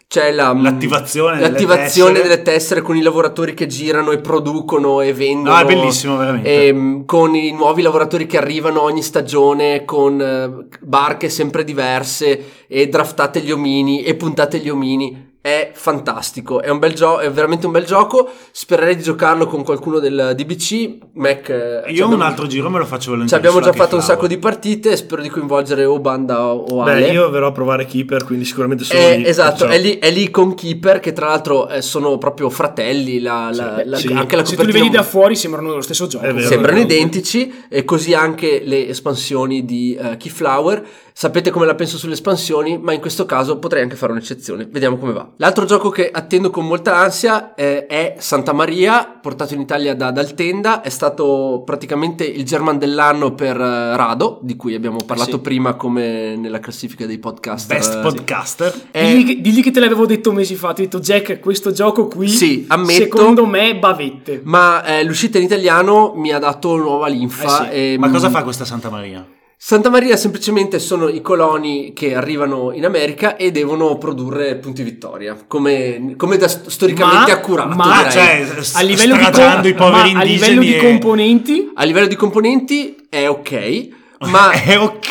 Speaker 2: c'è la,
Speaker 4: l'attivazione,
Speaker 2: l'attivazione
Speaker 4: delle,
Speaker 2: delle tessere con i lavoratori che girano e producono e vendono.
Speaker 4: No, è bellissimo veramente.
Speaker 2: E, con i nuovi lavoratori che arrivano ogni stagione con uh, barche sempre diverse e draftate gli omini e puntate gli omini. È fantastico, è un bel gioco, è veramente un bel gioco. Spererei di giocarlo con qualcuno del D B C. Mac,
Speaker 4: io
Speaker 2: abbiamo,
Speaker 4: un altro giro me lo faccio volentieri.
Speaker 2: Ci abbiamo già fatto un
Speaker 4: Flower.
Speaker 2: sacco di partite. Spero di coinvolgere o Banda o Ale.
Speaker 5: Beh, io verrò a provare Keeper, quindi sicuramente sono
Speaker 2: è,
Speaker 5: lì.
Speaker 2: esatto,
Speaker 5: perciò.
Speaker 2: è lì, è lì con Keeper, che tra l'altro eh, sono proprio fratelli. La, la,
Speaker 5: Sì,
Speaker 2: la,
Speaker 5: sì.
Speaker 2: Anche la
Speaker 3: Se tu li vedi da fuori sembrano lo stesso gioco.
Speaker 5: È vero.
Speaker 2: sembrano
Speaker 5: è vero.
Speaker 2: identici, e così anche le espansioni di uh, Keyflower. Sapete come la penso sulle espansioni, ma in questo caso potrei anche fare un'eccezione. Vediamo come va. L'altro gioco che attendo con molta ansia eh, è Santa Maria, portato in Italia da Daltenda. È stato praticamente il German dell'anno per uh, Rado, di cui abbiamo parlato
Speaker 3: Sì.
Speaker 2: prima come nella classifica dei podcast.
Speaker 4: Best podcaster.
Speaker 3: Digli che, digli che te l'avevo detto mesi fa. Ti ho detto, Jack, questo gioco qui
Speaker 2: Sì, ammetto.
Speaker 3: secondo me bavette.
Speaker 2: Ma eh, l'uscita in italiano mi ha dato nuova linfa.
Speaker 3: Eh
Speaker 2: e,
Speaker 4: Ma cosa fa questa Santa Maria?
Speaker 2: Santa Maria semplicemente sono i coloni che arrivano in America e devono produrre punti vittoria, come, come da storicamente
Speaker 3: Ma-
Speaker 2: accurato.
Speaker 3: ma-
Speaker 2: direi.
Speaker 4: Cioè,
Speaker 3: A livello, di,
Speaker 4: stracciando
Speaker 3: com-
Speaker 4: i poveri
Speaker 3: ma a
Speaker 4: indigeni
Speaker 3: livello di
Speaker 4: e-
Speaker 3: componenti,
Speaker 2: A livello di componenti è ok, ma
Speaker 4: È ok.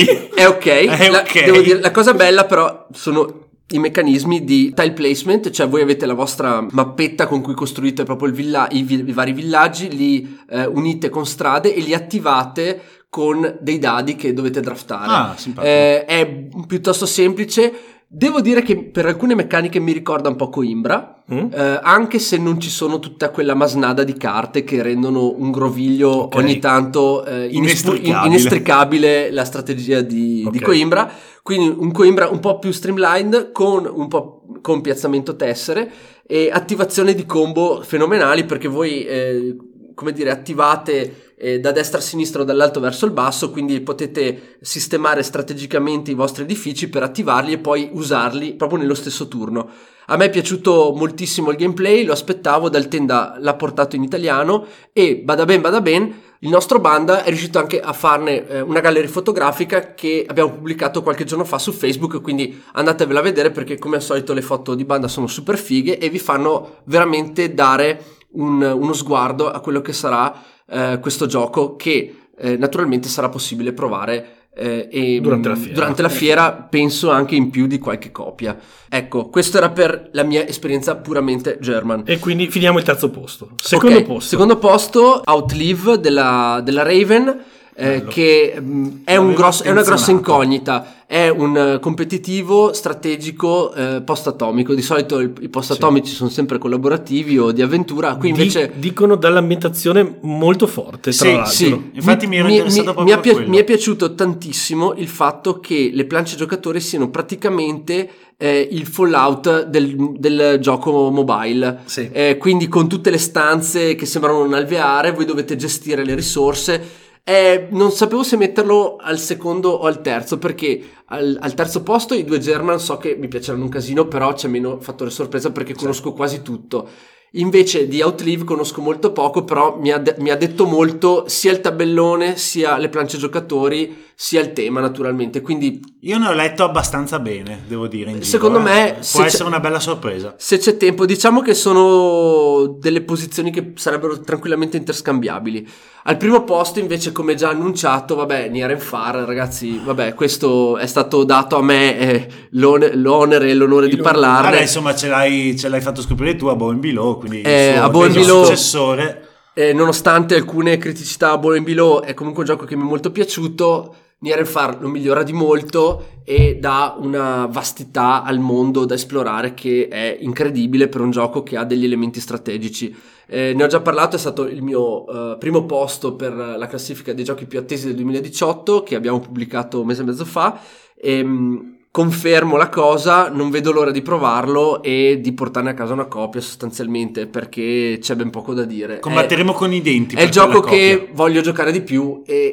Speaker 2: è ok.
Speaker 4: È
Speaker 2: La,
Speaker 4: ok.
Speaker 2: devo dire, la cosa bella però sono i meccanismi di tile placement, cioè voi avete la vostra mappetta con cui costruite proprio il villa- i, vi- i vari villaggi, li eh, unite con strade e li attivate con dei dadi che dovete draftare.
Speaker 4: Ah, simpatico.
Speaker 2: Eh, è piuttosto semplice. Devo dire che per alcune meccaniche mi ricorda un po' Coimbra,
Speaker 5: Mm?
Speaker 2: eh, anche se non ci sono tutta quella masnada di carte che rendono un groviglio
Speaker 5: Ok.
Speaker 2: ogni tanto eh, inespu-
Speaker 4: Inestricabile.
Speaker 2: inestricabile la strategia di, di
Speaker 5: Ok.
Speaker 2: Coimbra. Quindi un Coimbra un po' più streamlined, con un po' con piazzamento tessere e attivazione di combo fenomenali, perché voi eh, come dire attivate eh, da destra a sinistra o dall'alto verso il basso, quindi potete sistemare strategicamente i vostri edifici per attivarli e poi usarli proprio nello stesso turno. A me è piaciuto moltissimo il gameplay, lo aspettavo, Daltenda l'ha portato in italiano e bada ben bada ben il nostro Banda è riuscito anche a farne eh, una galleria fotografica che abbiamo pubblicato qualche giorno fa su Facebook, quindi andatevela a vedere, perché come al solito le foto di Banda sono super fighe e vi fanno veramente dare un, uno sguardo a quello che sarà eh, questo gioco, che eh, naturalmente sarà possibile provare eh, e
Speaker 5: Durante la fiera.
Speaker 2: durante la fiera, penso anche in più di qualche copia. Ecco, questo era per la mia esperienza puramente German.
Speaker 5: E quindi finiamo il terzo posto. Secondo
Speaker 2: Ok,
Speaker 5: posto.
Speaker 2: secondo posto Outlive della, della Raven, eh, che mh, è, un
Speaker 4: L'avevo
Speaker 2: grosso, è una grossa
Speaker 4: attenzionato.
Speaker 2: incognita. È un eh, competitivo strategico eh, post-atomico. Di solito il- i post-atomici sono sempre collaborativi o di avventura. Qui
Speaker 5: Di-
Speaker 2: invece
Speaker 5: dicono dall'ambientazione molto forte, tra
Speaker 4: Sì,
Speaker 5: l'altro.
Speaker 2: sì,
Speaker 4: Infatti mi ero interessato proprio
Speaker 2: mi, è
Speaker 4: a
Speaker 2: pia-
Speaker 4: quello.
Speaker 2: mi è piaciuto tantissimo il fatto che le planche giocatori siano praticamente eh, il Fallout del, del gioco mobile.
Speaker 5: Sì.
Speaker 2: Eh, quindi con tutte le stanze che sembrano un alveare, voi dovete gestire le risorse. Eh, non sapevo se metterlo al secondo o al terzo, perché al, al terzo posto i due German so che mi piaceranno un casino, però c'è meno fattore sorpresa perché conosco quasi tutto. Invece di Outlive conosco molto poco, però mi ha, de- mi ha detto molto sia il tabellone, sia le planche giocatori, sia il tema naturalmente. Quindi
Speaker 4: Io ne ho letto abbastanza bene, devo dire. In giro,
Speaker 2: Secondo
Speaker 4: eh.
Speaker 2: me,
Speaker 4: può
Speaker 2: se
Speaker 4: essere
Speaker 2: c'è-
Speaker 4: una bella sorpresa.
Speaker 2: se c'è tempo, diciamo che sono delle posizioni che sarebbero tranquillamente interscambiabili. Al primo posto invece, come già annunciato, vabbè, Nier and Far, ragazzi, vabbè, questo è stato dato a me eh, l'on- l'onere e l'onore di parlarne.
Speaker 4: Vabbè, insomma, ce l'hai, ce l'hai fatto scoprire tu a Bowen Below, quindi
Speaker 2: Eh,
Speaker 4: il suo
Speaker 2: a Bowen
Speaker 4: peso
Speaker 2: Below-
Speaker 4: successore.
Speaker 2: Eh, nonostante alcune criticità a Bowen Below, è comunque un gioco che mi è molto piaciuto. Nier and Far lo migliora di molto e dà una vastità al mondo da esplorare che è incredibile per un gioco che ha degli elementi strategici. Eh, ne ho già parlato, è stato il mio eh, primo posto per la classifica dei giochi più attesi del duemiladiciotto, che abbiamo pubblicato un mese e mezzo fa. Ehm, confermo la cosa, non vedo l'ora di provarlo e di portarne a casa una copia, sostanzialmente, perché c'è ben poco da dire.
Speaker 4: Combatteremo con i denti.
Speaker 2: È il
Speaker 4: per quella
Speaker 2: gioco che
Speaker 4: copia.
Speaker 2: voglio giocare di più e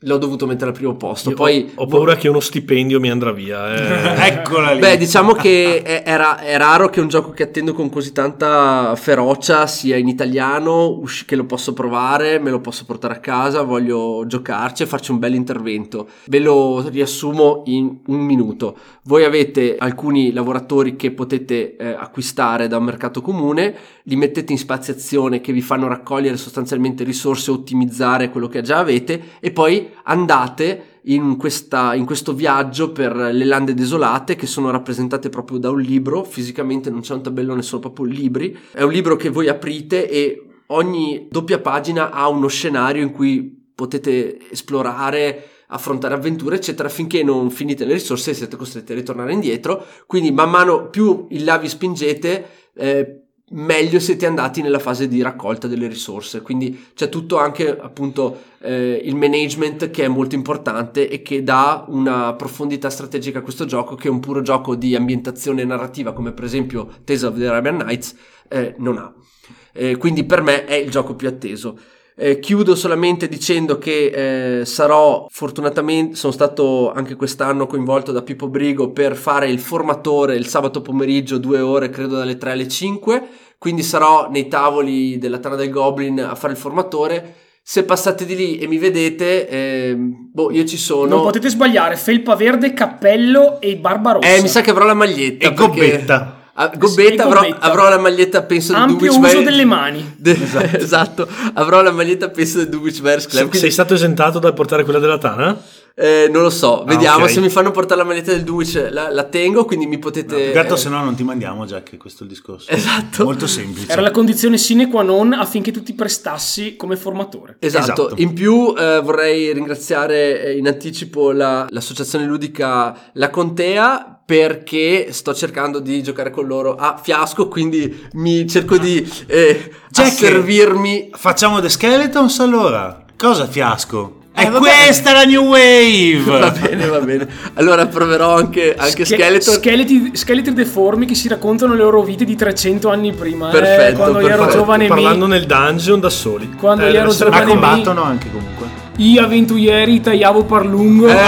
Speaker 2: l'ho dovuto mettere al primo posto.
Speaker 5: Io
Speaker 2: Poi
Speaker 5: ho, ho paura che uno stipendio mi andrà via. Eh.
Speaker 4: Eccola lì.
Speaker 2: Beh, diciamo che è, è, ra- è raro che un gioco che attendo con così tanta ferocia sia in italiano, usci- che lo posso provare, me lo posso portare a casa, voglio giocarci e farci un bel intervento. Ve lo riassumo in un minuto. Voi avete alcuni lavoratori che potete eh, acquistare da un mercato comune, li mettete in spaziazione che vi fanno raccogliere sostanzialmente risorse, ottimizzare quello che già avete, e poi andate in, questa, in questo viaggio per le lande desolate, che sono rappresentate proprio da un libro. Fisicamente non c'è un tabellone, sono proprio libri. È un libro che voi aprite e ogni doppia pagina ha uno scenario in cui potete esplorare, affrontare avventure eccetera, finché non finite le risorse e siete costretti a ritornare indietro. Quindi man mano più in là vi spingete, eh, meglio siete andati nella fase di raccolta delle risorse. Quindi c'è tutto anche appunto eh, il management, che è molto importante e che dà una profondità strategica a questo gioco, che un puro gioco di ambientazione narrativa come per esempio Tales of the Arabian Nights eh, non ha. Eh, quindi per me è il gioco più atteso. Eh, chiudo solamente dicendo che eh, sarò, fortunatamente sono stato anche quest'anno coinvolto da Pippo Brigo per fare il formatore il sabato pomeriggio, due ore credo dalle tre alle cinque, quindi sarò nei tavoli della Tana del Goblin a fare il formatore. Se passate di lì e mi vedete, eh, boh, io ci sono.
Speaker 3: Non potete sbagliare, felpa verde, cappello e barba rossa.
Speaker 2: Eh, mi sa che avrò la maglietta
Speaker 4: E gobbetta.
Speaker 2: Ah, gobbetta,
Speaker 3: Sì,
Speaker 2: avrò,
Speaker 3: gobbetta.
Speaker 2: avrò la maglietta penso
Speaker 3: Ampio
Speaker 2: del
Speaker 3: uso
Speaker 2: Dulwich Bear-
Speaker 3: delle mani.
Speaker 2: de- esatto. Avrò la maglietta penso del Dulwich Bears Club, quindi-
Speaker 5: Sei stato esentato dal portare quella della Tana?
Speaker 2: Eh, non lo so, vediamo.
Speaker 5: ok.
Speaker 2: Se mi fanno portare la maglietta del Dulwich la, la tengo, quindi mi potete...
Speaker 4: Più che altro,
Speaker 2: eh,
Speaker 4: se no non ti mandiamo, Jack, è questo il discorso.
Speaker 2: Esatto.
Speaker 4: Molto semplice.
Speaker 3: Era la condizione sine qua non affinché tu ti prestassi come formatore.
Speaker 2: Esatto.
Speaker 4: Esatto.
Speaker 2: In più eh, vorrei ringraziare eh, in anticipo la- l'associazione ludica La Contea, perché sto cercando di giocare con loro a fiasco, quindi mi cerco di eh,
Speaker 4: Jack,
Speaker 2: asservirmi.
Speaker 4: Facciamo The Skeletons allora. Cosa fiasco? È
Speaker 3: Eh, vabbè.
Speaker 4: questa la new wave!
Speaker 2: Va bene, va bene. Allora proverò anche, anche
Speaker 3: Ske-
Speaker 2: Skeleton.
Speaker 3: Scheletri, scheletri deformi che si raccontano le loro vite di trecento anni prima.
Speaker 2: Perfetto,
Speaker 3: eh, quando io ero
Speaker 2: perfetto.
Speaker 3: giovane
Speaker 5: Parlando
Speaker 3: me,
Speaker 5: nel dungeon da soli.
Speaker 3: Quando
Speaker 5: Eh,
Speaker 3: io ero
Speaker 5: deve essere-
Speaker 4: Ma
Speaker 3: giovane me,
Speaker 4: combattono anche comunque.
Speaker 3: io avventurieri tagliavo par lungo.
Speaker 2: Eh,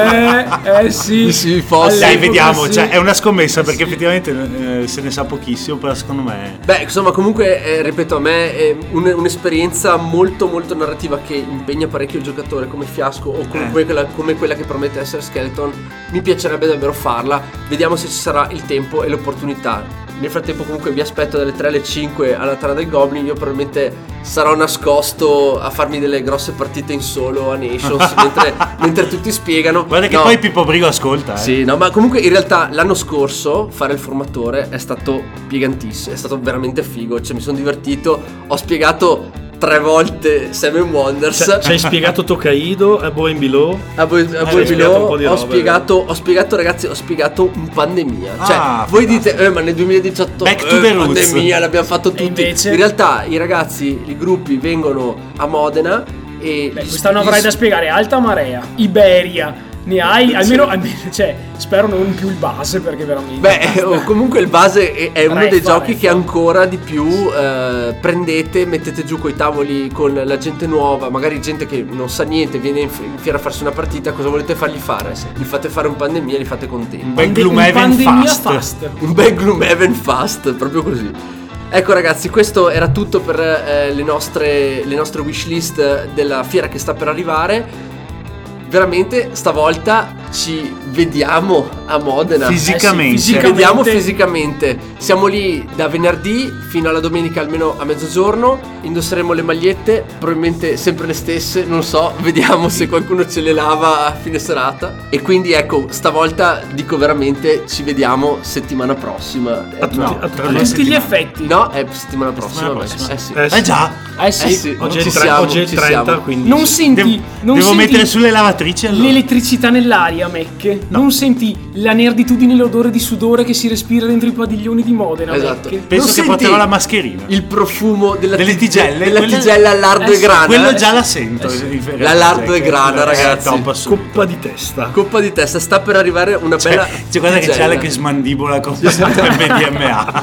Speaker 3: eh, eh sì.
Speaker 2: Sì, fosse.
Speaker 4: Dai,
Speaker 3: All'epoca
Speaker 4: vediamo,
Speaker 3: sì.
Speaker 4: cioè, è una scommessa perché effettivamente eh, se ne sa pochissimo, però secondo me...
Speaker 2: Beh, insomma, comunque, eh, ripeto, a me è un- un'esperienza molto molto narrativa che impegna parecchio il giocatore, come Fiasco o come,
Speaker 4: Eh.
Speaker 2: quella, come quella che promette essere Skeleton. Mi piacerebbe davvero farla. Vediamo se ci sarà il tempo e l'opportunità. Nel frattempo comunque vi aspetto dalle tre alle cinque alla Tana del Goblin. Io probabilmente sarò nascosto a farmi delle grosse partite in solo a Nations mentre, mentre tutti spiegano.
Speaker 4: Guarda che
Speaker 2: No.
Speaker 4: poi Pippo Brigo ascolta, eh.
Speaker 2: Sì, no, ma comunque in realtà l'anno scorso fare il formatore è stato piegantissimo, è stato veramente figo, cioè mi sono divertito, ho spiegato tre volte Seven Wonders.
Speaker 5: Cioè, ci hai spiegato Tokaido, a Boy and Below.
Speaker 2: A voi, a
Speaker 5: Hai
Speaker 2: voi
Speaker 5: spiegato un po' di
Speaker 2: ho
Speaker 5: roba,
Speaker 2: spiegato, ho spiegato ragazzi, ho spiegato un pandemia. Cioè,
Speaker 4: Ah,
Speaker 2: voi dite, eh, ma nel duemiladiciotto
Speaker 4: Back to
Speaker 2: eh,
Speaker 4: the roots.
Speaker 2: pandemia, l'abbiamo fatto tutti.
Speaker 3: invece?
Speaker 2: In realtà i ragazzi, i gruppi vengono a Modena e
Speaker 3: Beh,
Speaker 2: gli-
Speaker 3: quest'anno
Speaker 2: gli-
Speaker 3: avrai da spiegare alta marea, Iberia. Ne hai almeno, almeno cioè, spero non più il base perché veramente.
Speaker 2: Beh, oh, comunque il base è, è uno
Speaker 3: Reffa,
Speaker 2: dei giochi
Speaker 3: reffa.
Speaker 2: che ancora di più eh, prendete, mettete giù coi tavoli con la gente nuova, magari gente che non sa niente, viene in, in fiera a farsi una partita, cosa volete fargli fare? Gli fate fare un pandemia, li fate contenti.
Speaker 4: Un bel
Speaker 3: Pande-
Speaker 4: Gloomhaven
Speaker 3: pandemia
Speaker 4: fast.
Speaker 3: fast.
Speaker 2: Un bel Gloomhaven fast, proprio così. Ecco ragazzi, questo era tutto per eh, le nostre le nostre wishlist della fiera che sta per arrivare. Veramente stavolta ci vediamo a Modena.
Speaker 4: Fisicamente.
Speaker 3: Eh sì,
Speaker 2: Ci
Speaker 3: fisicamente.
Speaker 2: vediamo fisicamente. Siamo lì da venerdì fino alla domenica almeno a mezzogiorno. Indosseremo le magliette, probabilmente sempre le stesse, non so, vediamo se qualcuno ce le lava a fine serata. E quindi ecco, stavolta dico veramente ci vediamo settimana prossima.
Speaker 5: A tutti,
Speaker 4: No,
Speaker 5: a tutti
Speaker 4: tra
Speaker 3: A
Speaker 5: gli
Speaker 4: le
Speaker 3: tutti
Speaker 5: effetti.
Speaker 3: gli
Speaker 4: settimane.
Speaker 3: effetti.
Speaker 2: No, è settimana prossima.
Speaker 4: Settimana
Speaker 2: beh,
Speaker 4: prossima.
Speaker 2: Eh sì.
Speaker 5: Eh,
Speaker 4: Eh già,
Speaker 3: Eh sì.
Speaker 2: Eh sì,
Speaker 5: Oggi è,
Speaker 2: ci
Speaker 5: il tre-
Speaker 2: siamo,
Speaker 5: oggi è il
Speaker 2: ci
Speaker 5: trenta,
Speaker 2: siamo.
Speaker 5: quindi
Speaker 3: Non senti,
Speaker 4: devo,
Speaker 3: non
Speaker 4: devo
Speaker 3: senti
Speaker 4: mettere sulle lavatrici allora.
Speaker 3: l'elettricità nell'aria, Mecche. Non senti la nerditudine e l'odore di sudore che si respira dentro i padiglioni di Modena,
Speaker 2: Esatto.
Speaker 3: Mecche.
Speaker 4: Penso
Speaker 2: Non
Speaker 4: che
Speaker 2: senti
Speaker 4: porterò la mascherina.
Speaker 2: Il profumo della
Speaker 4: Delle
Speaker 2: tig-
Speaker 4: tigelle,
Speaker 2: della
Speaker 4: quelle-
Speaker 2: tigella al lardo
Speaker 3: Eh
Speaker 2: e
Speaker 3: sì,
Speaker 2: grana.
Speaker 4: Quello
Speaker 2: eh.
Speaker 4: già la sento.
Speaker 3: Eh sì.
Speaker 4: in realtà,
Speaker 2: La lardo
Speaker 4: cioè,
Speaker 2: e grana,
Speaker 4: eh,
Speaker 2: ragazzi.
Speaker 4: top assoluto.
Speaker 5: coppa di testa.
Speaker 2: Coppa di testa, sta per arrivare una
Speaker 4: Cioè,
Speaker 2: bella
Speaker 4: cioè, guarda che c'è
Speaker 2: tigella.
Speaker 4: la che smandibola con il B D M A.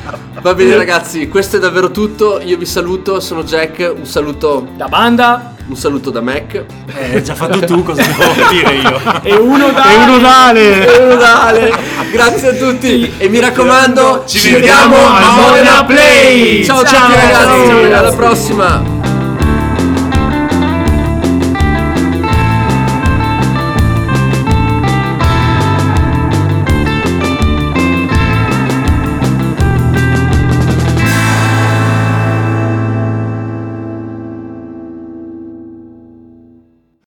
Speaker 2: Va bene ragazzi, questo è davvero tutto. Io vi saluto, sono Jack, un saluto
Speaker 3: Da banda.
Speaker 2: Un saluto da Mac.
Speaker 4: Eh, già fatto tu, cosa devo dire io?
Speaker 3: E uno da
Speaker 5: E uno Dale!
Speaker 2: E uno Dale. Grazie a tutti e mi raccomando,
Speaker 4: ci vediamo a Modena Play.
Speaker 2: Ciao a
Speaker 5: Ciao,
Speaker 2: tutti ragazzi,
Speaker 5: ciao, ragazzi.
Speaker 2: alla prossima.